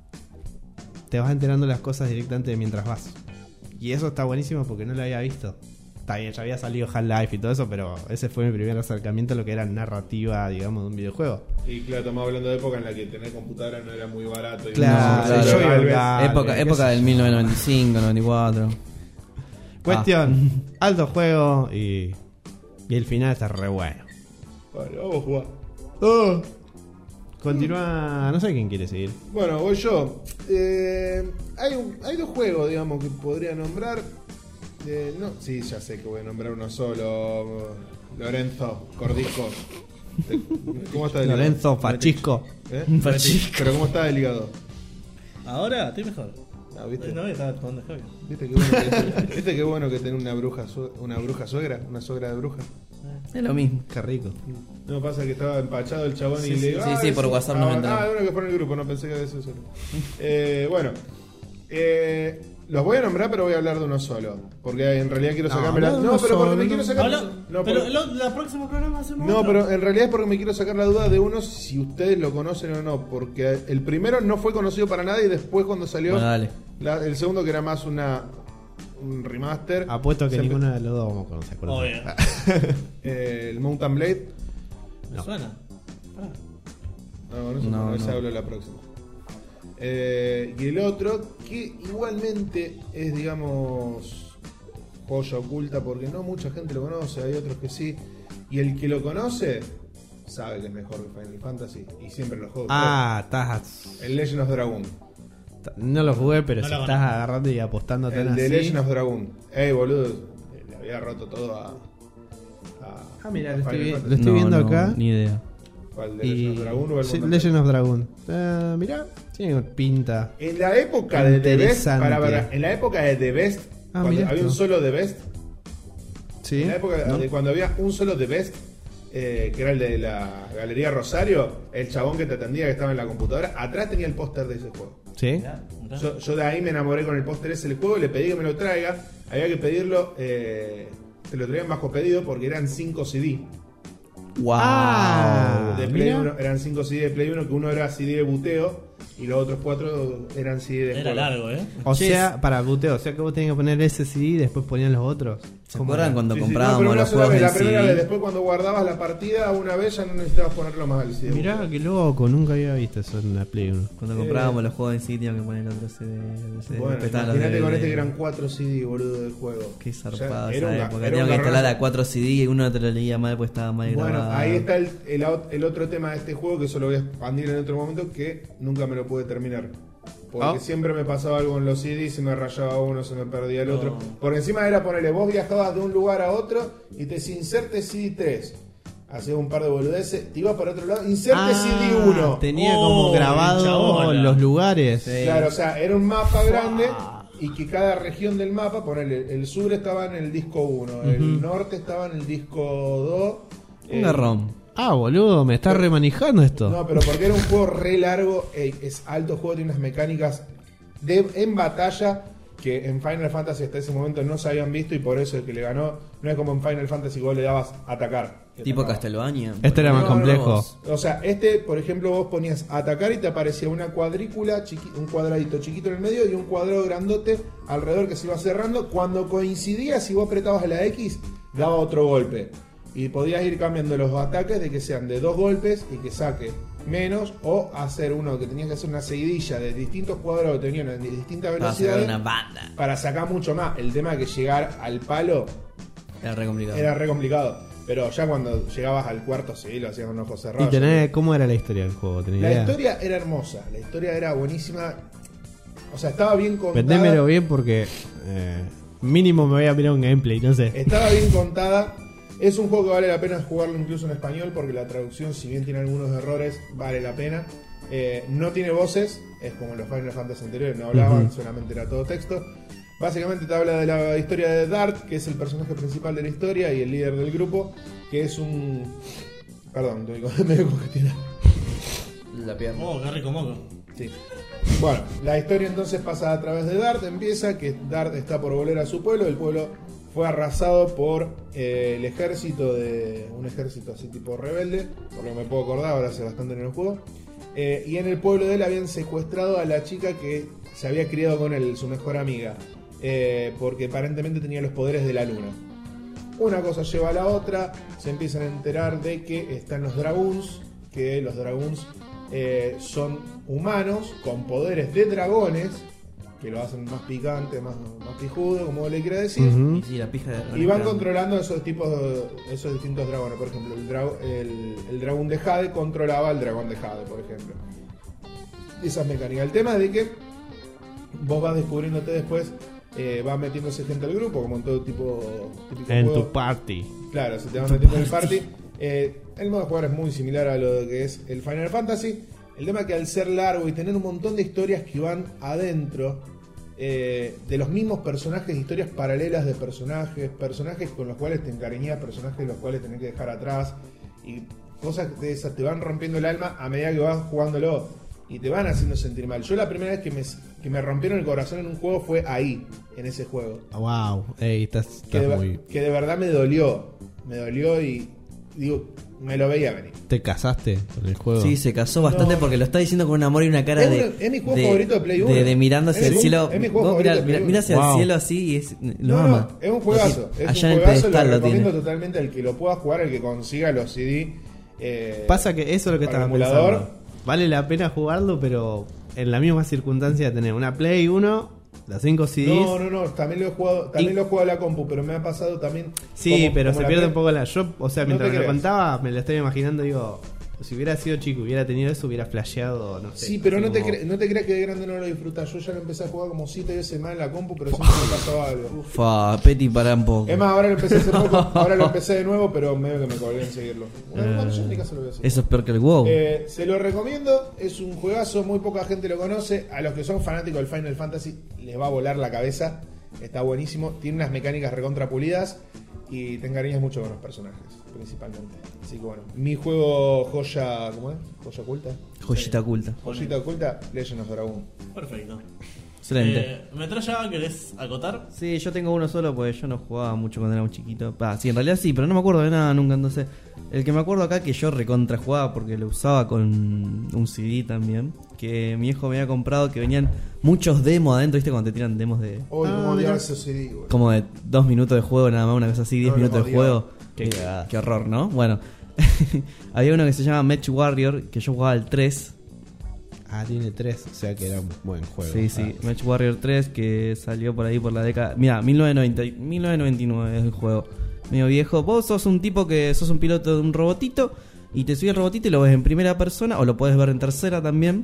Speaker 3: Te vas enterando las cosas directamente mientras vas. Y eso está buenísimo porque no lo había visto. Está bien, ya había salido Half-Life y todo eso, pero ese fue mi primer acercamiento a lo que era narrativa, digamos, de un videojuego.
Speaker 1: Y claro, estamos hablando de época en la que tener computadora no era muy barato. Y
Speaker 3: Claro,
Speaker 1: no,
Speaker 2: yo
Speaker 3: iba
Speaker 1: tal vez-
Speaker 3: a- Dale,
Speaker 2: época
Speaker 3: qué
Speaker 2: época
Speaker 3: sé
Speaker 2: del
Speaker 3: yo.
Speaker 2: mil novecientos noventa y cinco, noventa y cuatro.
Speaker 3: Cuestión, alto juego y, y el final está re bueno.
Speaker 1: Vale, vamos a jugar.
Speaker 3: Oh. Continúa, no sé quién quiere seguir.
Speaker 1: Bueno, voy yo. Eh, hay, un- hay dos juegos, digamos, que podría nombrar. Eh, no, sí, ya sé que voy a nombrar uno solo. Lorenzo Cordisco. Te- ¿Cómo está el hígado?
Speaker 3: Lorenzo Fachisco.
Speaker 1: ¿Eh?
Speaker 2: Fachisco.
Speaker 1: Pero ¿cómo está el hígado?
Speaker 4: ahora estoy mejor.
Speaker 1: Ah, ¿viste?
Speaker 4: No, estaba jugando Javi.
Speaker 1: ¿Viste qué bueno que, ¿viste qué bueno que tener una bruja, sue- una bruja suegra? Una suegra de bruja.
Speaker 2: Es lo mismo.
Speaker 3: Qué rico.
Speaker 1: No pasa que estaba empachado el chabón y
Speaker 2: Sí,
Speaker 1: le
Speaker 2: sí,
Speaker 1: digo.
Speaker 2: sí,
Speaker 1: "Ah,
Speaker 2: sí, por
Speaker 1: eso".
Speaker 2: WhatsApp
Speaker 1: ah,
Speaker 2: no me enteré.
Speaker 1: Ah, uno que fue en el grupo, no pensé que era eso solo. eh, bueno, eh, Los voy a nombrar, pero voy a hablar de uno solo. Porque en realidad quiero
Speaker 3: No,
Speaker 1: sacarme la.
Speaker 3: no,
Speaker 1: No,
Speaker 3: no
Speaker 1: pero porque
Speaker 3: solo,
Speaker 1: me
Speaker 3: no.
Speaker 1: quiero sacar.
Speaker 4: Habla-
Speaker 1: No,
Speaker 4: pero
Speaker 1: por-
Speaker 4: el, la próxima programa hacemos
Speaker 1: No,
Speaker 4: otro.
Speaker 1: pero en realidad es porque me quiero sacar la duda de uno si ustedes lo conocen o no. Porque el primero no fue conocido para nadie y después cuando salió
Speaker 2: Bueno, dale.
Speaker 1: la- el segundo que era más una un remaster.
Speaker 3: Apuesto que
Speaker 1: se empe-
Speaker 3: ninguno de los dos vamos a conocer. por
Speaker 4: Obvio.
Speaker 3: eso.
Speaker 1: eh, el Mountain Blade.
Speaker 4: ¿Me
Speaker 3: No.
Speaker 4: suena? Pará.
Speaker 1: No, no, eso
Speaker 2: No,
Speaker 1: no, ese
Speaker 2: no.
Speaker 1: hablo la próxima. Eh, y el otro, que igualmente es, digamos, joya oculta, porque no mucha gente lo conoce, hay otros que sí. Y el que lo conoce, sabe que es mejor que Final Fantasy, y siempre lo juega.
Speaker 3: Ah, estás.
Speaker 1: El Legend of Dragon.
Speaker 3: No lo jugué, pero
Speaker 4: No
Speaker 3: si
Speaker 4: lo
Speaker 3: estás
Speaker 4: conozco.
Speaker 3: agarrando y apostando tan
Speaker 1: El de
Speaker 3: así.
Speaker 1: Legend of Dragon. Ey, boludo, le había roto todo a. a
Speaker 3: Ah, mira,
Speaker 1: a
Speaker 3: lo estoy,
Speaker 1: Final
Speaker 3: vi-
Speaker 1: Fantasy.
Speaker 3: lo estoy
Speaker 2: No,
Speaker 3: viendo
Speaker 2: no,
Speaker 3: acá.
Speaker 2: Ni idea.
Speaker 1: ¿Cuál, de
Speaker 3: Y...
Speaker 1: Legend of Dragon o el
Speaker 3: Sí,
Speaker 1: Mountain
Speaker 3: Legend of Dragon. Eh, mirá, tiene pinta.
Speaker 1: En la época de The Best,
Speaker 3: Interesante.
Speaker 1: para, para, en la época de The Best,
Speaker 3: Ah,
Speaker 1: cuando
Speaker 3: mirá
Speaker 1: había un
Speaker 3: esto.
Speaker 1: solo The Best,
Speaker 3: Sí.
Speaker 1: en la época
Speaker 3: ¿No?
Speaker 1: de cuando había un solo The Best, eh, que era el de la Galería Rosario, el chabón que te atendía que estaba en la computadora, atrás tenía el póster de ese juego.
Speaker 3: Sí.
Speaker 4: Mirá, mirá.
Speaker 1: Yo, yo de ahí me enamoré con el póster ese del juego, le pedí que me lo traiga, había que pedirlo, eh, te lo traían bajo pedido porque eran cinco C D.
Speaker 2: Wow.
Speaker 3: Ah,
Speaker 1: De Play
Speaker 3: mirá.
Speaker 1: uno, eran cinco C D de Play uno, que uno era C D de buteo y los otros cuatro eran C D de
Speaker 4: Era
Speaker 1: juego.
Speaker 4: largo, ¿eh?
Speaker 3: O
Speaker 2: Che,
Speaker 3: sea, para buteo, o sea que vos tenías que poner ese C D y después ponían los otros.
Speaker 2: ¿Se
Speaker 3: ¿Cómo
Speaker 2: acuerdan
Speaker 3: era?
Speaker 2: cuando
Speaker 1: Sí, sí, no,
Speaker 2: comprábamos
Speaker 1: pero una
Speaker 2: los
Speaker 1: sola
Speaker 2: juegos
Speaker 1: vez,
Speaker 2: en
Speaker 1: la primera
Speaker 2: C D?
Speaker 1: vez, después cuando guardabas la partida una vez ya no necesitabas ponerlo más al C D.
Speaker 3: Mirá, qué loco, nunca había visto eso en la Play uno.
Speaker 2: Cuando
Speaker 1: Eh,
Speaker 2: comprábamos los juegos en C D teníamos que poner el otro C D. el C D,
Speaker 1: Bueno,
Speaker 2: después estaban los
Speaker 1: imagínate
Speaker 2: D V D.
Speaker 1: con este que eran cuatro C D, boludo, del juego.
Speaker 2: Qué
Speaker 1: O sea,
Speaker 2: zarpado
Speaker 1: era
Speaker 2: esa
Speaker 1: un ga-
Speaker 2: época.
Speaker 1: era
Speaker 2: Teníamos
Speaker 1: un
Speaker 2: que instalar
Speaker 1: garronazo.
Speaker 2: a cuatro C D y uno te lo leía mal pues estaba mal
Speaker 1: Bueno,
Speaker 2: grabado.
Speaker 1: ahí está el, el, au- el otro tema de este juego, que eso lo voy a expandir en otro momento, que nunca me lo pude terminar. Porque
Speaker 3: Ah.
Speaker 1: siempre me pasaba algo en los C D, se me rayaba uno, se me perdía el
Speaker 4: No.
Speaker 1: otro. Por encima era ponerle, vos viajabas de un lugar a otro y te decía inserte C D tres. Hacías un par de boludeces, te ibas para otro lado, inserte C D uno.
Speaker 3: Ah, tenía
Speaker 4: Oh,
Speaker 3: como grabado
Speaker 4: chabola.
Speaker 3: los lugares.
Speaker 2: Sí.
Speaker 1: Claro, o sea, era un mapa grande y que cada región del mapa, ponele, el sur estaba en el disco uno, el norte estaba en el disco dos.
Speaker 2: Un
Speaker 1: eh,
Speaker 2: garrón.
Speaker 3: Ah, boludo, me está remanejando esto.
Speaker 1: No, pero porque era un juego re largo, eh, es alto juego, tiene unas mecánicas de, en batalla que en Final Fantasy hasta ese momento no se habían visto y por eso el que le ganó no es como en Final Fantasy que vos le dabas atacar. que
Speaker 2: Tipo
Speaker 1: atacaba.
Speaker 2: Castlevania.
Speaker 3: Este era más
Speaker 1: No, no,
Speaker 3: complejo.
Speaker 1: O sea, este, por ejemplo, vos ponías atacar y te aparecía una cuadrícula, chiqui- un cuadradito chiquito en el medio y un cuadrado grandote alrededor que se iba cerrando. Cuando coincidía, si vos apretabas la X, daba otro golpe. Y podías ir cambiando los ataques de que sean de dos golpes y que saque menos, o hacer uno que tenías que hacer una seguidilla de distintos cuadrados que tenían en distintas
Speaker 2: Para sacar
Speaker 1: velocidades
Speaker 2: una banda.
Speaker 1: para sacar mucho más. El tema de que llegar al palo
Speaker 2: Era re complicado.
Speaker 1: era re complicado. Pero ya cuando llegabas al cuarto, sí, lo hacías con ojos cerrados.
Speaker 3: ¿Y tenés, cómo era la historia del juego? ¿Tenés
Speaker 1: La
Speaker 3: idea?
Speaker 1: historia era hermosa, la historia era buenísima. O sea, estaba bien contada.
Speaker 3: Vendémelo bien porque eh, mínimo me voy a mirar un gameplay, no sé.
Speaker 1: Estaba bien contada. Es un juego que vale la pena jugarlo incluso en español porque la traducción, si bien tiene algunos errores, vale la pena. Eh, no tiene voces, es como los Final Fantasy anteriores, no hablaban,
Speaker 3: Ujú.
Speaker 1: solamente era todo texto. Básicamente te habla de la historia de Dart, que es el personaje principal de la historia y el líder del grupo, que es un... Perdón, estoy medio congestionado.
Speaker 2: La pierna.
Speaker 4: Oh, qué rico moco.
Speaker 1: Sí. Bueno, la historia entonces pasa a través de Dart, empieza que Dart está por volver a su pueblo, el pueblo fue arrasado por eh, el ejército de un ejército así tipo rebelde, por lo que me puedo acordar, ahora hace bastante en el juego, eh, y en el pueblo de él habían secuestrado a la chica que se había criado con él, su mejor amiga, eh, porque aparentemente tenía los poderes de la luna. Una cosa lleva a la otra, se empiezan a enterar de que están los Dragoons, que los Dragoons eh, son humanos con poderes de dragones, que lo hacen más picante, más, más pijudo, como le quiera decir.
Speaker 3: Ujú.
Speaker 2: Y sí, la pija de
Speaker 1: Y van controlando esos tipos de, esos distintos dragones. Por ejemplo, el, dra- el, el dragón de Jade controlaba al dragón de Jade, por ejemplo. Esas mecánicas. El tema es de que vos vas descubriéndote después, eh, va metiéndose gente al grupo, como en todo tipo típico
Speaker 3: En
Speaker 1: juego.
Speaker 3: tu party.
Speaker 1: Claro, se te van metiendo en el party. Eh, el modo de jugar es muy similar a lo que es el Final Fantasy. El tema es que al ser largo y tener un montón de historias que van adentro eh, de los mismos personajes, historias paralelas de personajes, personajes con los cuales te encariñas, personajes los cuales tenés que dejar atrás y cosas de esas te van rompiendo el alma a medida que vas jugándolo. y te van haciendo sentir mal. Yo la primera vez que me, que me rompieron el corazón en un juego fue ahí, en ese juego.
Speaker 3: Wow, ey, estás,
Speaker 1: Que
Speaker 3: estás
Speaker 1: de,
Speaker 3: muy...
Speaker 1: que de verdad me dolió. Me dolió y digo, me lo veía venir.
Speaker 3: ¿Te casaste con el juego?
Speaker 2: Sí, se casó bastante
Speaker 1: No.
Speaker 2: porque lo está diciendo con un amor y una cara
Speaker 1: Es
Speaker 2: de.
Speaker 1: uno- es mi juego
Speaker 2: de,
Speaker 1: favorito de Play uno.
Speaker 2: De, de mirando hacia
Speaker 1: Es
Speaker 2: el
Speaker 1: un-
Speaker 2: cielo.
Speaker 1: es mi juego
Speaker 2: Vos mirá,
Speaker 1: favorito de
Speaker 2: mirá-
Speaker 1: Play
Speaker 2: mirá hacia
Speaker 3: uno.
Speaker 2: el
Speaker 3: Wow.
Speaker 2: cielo así. Es, lo
Speaker 1: No,
Speaker 2: ama.
Speaker 1: no, es un juegazo. Es
Speaker 2: Allá
Speaker 1: un
Speaker 2: en el
Speaker 1: juegazo, lo
Speaker 2: pedestal lo
Speaker 1: recomiendo
Speaker 2: tiene.
Speaker 1: totalmente al que lo pueda jugar, al que consiga los C D. Eh,
Speaker 3: Pasa que eso es lo que
Speaker 1: para
Speaker 3: estaba
Speaker 1: el emulador.
Speaker 3: pensando. Vale la pena jugarlo, pero en la misma circunstancia de tener una Play uno, las cinco C Ds.
Speaker 1: No, no, no, también lo he jugado, también
Speaker 3: Y-
Speaker 1: lo he jugado a la compu, pero me ha pasado también.
Speaker 3: Sí,
Speaker 1: como-
Speaker 3: pero
Speaker 1: como
Speaker 3: se
Speaker 1: la
Speaker 3: pierde
Speaker 1: Play-
Speaker 3: un poco la... Yo, o sea,
Speaker 1: No
Speaker 3: mientras
Speaker 1: te
Speaker 3: me lo
Speaker 1: creas.
Speaker 3: contaba, me lo estoy imaginando, digo... Si hubiera sido chico, hubiera tenido eso, hubiera flasheado, no sé.
Speaker 1: Sí, pero
Speaker 3: así
Speaker 1: no te,
Speaker 3: como-
Speaker 1: cre- no te creas que de grande no lo disfrutas. Yo ya lo empecé a jugar como siete veces más en la compu, pero siempre me pasaba algo.
Speaker 2: Fa, Petty, para un poco.
Speaker 1: Es más, ahora lo empecé hace poco, ahora lo empecé de nuevo, pero medio que me colgué en seguirlo. Bueno, bueno, yo en mi caso lo voy a hacer.
Speaker 2: Eso es peor que el WoW.
Speaker 1: Eh, se lo recomiendo, es un juegazo, muy poca gente lo conoce. A los que son fanáticos del Final Fantasy les va a volar la cabeza. Está buenísimo, tiene unas mecánicas recontra pulidas y te encariñas mucho con los personajes, principalmente. Así que bueno, mi juego joya, ¿cómo es? Joya oculta.
Speaker 2: Joyita oculta.
Speaker 1: Joyita oculta, Legend of Dragon.
Speaker 4: Perfecto.
Speaker 2: Excelente.
Speaker 4: Eh, ¿Metralla querés acotar?
Speaker 2: Sí, yo tengo uno solo porque yo no jugaba mucho cuando era un chiquito. Ah, sí, en realidad sí, pero no me acuerdo de nada nunca, entonces. El que me acuerdo acá que yo recontra jugaba porque lo usaba con un C D también. Que mi hijo me había comprado que venían muchos demos adentro, ¿viste? Cuando te tiran demos de.
Speaker 1: Hoy,
Speaker 3: Ah,
Speaker 1: como
Speaker 3: mirá.
Speaker 1: odiaba ese C D, güey.
Speaker 2: Como de dos minutos de juego nada más, una cosa así, diez
Speaker 1: No,
Speaker 2: minutos
Speaker 1: lo
Speaker 2: de
Speaker 1: odiaba.
Speaker 2: juego.
Speaker 3: Qué
Speaker 2: Eh,
Speaker 3: cagada.
Speaker 2: qué horror, ¿no? Bueno, había uno que se llama Match Warrior, que yo jugaba al tres.
Speaker 3: Ah, tiene tres, o sea que era un buen juego.
Speaker 2: Sí, sí,
Speaker 3: Ah.
Speaker 2: Match Warrior tres que salió por ahí por la década. Mira, mil novecientos noventa, mil novecientos noventa y nueve es el juego. Medio viejo. Vos sos un tipo que sos un piloto de un robotito y te subes el robotito y lo ves en primera persona o lo podés ver en tercera también.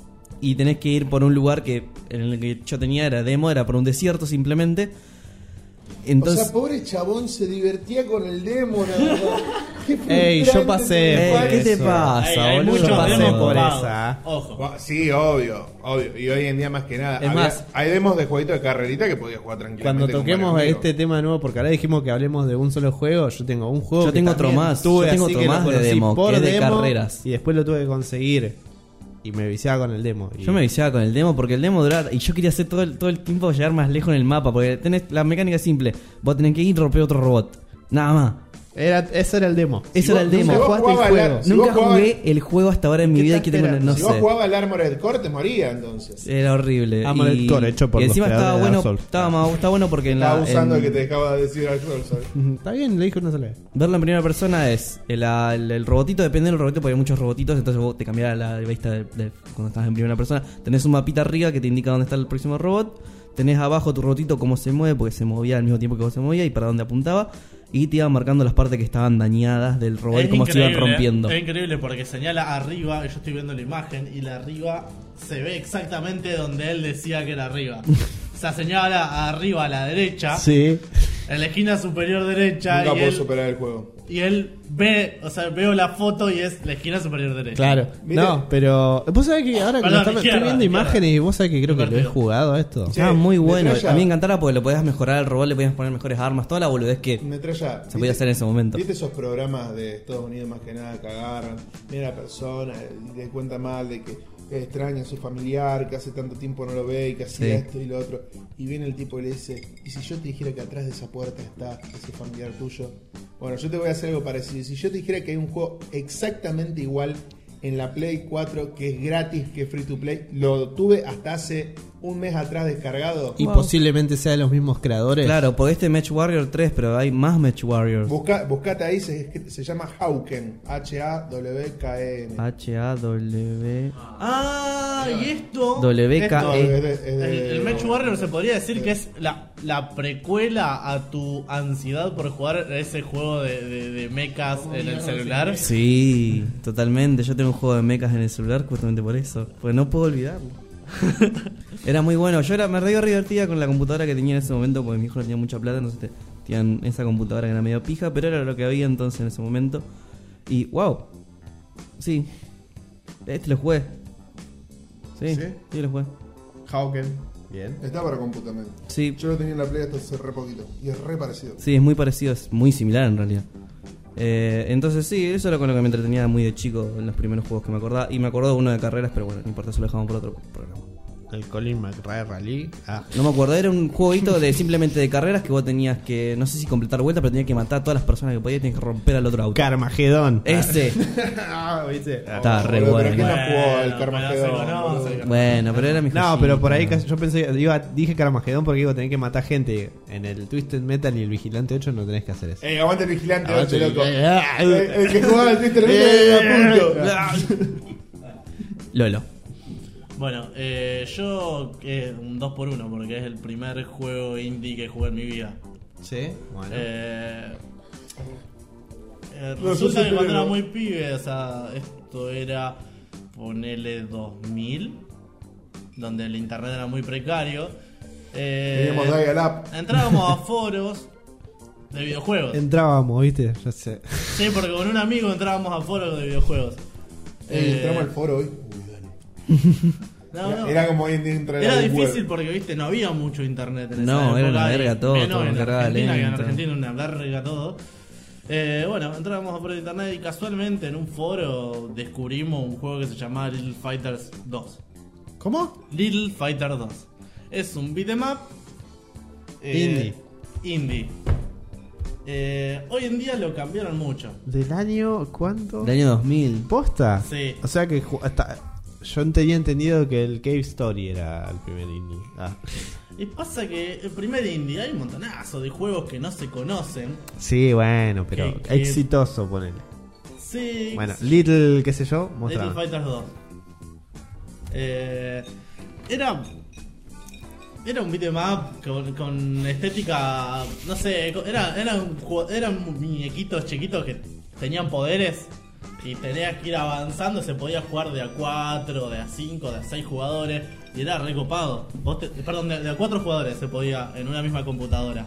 Speaker 2: Y tenés que ir por un lugar que en el que yo tenía era demo, era por un desierto simplemente. Entonces,
Speaker 1: o sea, pobre chabón se divertía con el demo, la verdad. Qué
Speaker 3: Ey, yo
Speaker 1: frustrante
Speaker 3: pasé
Speaker 1: esa
Speaker 2: Ey,
Speaker 3: por
Speaker 2: ¿qué te
Speaker 3: eso.
Speaker 2: pasa,
Speaker 4: Hay- hay
Speaker 2: boludo?
Speaker 4: muchos
Speaker 3: Yo pasé
Speaker 4: demos
Speaker 3: por
Speaker 4: copados.
Speaker 3: esa.
Speaker 4: Ojo.
Speaker 1: Bueno, sí, obvio, obvio. Y hoy en día más que nada.
Speaker 2: Es
Speaker 1: había-
Speaker 2: más-
Speaker 1: hay demos de jueguito de carrerita que podías jugar tranquilamente.
Speaker 3: Cuando
Speaker 1: con
Speaker 3: toquemos
Speaker 1: varios amigos.
Speaker 3: este tema nuevo, porque ahora dijimos que hablemos de un solo juego, yo tengo un juego
Speaker 2: Yo
Speaker 3: que
Speaker 2: tengo otro
Speaker 3: también
Speaker 2: más,
Speaker 3: tuve
Speaker 2: yo tengo
Speaker 3: así
Speaker 2: otro
Speaker 3: que lo
Speaker 2: más de
Speaker 3: conocí
Speaker 2: demo,
Speaker 3: por
Speaker 2: que es de
Speaker 3: demo,
Speaker 2: carreras.
Speaker 3: y después lo tuve que conseguir y me viciaba con el demo. Y
Speaker 2: yo me viciaba con el demo porque el demo duraba y yo quería hacer todo el, todo el tiempo llegar más lejos en el mapa porque tenés la mecánica simple, vos tenés que ir y romper otro robot. Nada más.
Speaker 3: Era, eso era el demo.
Speaker 2: Eso
Speaker 1: vos-
Speaker 2: era el
Speaker 1: si
Speaker 2: demo.
Speaker 1: vos
Speaker 3: Jugaste el
Speaker 1: jugabas
Speaker 3: juego.
Speaker 1: la- si
Speaker 2: Nunca
Speaker 1: vos jugabas-
Speaker 2: jugué el juego hasta ahora en mi
Speaker 3: ¿Qué
Speaker 2: vida
Speaker 3: estás
Speaker 2: que tengo
Speaker 3: esperando?
Speaker 2: no
Speaker 1: Si
Speaker 2: sé.
Speaker 1: vos jugabas el Armored Core, te moría entonces.
Speaker 2: Era horrible.
Speaker 3: Armored
Speaker 2: y,
Speaker 3: Core hecho por
Speaker 2: y
Speaker 3: los
Speaker 2: encima estaba
Speaker 3: creadores de
Speaker 2: bueno,
Speaker 3: Dark Souls.
Speaker 2: estaba, más- estaba bueno porque en
Speaker 1: Estaba
Speaker 2: la
Speaker 1: usando
Speaker 2: en-
Speaker 1: el que te acaba de decir Dark Souls. ¿sabes?
Speaker 3: Ujú, Está bien, le dije una sola vez.
Speaker 2: verlo en primera persona es el, el- el robotito, depende del robotito porque hay muchos robotitos, entonces vos te cambiás la vista de- de- cuando estás en primera persona. Tenés un mapita arriba que te indica dónde está el próximo robot. Tenés abajo tu robotito cómo se mueve, porque se movía al mismo tiempo que vos se movía y para dónde apuntaba. Y te iban marcando las partes que estaban dañadas del robot y cómo se iban rompiendo.
Speaker 4: Es increíble porque señala arriba, y yo estoy viendo la imagen, y la arriba se ve exactamente donde él decía que era arriba. O sea, señala arriba a la derecha,
Speaker 3: Sí.
Speaker 4: en la esquina superior derecha,
Speaker 1: Nunca
Speaker 4: y
Speaker 1: puedo
Speaker 4: él,
Speaker 1: superar el juego.
Speaker 4: y él ve, o sea, veo la foto y es la esquina superior derecha.
Speaker 3: Claro.
Speaker 1: Mire-
Speaker 3: No, pero. Vos sabés que ahora que
Speaker 4: Perdón,
Speaker 3: lo estamos-
Speaker 4: izquierda,
Speaker 3: estoy viendo
Speaker 4: izquierda.
Speaker 3: imágenes y vos sabés que creo que lo he
Speaker 4: Invertido.
Speaker 3: jugado a esto.
Speaker 1: Sí.
Speaker 2: Estaba muy bueno.
Speaker 1: Metralla.
Speaker 2: A mí me encantaba porque le podías mejorar al robot, le podías poner mejores armas, toda la boludez que
Speaker 1: Metralla.
Speaker 2: se podía hacer en ese momento.
Speaker 1: ¿Viste esos programas de Estados Unidos más que nada que agarran? Mira a la persona y le cuenta mal de que extraña a su familiar, que hace tanto tiempo no lo ve y que hacía
Speaker 2: Sí.
Speaker 1: esto y lo otro. Y viene el tipo y le dice, ¿y si yo te dijera que atrás de esa puerta está ese familiar tuyo? Bueno, yo te voy a hacer algo parecido. Si yo te dijera que hay un juego exactamente igual en la Play cuatro, que es gratis, que es free to play, lo tuve hasta hace un mes atrás descargado.
Speaker 3: Y
Speaker 2: Wow.
Speaker 3: posiblemente sea de los mismos creadores.
Speaker 2: Claro, porque este Match Warrior tres, pero hay más Match Warriors.
Speaker 1: Busca, buscate ahí, se, se llama Hawken, H A W K E N.
Speaker 2: H A W
Speaker 4: Ah, y esto.
Speaker 2: W K
Speaker 1: No,
Speaker 2: E.
Speaker 1: es de- es
Speaker 4: El,
Speaker 1: de-
Speaker 4: el Match Warrior se podría decir que es la, la precuela a tu ansiedad por jugar ese juego de, de, de mechas en el celular.
Speaker 2: Sí, totalmente. Yo tengo un juego de mechas en el celular justamente por eso. Pues no puedo olvidarlo. Era muy bueno. Yo era, me re divertía con la computadora que tenía en ese momento porque mi hijo no tenía mucha plata, entonces te- tenían esa computadora que era medio pija, pero era lo que había entonces en ese momento. Y wow. Sí. Este lo jugué. Sí,
Speaker 1: ¿Sí?
Speaker 2: sí, lo jugué.
Speaker 3: Hawken. Bien.
Speaker 1: Está para compu también.
Speaker 2: Sí,
Speaker 1: Yo lo tenía en la Play hasta hace re poquito. Y es re parecido.
Speaker 2: sí, es muy parecido, es muy similar en realidad. Eh, entonces sí, eso era con lo que me entretenía muy de chico en los primeros juegos que me acordaba. Y me acordaba uno de carreras, pero bueno, no importa, eso lo dejamos por otro programa.
Speaker 3: El Colin McRae Rally. Ah.
Speaker 2: No me acuerdo, era un jueguito de simplemente de carreras que vos tenías que, no sé si completar vueltas, pero tenías que matar a todas las personas que podías y tenías que romper al otro auto.
Speaker 3: Carmagedón.
Speaker 2: Ese.
Speaker 3: Ah, ¿viste?
Speaker 2: Está re
Speaker 1: Boludo,
Speaker 2: bueno.
Speaker 1: pero ¿quién no jugó el
Speaker 4: Bueno,
Speaker 1: Carmageddon?
Speaker 4: pero se conoce,
Speaker 1: boludo?
Speaker 2: Bueno, pero era mi
Speaker 3: No,
Speaker 2: joyita.
Speaker 3: pero por ahí casi- yo pensé, iba, dije Carmagedón porque iba a tener que matar gente. En el Twisted Metal y el Vigilante ocho no tenés que hacer eso.
Speaker 1: Eh, aguante el vigilante
Speaker 3: Aguante
Speaker 1: ocho,
Speaker 3: el-
Speaker 1: loco.
Speaker 3: eh,
Speaker 1: El, el que jugaba al Twister era punto.
Speaker 2: Lolo.
Speaker 4: Bueno, eh, yo eh, un dos por uno porque es el primer juego indie que jugué en mi vida.
Speaker 3: Sí, bueno.
Speaker 4: Eh, eh,
Speaker 1: No,
Speaker 4: resulta
Speaker 1: sos
Speaker 4: que cuando
Speaker 1: superhéroe.
Speaker 4: era muy pibe, o sea, esto era, ponele dos mil, donde el internet era muy precario. Eh,
Speaker 1: Teníamos Dial-Up.
Speaker 4: entrábamos a foros de videojuegos.
Speaker 3: Entrábamos, ¿viste? Ya sé.
Speaker 4: Sí, porque con un amigo entrábamos a foros de videojuegos.
Speaker 1: Eh,
Speaker 4: Eh,
Speaker 1: entramos al foro hoy. Uy, dale.
Speaker 4: no, no.
Speaker 1: Era como hoy entrar
Speaker 4: Era
Speaker 1: al
Speaker 4: difícil
Speaker 1: web.
Speaker 4: porque, viste, no había mucho internet en esa
Speaker 2: No,
Speaker 4: época.
Speaker 2: era una
Speaker 4: y
Speaker 2: verga todo,
Speaker 4: menos
Speaker 2: todo
Speaker 4: en
Speaker 2: cargaba
Speaker 4: Argentina, que en
Speaker 2: lento.
Speaker 4: Argentina una verga todo. Eh, bueno, entrábamos a por internet y casualmente en un foro descubrimos un juego que se llamaba Little Fighters dos.
Speaker 3: ¿Cómo?
Speaker 4: Little Fighter dos. Es un beat'em up eh,
Speaker 3: Indie.
Speaker 4: Indie. Eh, hoy en día lo cambiaron mucho.
Speaker 3: ¿Del año cuánto?
Speaker 2: Del año dos mil.
Speaker 3: ¿Posta?
Speaker 4: Sí.
Speaker 3: O sea que ju- hasta yo tenía entendido que el Cave Story era el primer indie. Ah.
Speaker 4: Y pasa que el primer indie hay un montonazo de juegos que no se conocen.
Speaker 3: Sí, bueno, pero
Speaker 4: Que- que-
Speaker 3: exitoso, ponele.
Speaker 4: Sí.
Speaker 3: Bueno, Little, qué sé yo,
Speaker 4: Little
Speaker 3: mostraba.
Speaker 4: Fighters dos. Eh, era. Era un beat'em up con, con estética. No sé, era, eran, ju- eran muñequitos chiquitos que tenían poderes. Y tenías que ir avanzando. Se podía jugar de a cuatro, de a cinco, de a seis jugadores. Y era recopado. Vos te- perdón, de, de a cuatro jugadores se podía en una misma computadora.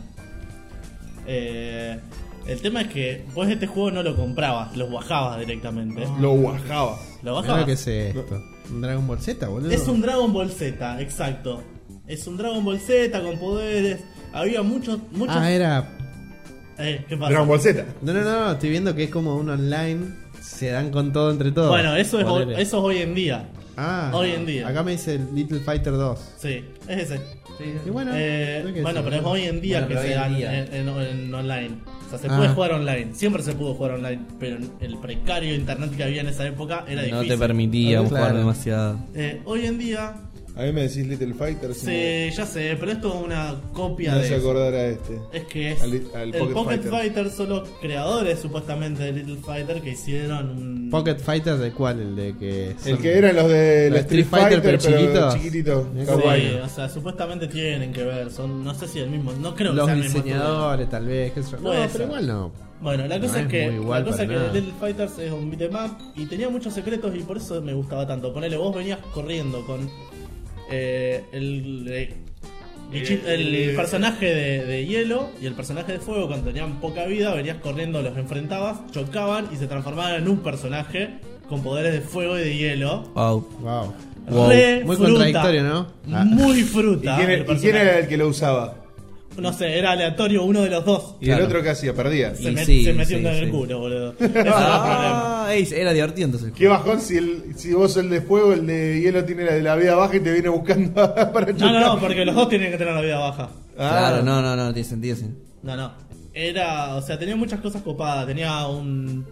Speaker 4: Eh, el tema es que vos este juego no lo comprabas, lo bajabas directamente.
Speaker 1: Lo guajaba.
Speaker 4: Lo
Speaker 3: Mirá
Speaker 4: bajabas.
Speaker 3: lo que es esto. ¿Un Dragon Ball Z, boludo?
Speaker 4: Es un Dragon Ball Z, exacto. Es un Dragon Ball Z con poderes. Había muchos, muchos.
Speaker 3: Ah, era.
Speaker 4: Eh, ¿qué pasa?
Speaker 1: Dragon Ball Z.
Speaker 3: No, no, no, estoy viendo que es como un online. Se dan con todo entre todos.
Speaker 4: Bueno, eso es, hoy,
Speaker 3: Ponele.
Speaker 4: eso es hoy en día.
Speaker 3: Ah,
Speaker 4: hoy en día.
Speaker 3: Acá me dice Little Fighter dos.
Speaker 4: Sí, es ese.
Speaker 3: Y bueno,
Speaker 4: Eh,
Speaker 3: no hay que
Speaker 4: bueno,
Speaker 3: decir,
Speaker 4: pero es
Speaker 3: ¿no?
Speaker 4: hoy en día
Speaker 2: Bueno,
Speaker 4: que
Speaker 2: pero
Speaker 4: se
Speaker 2: hoy en
Speaker 4: dan
Speaker 2: día.
Speaker 4: en, en- en online. O sea, se
Speaker 3: Ah.
Speaker 4: puede jugar online. Siempre se pudo jugar online. Pero el precario internet que había en esa época era
Speaker 2: No
Speaker 4: difícil.
Speaker 2: te permitía
Speaker 3: Ah,
Speaker 2: jugar
Speaker 3: claro.
Speaker 2: demasiado.
Speaker 4: Eh, hoy en día.
Speaker 1: A mí me decís Little Fighter. si
Speaker 4: Sí, ya sé, pero esto es una
Speaker 1: me,
Speaker 4: copia
Speaker 1: me
Speaker 4: de.
Speaker 1: hace
Speaker 4: eso.
Speaker 1: acordar a este.
Speaker 4: Es que es
Speaker 1: Al- al
Speaker 4: el
Speaker 1: Pocket
Speaker 4: Pocket,
Speaker 1: Fighter.
Speaker 4: Fighter. son los creadores supuestamente de Little Fighter que hicieron un
Speaker 3: Pocket Fighter, ¿de cuál? El de que.
Speaker 1: El
Speaker 3: son-
Speaker 1: que eran los de
Speaker 3: los
Speaker 1: la Street Fighter, pero,
Speaker 3: chiquitos.
Speaker 1: chiquititos.
Speaker 3: Sí,
Speaker 4: Sí,
Speaker 1: kawaii.
Speaker 4: o sea, supuestamente tienen que ver, son no sé si el mismo, no creo que
Speaker 3: Los
Speaker 4: sea el mismo estudio.
Speaker 3: diseñadores, tal vez. qué sé yo. No,
Speaker 4: Puede
Speaker 3: pero
Speaker 4: ser.
Speaker 3: igual no.
Speaker 4: Bueno, la cosa
Speaker 3: No
Speaker 4: es
Speaker 3: es
Speaker 4: que
Speaker 3: muy igual
Speaker 4: la cosa
Speaker 3: para
Speaker 4: es que
Speaker 3: nada.
Speaker 4: Little Fighters es un beat'em up y tenía muchos secretos y por eso me gustaba tanto. Ponele, vos venías corriendo con eh, el, eh, bichi- el personaje de, de hielo y el personaje de fuego cuando tenían poca vida, venías corriendo, los enfrentabas, chocaban y se transformaban en un personaje con poderes de fuego y de hielo.
Speaker 2: Wow.
Speaker 3: Wow.
Speaker 2: Wow.
Speaker 4: Re
Speaker 3: Muy
Speaker 4: fruta.
Speaker 3: contradictorio, ¿no? Ah.
Speaker 4: Muy
Speaker 1: ¿Y
Speaker 4: fruta.
Speaker 1: quién,
Speaker 4: el
Speaker 1: era- y quién
Speaker 4: personaje.
Speaker 1: era el que lo usaba?
Speaker 4: No sé, era aleatorio uno de los dos.
Speaker 1: ¿Y
Speaker 2: Claro.
Speaker 1: el otro qué hacía? Perdía.
Speaker 4: Se,
Speaker 2: Y
Speaker 4: met-
Speaker 2: sí,
Speaker 4: se metió
Speaker 2: sí,
Speaker 4: un dedo en
Speaker 2: sí.
Speaker 4: el culo, boludo. Ese era el problema.
Speaker 2: Ah, ey, era divertido entonces.
Speaker 1: Qué bajón si, el, si vos el de fuego, el de hielo tiene la de la vida baja y te viene buscando para
Speaker 4: No,
Speaker 1: chocar.
Speaker 4: no, no, porque los dos tienen que tener la vida baja.
Speaker 1: Ah.
Speaker 2: Claro, no, no, no, no tiene sentido. Sí.
Speaker 4: No, no. Era, o sea, tenía muchas cosas copadas. Tenía un.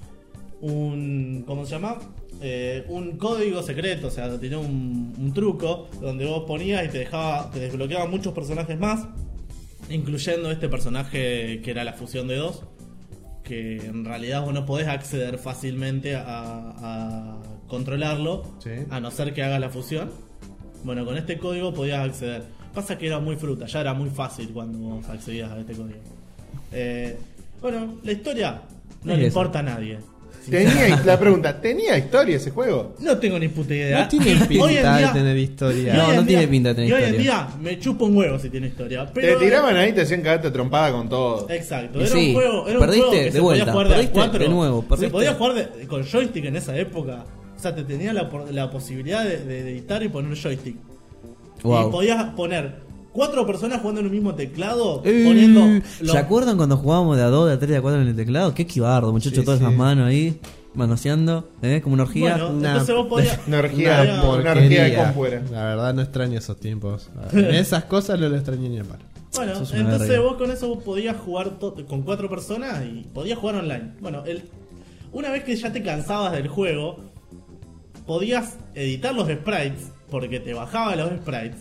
Speaker 4: Un. ¿Cómo se llama? Eh, un código secreto, o sea, tenía un, un truco donde vos ponías y te dejaba. Te desbloqueaba muchos personajes más, incluyendo este personaje que era la fusión de dos. Que en realidad vos no podés acceder fácilmente a, a controlarlo,
Speaker 3: Sí.
Speaker 4: a no ser que hagas la fusión. Bueno, con este código podías acceder. Pasa que era muy fruta, ya era muy fácil cuando vos accedías a este código. Eh, bueno, la historia no
Speaker 2: Es
Speaker 4: le
Speaker 2: eso.
Speaker 4: importa a nadie.
Speaker 1: Tenía, la pregunta, ¿tenía historia ese juego?
Speaker 4: No tengo ni puta idea.
Speaker 3: No tiene
Speaker 4: Hoy en
Speaker 3: pinta
Speaker 4: día-
Speaker 3: de tener
Speaker 4: y
Speaker 3: historia.
Speaker 2: No,
Speaker 4: hoy en
Speaker 2: no tiene
Speaker 4: día-
Speaker 2: pinta de tener
Speaker 4: y hoy en
Speaker 2: historia.
Speaker 4: día me chupo un huevo si tiene historia. Pero
Speaker 1: te tiraban ahí y te hacían cagarte trompada con todo.
Speaker 4: Exacto,
Speaker 2: Y
Speaker 4: era
Speaker 2: sí,
Speaker 4: un juego, era un
Speaker 2: perdiste
Speaker 4: juego que
Speaker 2: de
Speaker 4: se
Speaker 2: vuelta,
Speaker 4: podía jugar de a
Speaker 2: perdiste
Speaker 4: cuatro.
Speaker 2: de nuevo,
Speaker 4: Se
Speaker 2: perdiste.
Speaker 4: podía jugar de- con joystick en esa época. O sea, te tenía la, por- la posibilidad de, de editar y poner joystick. Y
Speaker 2: Wow.
Speaker 4: podías poner cuatro personas jugando en un mismo teclado,
Speaker 2: Eh,
Speaker 4: poniendo... los-
Speaker 2: ¿Se acuerdan cuando jugábamos de a dos, de a tres, de a cuatro en el teclado? Qué esquivardo, muchachos,
Speaker 3: Sí,
Speaker 2: todas
Speaker 3: sí.
Speaker 2: esas manos ahí, manoseando, ¿eh? Como una orgía.
Speaker 4: Bueno,
Speaker 3: Una-
Speaker 4: entonces vos podías...
Speaker 1: Una orgía,
Speaker 3: Una
Speaker 1: una orgía de
Speaker 3: porquería.
Speaker 1: compu era.
Speaker 3: La verdad no extraño esos tiempos. En esas cosas no lo extraño ni a palo.
Speaker 4: Bueno,
Speaker 2: Sos una
Speaker 4: entonces
Speaker 2: verga.
Speaker 4: vos con eso vos podías jugar to- con cuatro personas y podías jugar online. Bueno, el, una vez que ya te cansabas del juego, podías editar los sprites, porque te bajaba los sprites,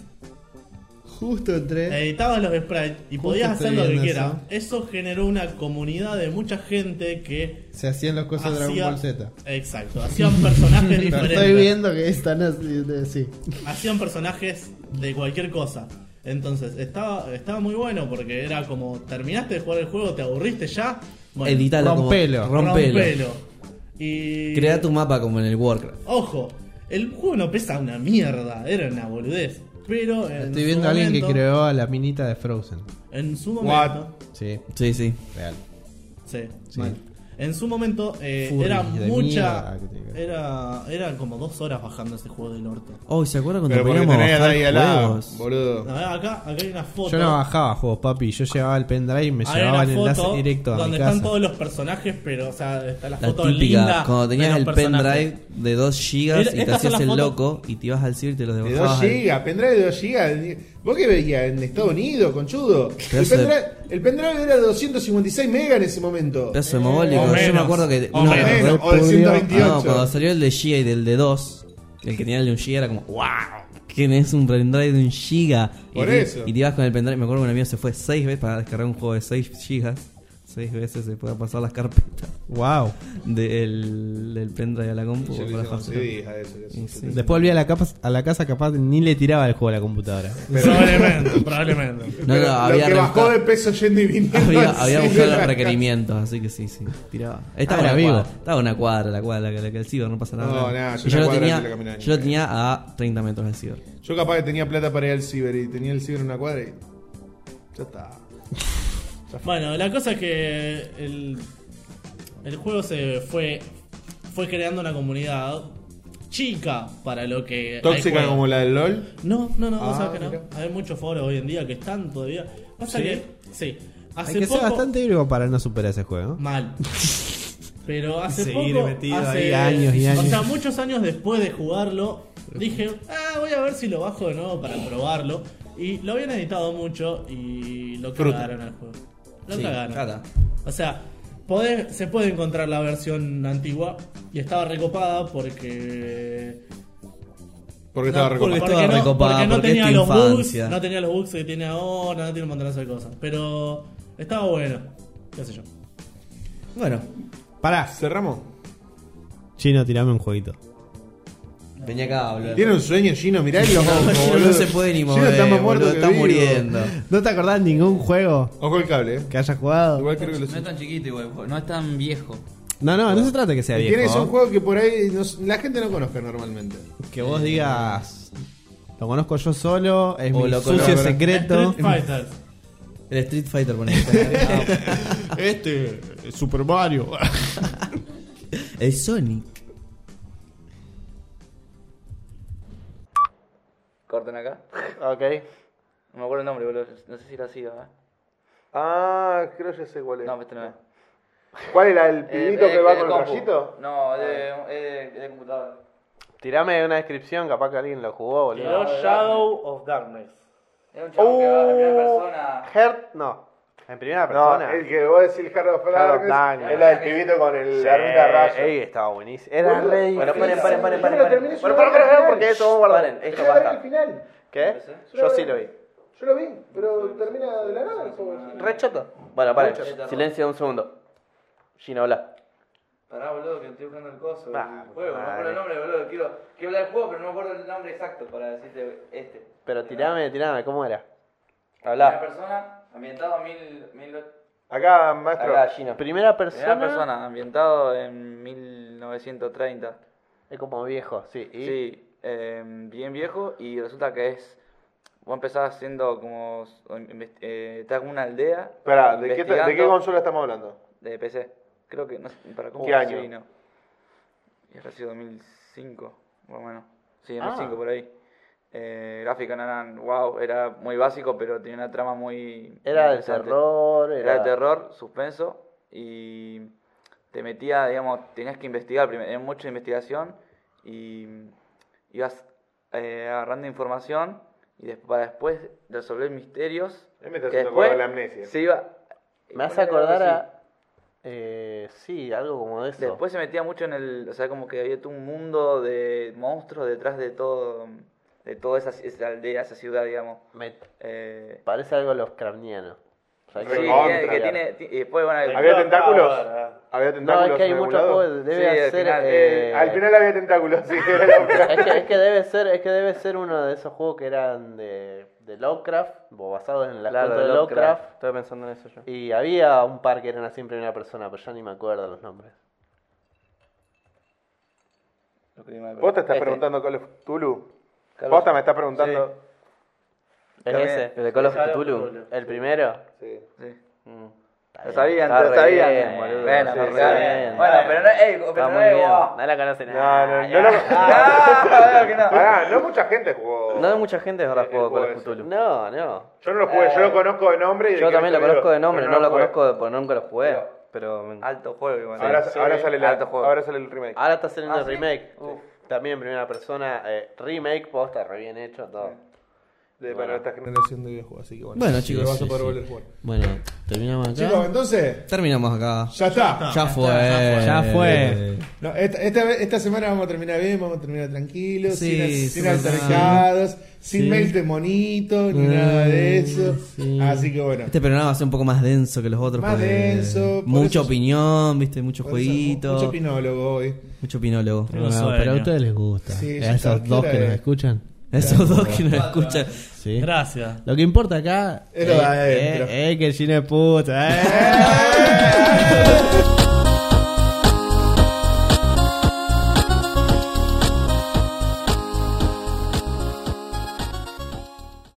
Speaker 3: Justo entré.
Speaker 4: editabas los sprites y
Speaker 3: Justo
Speaker 4: podías hacer
Speaker 3: estoy
Speaker 4: lo que
Speaker 3: viendo
Speaker 4: quieras. Eso generó una comunidad de mucha gente que
Speaker 3: Se hacían las cosas de Dragon
Speaker 4: hacía...
Speaker 3: Ball Z.
Speaker 4: Exacto, hacían personajes
Speaker 3: Pero
Speaker 4: diferentes.
Speaker 3: estoy viendo que están así. de- Sí.
Speaker 4: Hacían personajes de cualquier cosa. Entonces, estaba, estaba muy bueno porque era como, terminaste de jugar el juego, te aburriste ya. Bueno,
Speaker 2: Editalo como-
Speaker 3: rompelo,
Speaker 2: rompelo.
Speaker 4: rompelo. Y...
Speaker 2: Crea tu mapa como en el Warcraft.
Speaker 4: Ojo, el juego no pesa una mierda, era una boludez. Pero en
Speaker 3: Estoy
Speaker 4: su
Speaker 3: viendo a alguien que
Speaker 4: momento-
Speaker 3: creó a la minita de Frozen.
Speaker 4: En su
Speaker 1: What?
Speaker 4: momento...
Speaker 3: Sí,
Speaker 2: Sí, sí.
Speaker 3: real.
Speaker 4: Sí,
Speaker 3: Sí.
Speaker 4: mal. En su momento eh,
Speaker 3: Furry
Speaker 4: era
Speaker 3: de
Speaker 4: mucha...
Speaker 3: mierda que tiene que ver.
Speaker 4: Era, eran como dos horas bajando ese juego del orto.
Speaker 2: Oh, ¿se acuerdan cuando
Speaker 1: Pero porque
Speaker 2: podíamos
Speaker 1: tenés
Speaker 2: bajar
Speaker 1: ahí al lado,
Speaker 2: juegos?
Speaker 1: boludo.
Speaker 4: A ver, acá, acá hay una foto.
Speaker 3: Yo no bajaba juegos, papi. Yo llevaba el pendrive y me
Speaker 4: Hay
Speaker 3: llevaba
Speaker 4: una
Speaker 3: el enlace
Speaker 4: foto
Speaker 3: directo a mi
Speaker 4: donde
Speaker 3: casa.
Speaker 4: están todos los personajes, pero, o sea, está la
Speaker 2: La
Speaker 4: foto
Speaker 2: típica,
Speaker 4: linda.
Speaker 2: cuando
Speaker 4: de
Speaker 2: tenías
Speaker 4: los
Speaker 2: el
Speaker 4: personajes.
Speaker 2: pendrive de dos gigas
Speaker 4: Era-
Speaker 2: y te
Speaker 4: estas son
Speaker 2: hacías
Speaker 4: las
Speaker 2: el
Speaker 4: fotos-
Speaker 2: loco y te ibas al ciber y te los
Speaker 1: De
Speaker 2: dibujabas.
Speaker 1: dos
Speaker 2: al-
Speaker 1: gigas, pendrive de dos gigas. ¿Vos qué veías en Estados Unidos, conchudo? El
Speaker 2: Pedazo de-
Speaker 1: pendrive, el pendrive era de doscientos cincuenta y seis megas en ese momento.
Speaker 2: Pedazo de mogólico.
Speaker 4: o
Speaker 2: Yo me
Speaker 4: menos,
Speaker 2: acuerdo que
Speaker 4: o
Speaker 2: uno-
Speaker 1: menos,
Speaker 3: re
Speaker 1: o de
Speaker 3: pudrió.
Speaker 1: ciento
Speaker 2: Ah,
Speaker 1: veintiocho.
Speaker 2: no, cuando salió el de giga y del de dos, el que tenía el de un giga era como, wow, ¿quién es un pendrive de un giga?
Speaker 1: Por
Speaker 2: y te-
Speaker 1: eso.
Speaker 2: Y te ibas con el pendrive, me acuerdo que un amigo se fue seis veces para descargar un juego de seis gigas. Seis veces se puede pasar las carpetas
Speaker 3: Wow.
Speaker 2: del, del pendrive a la compu.
Speaker 1: Yo le
Speaker 2: para
Speaker 1: hice con
Speaker 2: bajárselo.
Speaker 1: C D a eso, que eso.
Speaker 2: Y sí.
Speaker 3: Después volví a la, capa- a la casa, capaz ni le tiraba el juego a la computadora.
Speaker 4: Probablemente, probablemente.
Speaker 2: No,
Speaker 1: Pero
Speaker 2: no,
Speaker 1: lo
Speaker 2: había
Speaker 1: que bajó
Speaker 2: rebuscado-
Speaker 1: de peso yendo y viniendo.
Speaker 2: Había,
Speaker 1: al
Speaker 2: había
Speaker 1: cine
Speaker 2: buscado
Speaker 1: era
Speaker 2: los
Speaker 1: acá.
Speaker 2: requerimientos, así que sí, sí, tiraba. Estaba
Speaker 3: Ah,
Speaker 2: una
Speaker 3: era vivo.
Speaker 2: cuadra, estaba una cuadra, la cuadra, la que, la que el ciber, no pasa nada.
Speaker 1: No, nada, yo
Speaker 2: Y yo
Speaker 1: una
Speaker 2: lo
Speaker 1: cuadra
Speaker 2: tenía,
Speaker 1: no la caminaba ni
Speaker 2: yo lo
Speaker 1: idea.
Speaker 2: tenía a treinta metros del ciber.
Speaker 1: Yo capaz que tenía plata para ir al ciber y tenía el ciber en una cuadra y. Ya está.
Speaker 4: Bueno, la cosa es que el, el juego se fue fue creando una comunidad chica para lo que hay
Speaker 1: Tóxica
Speaker 4: juego.
Speaker 1: como la del LOL.
Speaker 4: No, no, no, vos
Speaker 1: Ah,
Speaker 4: sabés que no.
Speaker 1: mira.
Speaker 4: Hay muchos foros hoy en día que están todavía. Pasa
Speaker 3: ¿Sí?
Speaker 4: que, sí, hace
Speaker 3: Hay que
Speaker 4: poco,
Speaker 3: ser bastante híbrido para no superar ese juego.
Speaker 4: mal. Pero hace
Speaker 3: Seguir
Speaker 4: poco,
Speaker 3: metido
Speaker 4: hace,
Speaker 3: ahí años y años.
Speaker 4: O sea, muchos años después de jugarlo, dije, ah, voy a ver si lo bajo de nuevo para probarlo. Y lo habían editado mucho y lo
Speaker 1: Fruta.
Speaker 4: cagaron al juego. Lo
Speaker 2: Sí,
Speaker 4: cagaron.
Speaker 2: caga.
Speaker 4: O sea, podés- se puede encontrar la versión antigua y estaba recopada porque
Speaker 1: Porque estaba
Speaker 4: no,
Speaker 1: recopado.
Speaker 2: porque-
Speaker 4: porque
Speaker 2: estaba
Speaker 4: no,
Speaker 2: recopada,
Speaker 4: porque no
Speaker 2: porque es
Speaker 4: tenía
Speaker 2: tu
Speaker 4: los
Speaker 2: infancia.
Speaker 4: bugs, no tenía los bugs que tiene ahora, no tiene un montón de cosas. Pero estaba bueno, qué sé yo.
Speaker 2: Bueno,
Speaker 3: Pará,
Speaker 1: Cerramos.
Speaker 3: Chino, tirame un jueguito.
Speaker 2: venía acá, boludo.
Speaker 1: Tiene un sueño, Gino, mirá el ojo.
Speaker 2: No, Gino
Speaker 1: boludo.
Speaker 2: no se puede ni
Speaker 1: Gino
Speaker 2: mover,
Speaker 1: está más muerto
Speaker 2: boludo,
Speaker 1: que
Speaker 2: está
Speaker 1: vivo.
Speaker 2: muriendo.
Speaker 3: ¿No te acordás de ningún juego
Speaker 1: Ojo el cable, eh.
Speaker 3: que hayas jugado?
Speaker 1: Igual creo que lo
Speaker 5: No es tan chiquito igual, no es tan viejo.
Speaker 3: No, no, no se trata de que sea
Speaker 1: Tiene
Speaker 3: viejo.
Speaker 1: esos juegos que por ahí no- la gente no conozca normalmente.
Speaker 3: Que vos digas, lo conozco yo solo, es
Speaker 2: O
Speaker 3: mi
Speaker 2: lo
Speaker 3: sucio
Speaker 2: conozco-
Speaker 3: secreto.
Speaker 4: Street Fighter.
Speaker 2: El Street Fighter, ponés.
Speaker 3: Este, Super Mario.
Speaker 2: El Sonic.
Speaker 5: Corten acá.
Speaker 1: Ok.
Speaker 5: No me acuerdo el nombre, boludo. No sé si era así, ¿eh?
Speaker 1: Ah, creo que ya sé cuál es.
Speaker 5: No, este no es.
Speaker 1: ¿Cuál era el
Speaker 5: Eh,
Speaker 1: pibito
Speaker 5: eh,
Speaker 1: que va
Speaker 5: de
Speaker 1: con el
Speaker 5: compu.
Speaker 1: rayito?
Speaker 5: No, es de, es de, es de computadora.
Speaker 3: Tirame una descripción, capaz que alguien lo jugó,
Speaker 4: Tiró Shadow of Darkness.
Speaker 5: Es un chavo que va en primera persona.
Speaker 3: Heart, no. En primera
Speaker 1: No, el que vos decís Hard of Darkness
Speaker 3: Darkness.
Speaker 1: es la del pibito con el, la ruta de rayos.
Speaker 3: Ey, estaba buenísimo. Era
Speaker 1: Boludo,
Speaker 3: re
Speaker 5: Bueno,
Speaker 3: difícil.
Speaker 5: paren, paren, paren,
Speaker 1: Yo
Speaker 5: paren.
Speaker 1: lo
Speaker 5: paren.
Speaker 1: terminé
Speaker 5: Bueno,
Speaker 1: solo
Speaker 5: paren,
Speaker 1: al
Speaker 5: paren,
Speaker 1: final.
Speaker 5: porque esto vamos a guardar.
Speaker 1: Yo
Speaker 5: Esto
Speaker 1: lo vi al
Speaker 5: basta.
Speaker 1: final.
Speaker 3: ¿Qué?
Speaker 1: Yo
Speaker 3: Yo
Speaker 1: lo
Speaker 3: sí
Speaker 1: vi.
Speaker 3: lo vi.
Speaker 1: Yo lo vi, pero termina de la nada el juego.
Speaker 3: Re choto.
Speaker 5: Bueno, paren.
Speaker 1: Mucho.
Speaker 5: Silencio un segundo. Gino, habla.
Speaker 6: Pará, boludo, que estoy buscando el coso,
Speaker 3: Ah,
Speaker 6: el juego, no me
Speaker 3: madre.
Speaker 6: acuerdo el nombre, boludo. Quiero, quiero hablar del juego, pero no me acuerdo el nombre exacto para decirte este.
Speaker 3: Pero tirame, tirame, ¿cómo era?
Speaker 6: Una
Speaker 5: Habla.
Speaker 6: persona, ambientado a mil, mil,
Speaker 1: Acá, maestro.
Speaker 5: Habla, Gino.
Speaker 3: Primera persona.
Speaker 6: primera persona, ambientado en mil novecientos treinta.
Speaker 3: Es como viejo, sí. ¿Y?
Speaker 6: Sí, eh, bien viejo y resulta que es... Vos empezás haciendo como... invest- Eh, estás en una aldea.
Speaker 1: Espera, ¿de qué, ¿de
Speaker 6: investigando
Speaker 1: qué consola estamos hablando?
Speaker 6: De P C. Creo que, no sé, para cómo
Speaker 1: ¿Qué año?
Speaker 6: Sí, no. Y habrá sido dos mil cinco, más o menos. Sí,
Speaker 3: Ah.
Speaker 6: dos mil cinco por ahí. Eh, gráficas no eran wow, era muy básico, pero tenía una trama muy.
Speaker 7: Era de
Speaker 6: interesante.
Speaker 7: terror,
Speaker 6: Era
Speaker 7: era...
Speaker 6: de terror, suspenso, y te metía, digamos, tenías que investigar, primero, era mucha investigación, y ibas eh, agarrando información, y después, para después resolver misterios.
Speaker 1: Él me está
Speaker 6: que
Speaker 1: haciendo
Speaker 6: después
Speaker 1: acordar la amnesia.
Speaker 6: se iba.
Speaker 7: Me hace acordar a... Eh, sí, algo como de eso.
Speaker 6: Después se metía mucho en el, o sea, como que había todo un mundo de monstruos detrás de todo, de toda esa, esa aldea, esa ciudad, digamos.
Speaker 7: Me
Speaker 6: Eh,
Speaker 7: parece algo Lovecraftiano. O sea,
Speaker 6: sí,
Speaker 7: que-
Speaker 6: que
Speaker 1: Recontra.
Speaker 6: tiene, que tiene, ti- y después, bueno,
Speaker 1: ¿Había
Speaker 6: no,
Speaker 1: tentáculos?
Speaker 8: no,
Speaker 1: ¿Había
Speaker 7: No,
Speaker 1: tentáculos?
Speaker 7: es que hay
Speaker 1: en algún
Speaker 7: muchos
Speaker 1: lado?
Speaker 7: juegos, debe
Speaker 6: Sí, al
Speaker 7: ser...
Speaker 6: final,
Speaker 7: eh,
Speaker 1: Al final había tentáculos, sí. Era la
Speaker 7: es, que, es que debe ser, es que debe ser uno de esos juegos que eran de, de Lovecraft, o basados en las
Speaker 8: Claro,
Speaker 7: cuentos
Speaker 8: de
Speaker 7: de Lovecraft.
Speaker 8: Lovecraft. Estoy pensando en eso yo.
Speaker 7: Y había un par que eran así en primera persona, pero ya ni me acuerdo los nombres.
Speaker 1: ¿Vos te estás
Speaker 7: Este.
Speaker 1: preguntando Call of Cthulhu?
Speaker 6: Carlos-
Speaker 1: ¿Vos te me estás preguntando?
Speaker 7: ¿Es
Speaker 6: También.
Speaker 7: ese?
Speaker 8: ¿El de Call of Cthulhu?
Speaker 7: ¿El primero?
Speaker 1: Sí.
Speaker 6: sí.
Speaker 7: Mm.
Speaker 6: Lo sabían,
Speaker 8: Está
Speaker 6: lo
Speaker 8: re
Speaker 6: sabían.
Speaker 8: bien, boludo.
Speaker 6: Bueno,
Speaker 1: Sí,
Speaker 6: no,
Speaker 1: sí,
Speaker 6: claro.
Speaker 7: bien.
Speaker 6: Bueno, pero no, ey, pero
Speaker 8: Está
Speaker 6: no
Speaker 8: muy
Speaker 6: es
Speaker 8: bien.
Speaker 6: wow.
Speaker 7: No la conocen
Speaker 1: No,
Speaker 7: nada.
Speaker 1: no, no,
Speaker 7: ya.
Speaker 1: lo-
Speaker 6: Ah, claro que no.
Speaker 1: Pará, no mucha gente jugó.
Speaker 8: No de mucha gente ahora
Speaker 1: El
Speaker 8: juego Call
Speaker 1: juego
Speaker 8: of
Speaker 1: ese.
Speaker 8: Cthulhu.
Speaker 7: No, no.
Speaker 1: Yo no lo jugué, yo lo conozco de nombre y de
Speaker 8: Yo
Speaker 1: que
Speaker 8: también lo
Speaker 1: he visto
Speaker 8: conozco de
Speaker 1: videos,
Speaker 8: nombre,
Speaker 1: pero
Speaker 8: no lo
Speaker 1: jugué.
Speaker 8: conozco de- porque nunca lo jugué. Pero me-
Speaker 6: Alto juego, igual.
Speaker 1: Ahora,
Speaker 6: Sí.
Speaker 1: ahora sale la-
Speaker 6: Alto juego.
Speaker 1: ahora sale el remake.
Speaker 7: Ahora está saliendo
Speaker 6: ¿Ah,
Speaker 7: el
Speaker 6: sí?
Speaker 7: remake. También en primera persona. Eh, remake, posta, re bien hecho, todo.
Speaker 1: De,
Speaker 7: Bueno.
Speaker 1: para esta generación de videojuegos, así que bueno.
Speaker 2: Bueno,
Speaker 1: así que
Speaker 2: chicos,
Speaker 1: vas a
Speaker 3: sí,
Speaker 1: poder
Speaker 3: sí.
Speaker 1: volver a jugar.
Speaker 3: Bueno, terminamos acá.
Speaker 1: Chicos, entonces,
Speaker 2: Terminamos acá.
Speaker 1: ya está.
Speaker 2: Ya fue.
Speaker 3: Ya fue.
Speaker 1: No, esta, esta, vez- esta semana vamos a terminar bien, vamos a terminar tranquilos,
Speaker 2: Sí,
Speaker 1: sin, sin
Speaker 2: sí,
Speaker 1: altercados, sin
Speaker 3: sí.
Speaker 1: mails de monito, ni
Speaker 3: Mm,
Speaker 1: nada de eso.
Speaker 3: sí.
Speaker 1: Así que bueno.
Speaker 2: Este programa va a ser un poco más denso que los otros.
Speaker 1: Más
Speaker 2: porque
Speaker 1: denso, por
Speaker 2: Mucha
Speaker 1: eso-
Speaker 2: opinión, viste, mucho
Speaker 1: por eso,
Speaker 2: jueguito.
Speaker 1: Mucho pinólogo hoy.
Speaker 2: Mucho pinólogo.
Speaker 3: No,
Speaker 4: sueño.
Speaker 3: pero a ustedes les gusta.
Speaker 1: Sí,
Speaker 3: a
Speaker 1: ya
Speaker 3: esos
Speaker 1: está.
Speaker 3: dos
Speaker 1: ¿Qué
Speaker 3: que
Speaker 1: hora
Speaker 3: nos
Speaker 1: es?
Speaker 3: escuchan.
Speaker 2: Esos dos que nos escuchan.
Speaker 3: Sí.
Speaker 4: Gracias.
Speaker 3: Lo que importa acá
Speaker 1: Es lo de adentro.
Speaker 3: es, es que el cine es puta. ¿eh?
Speaker 1: ¡Eh!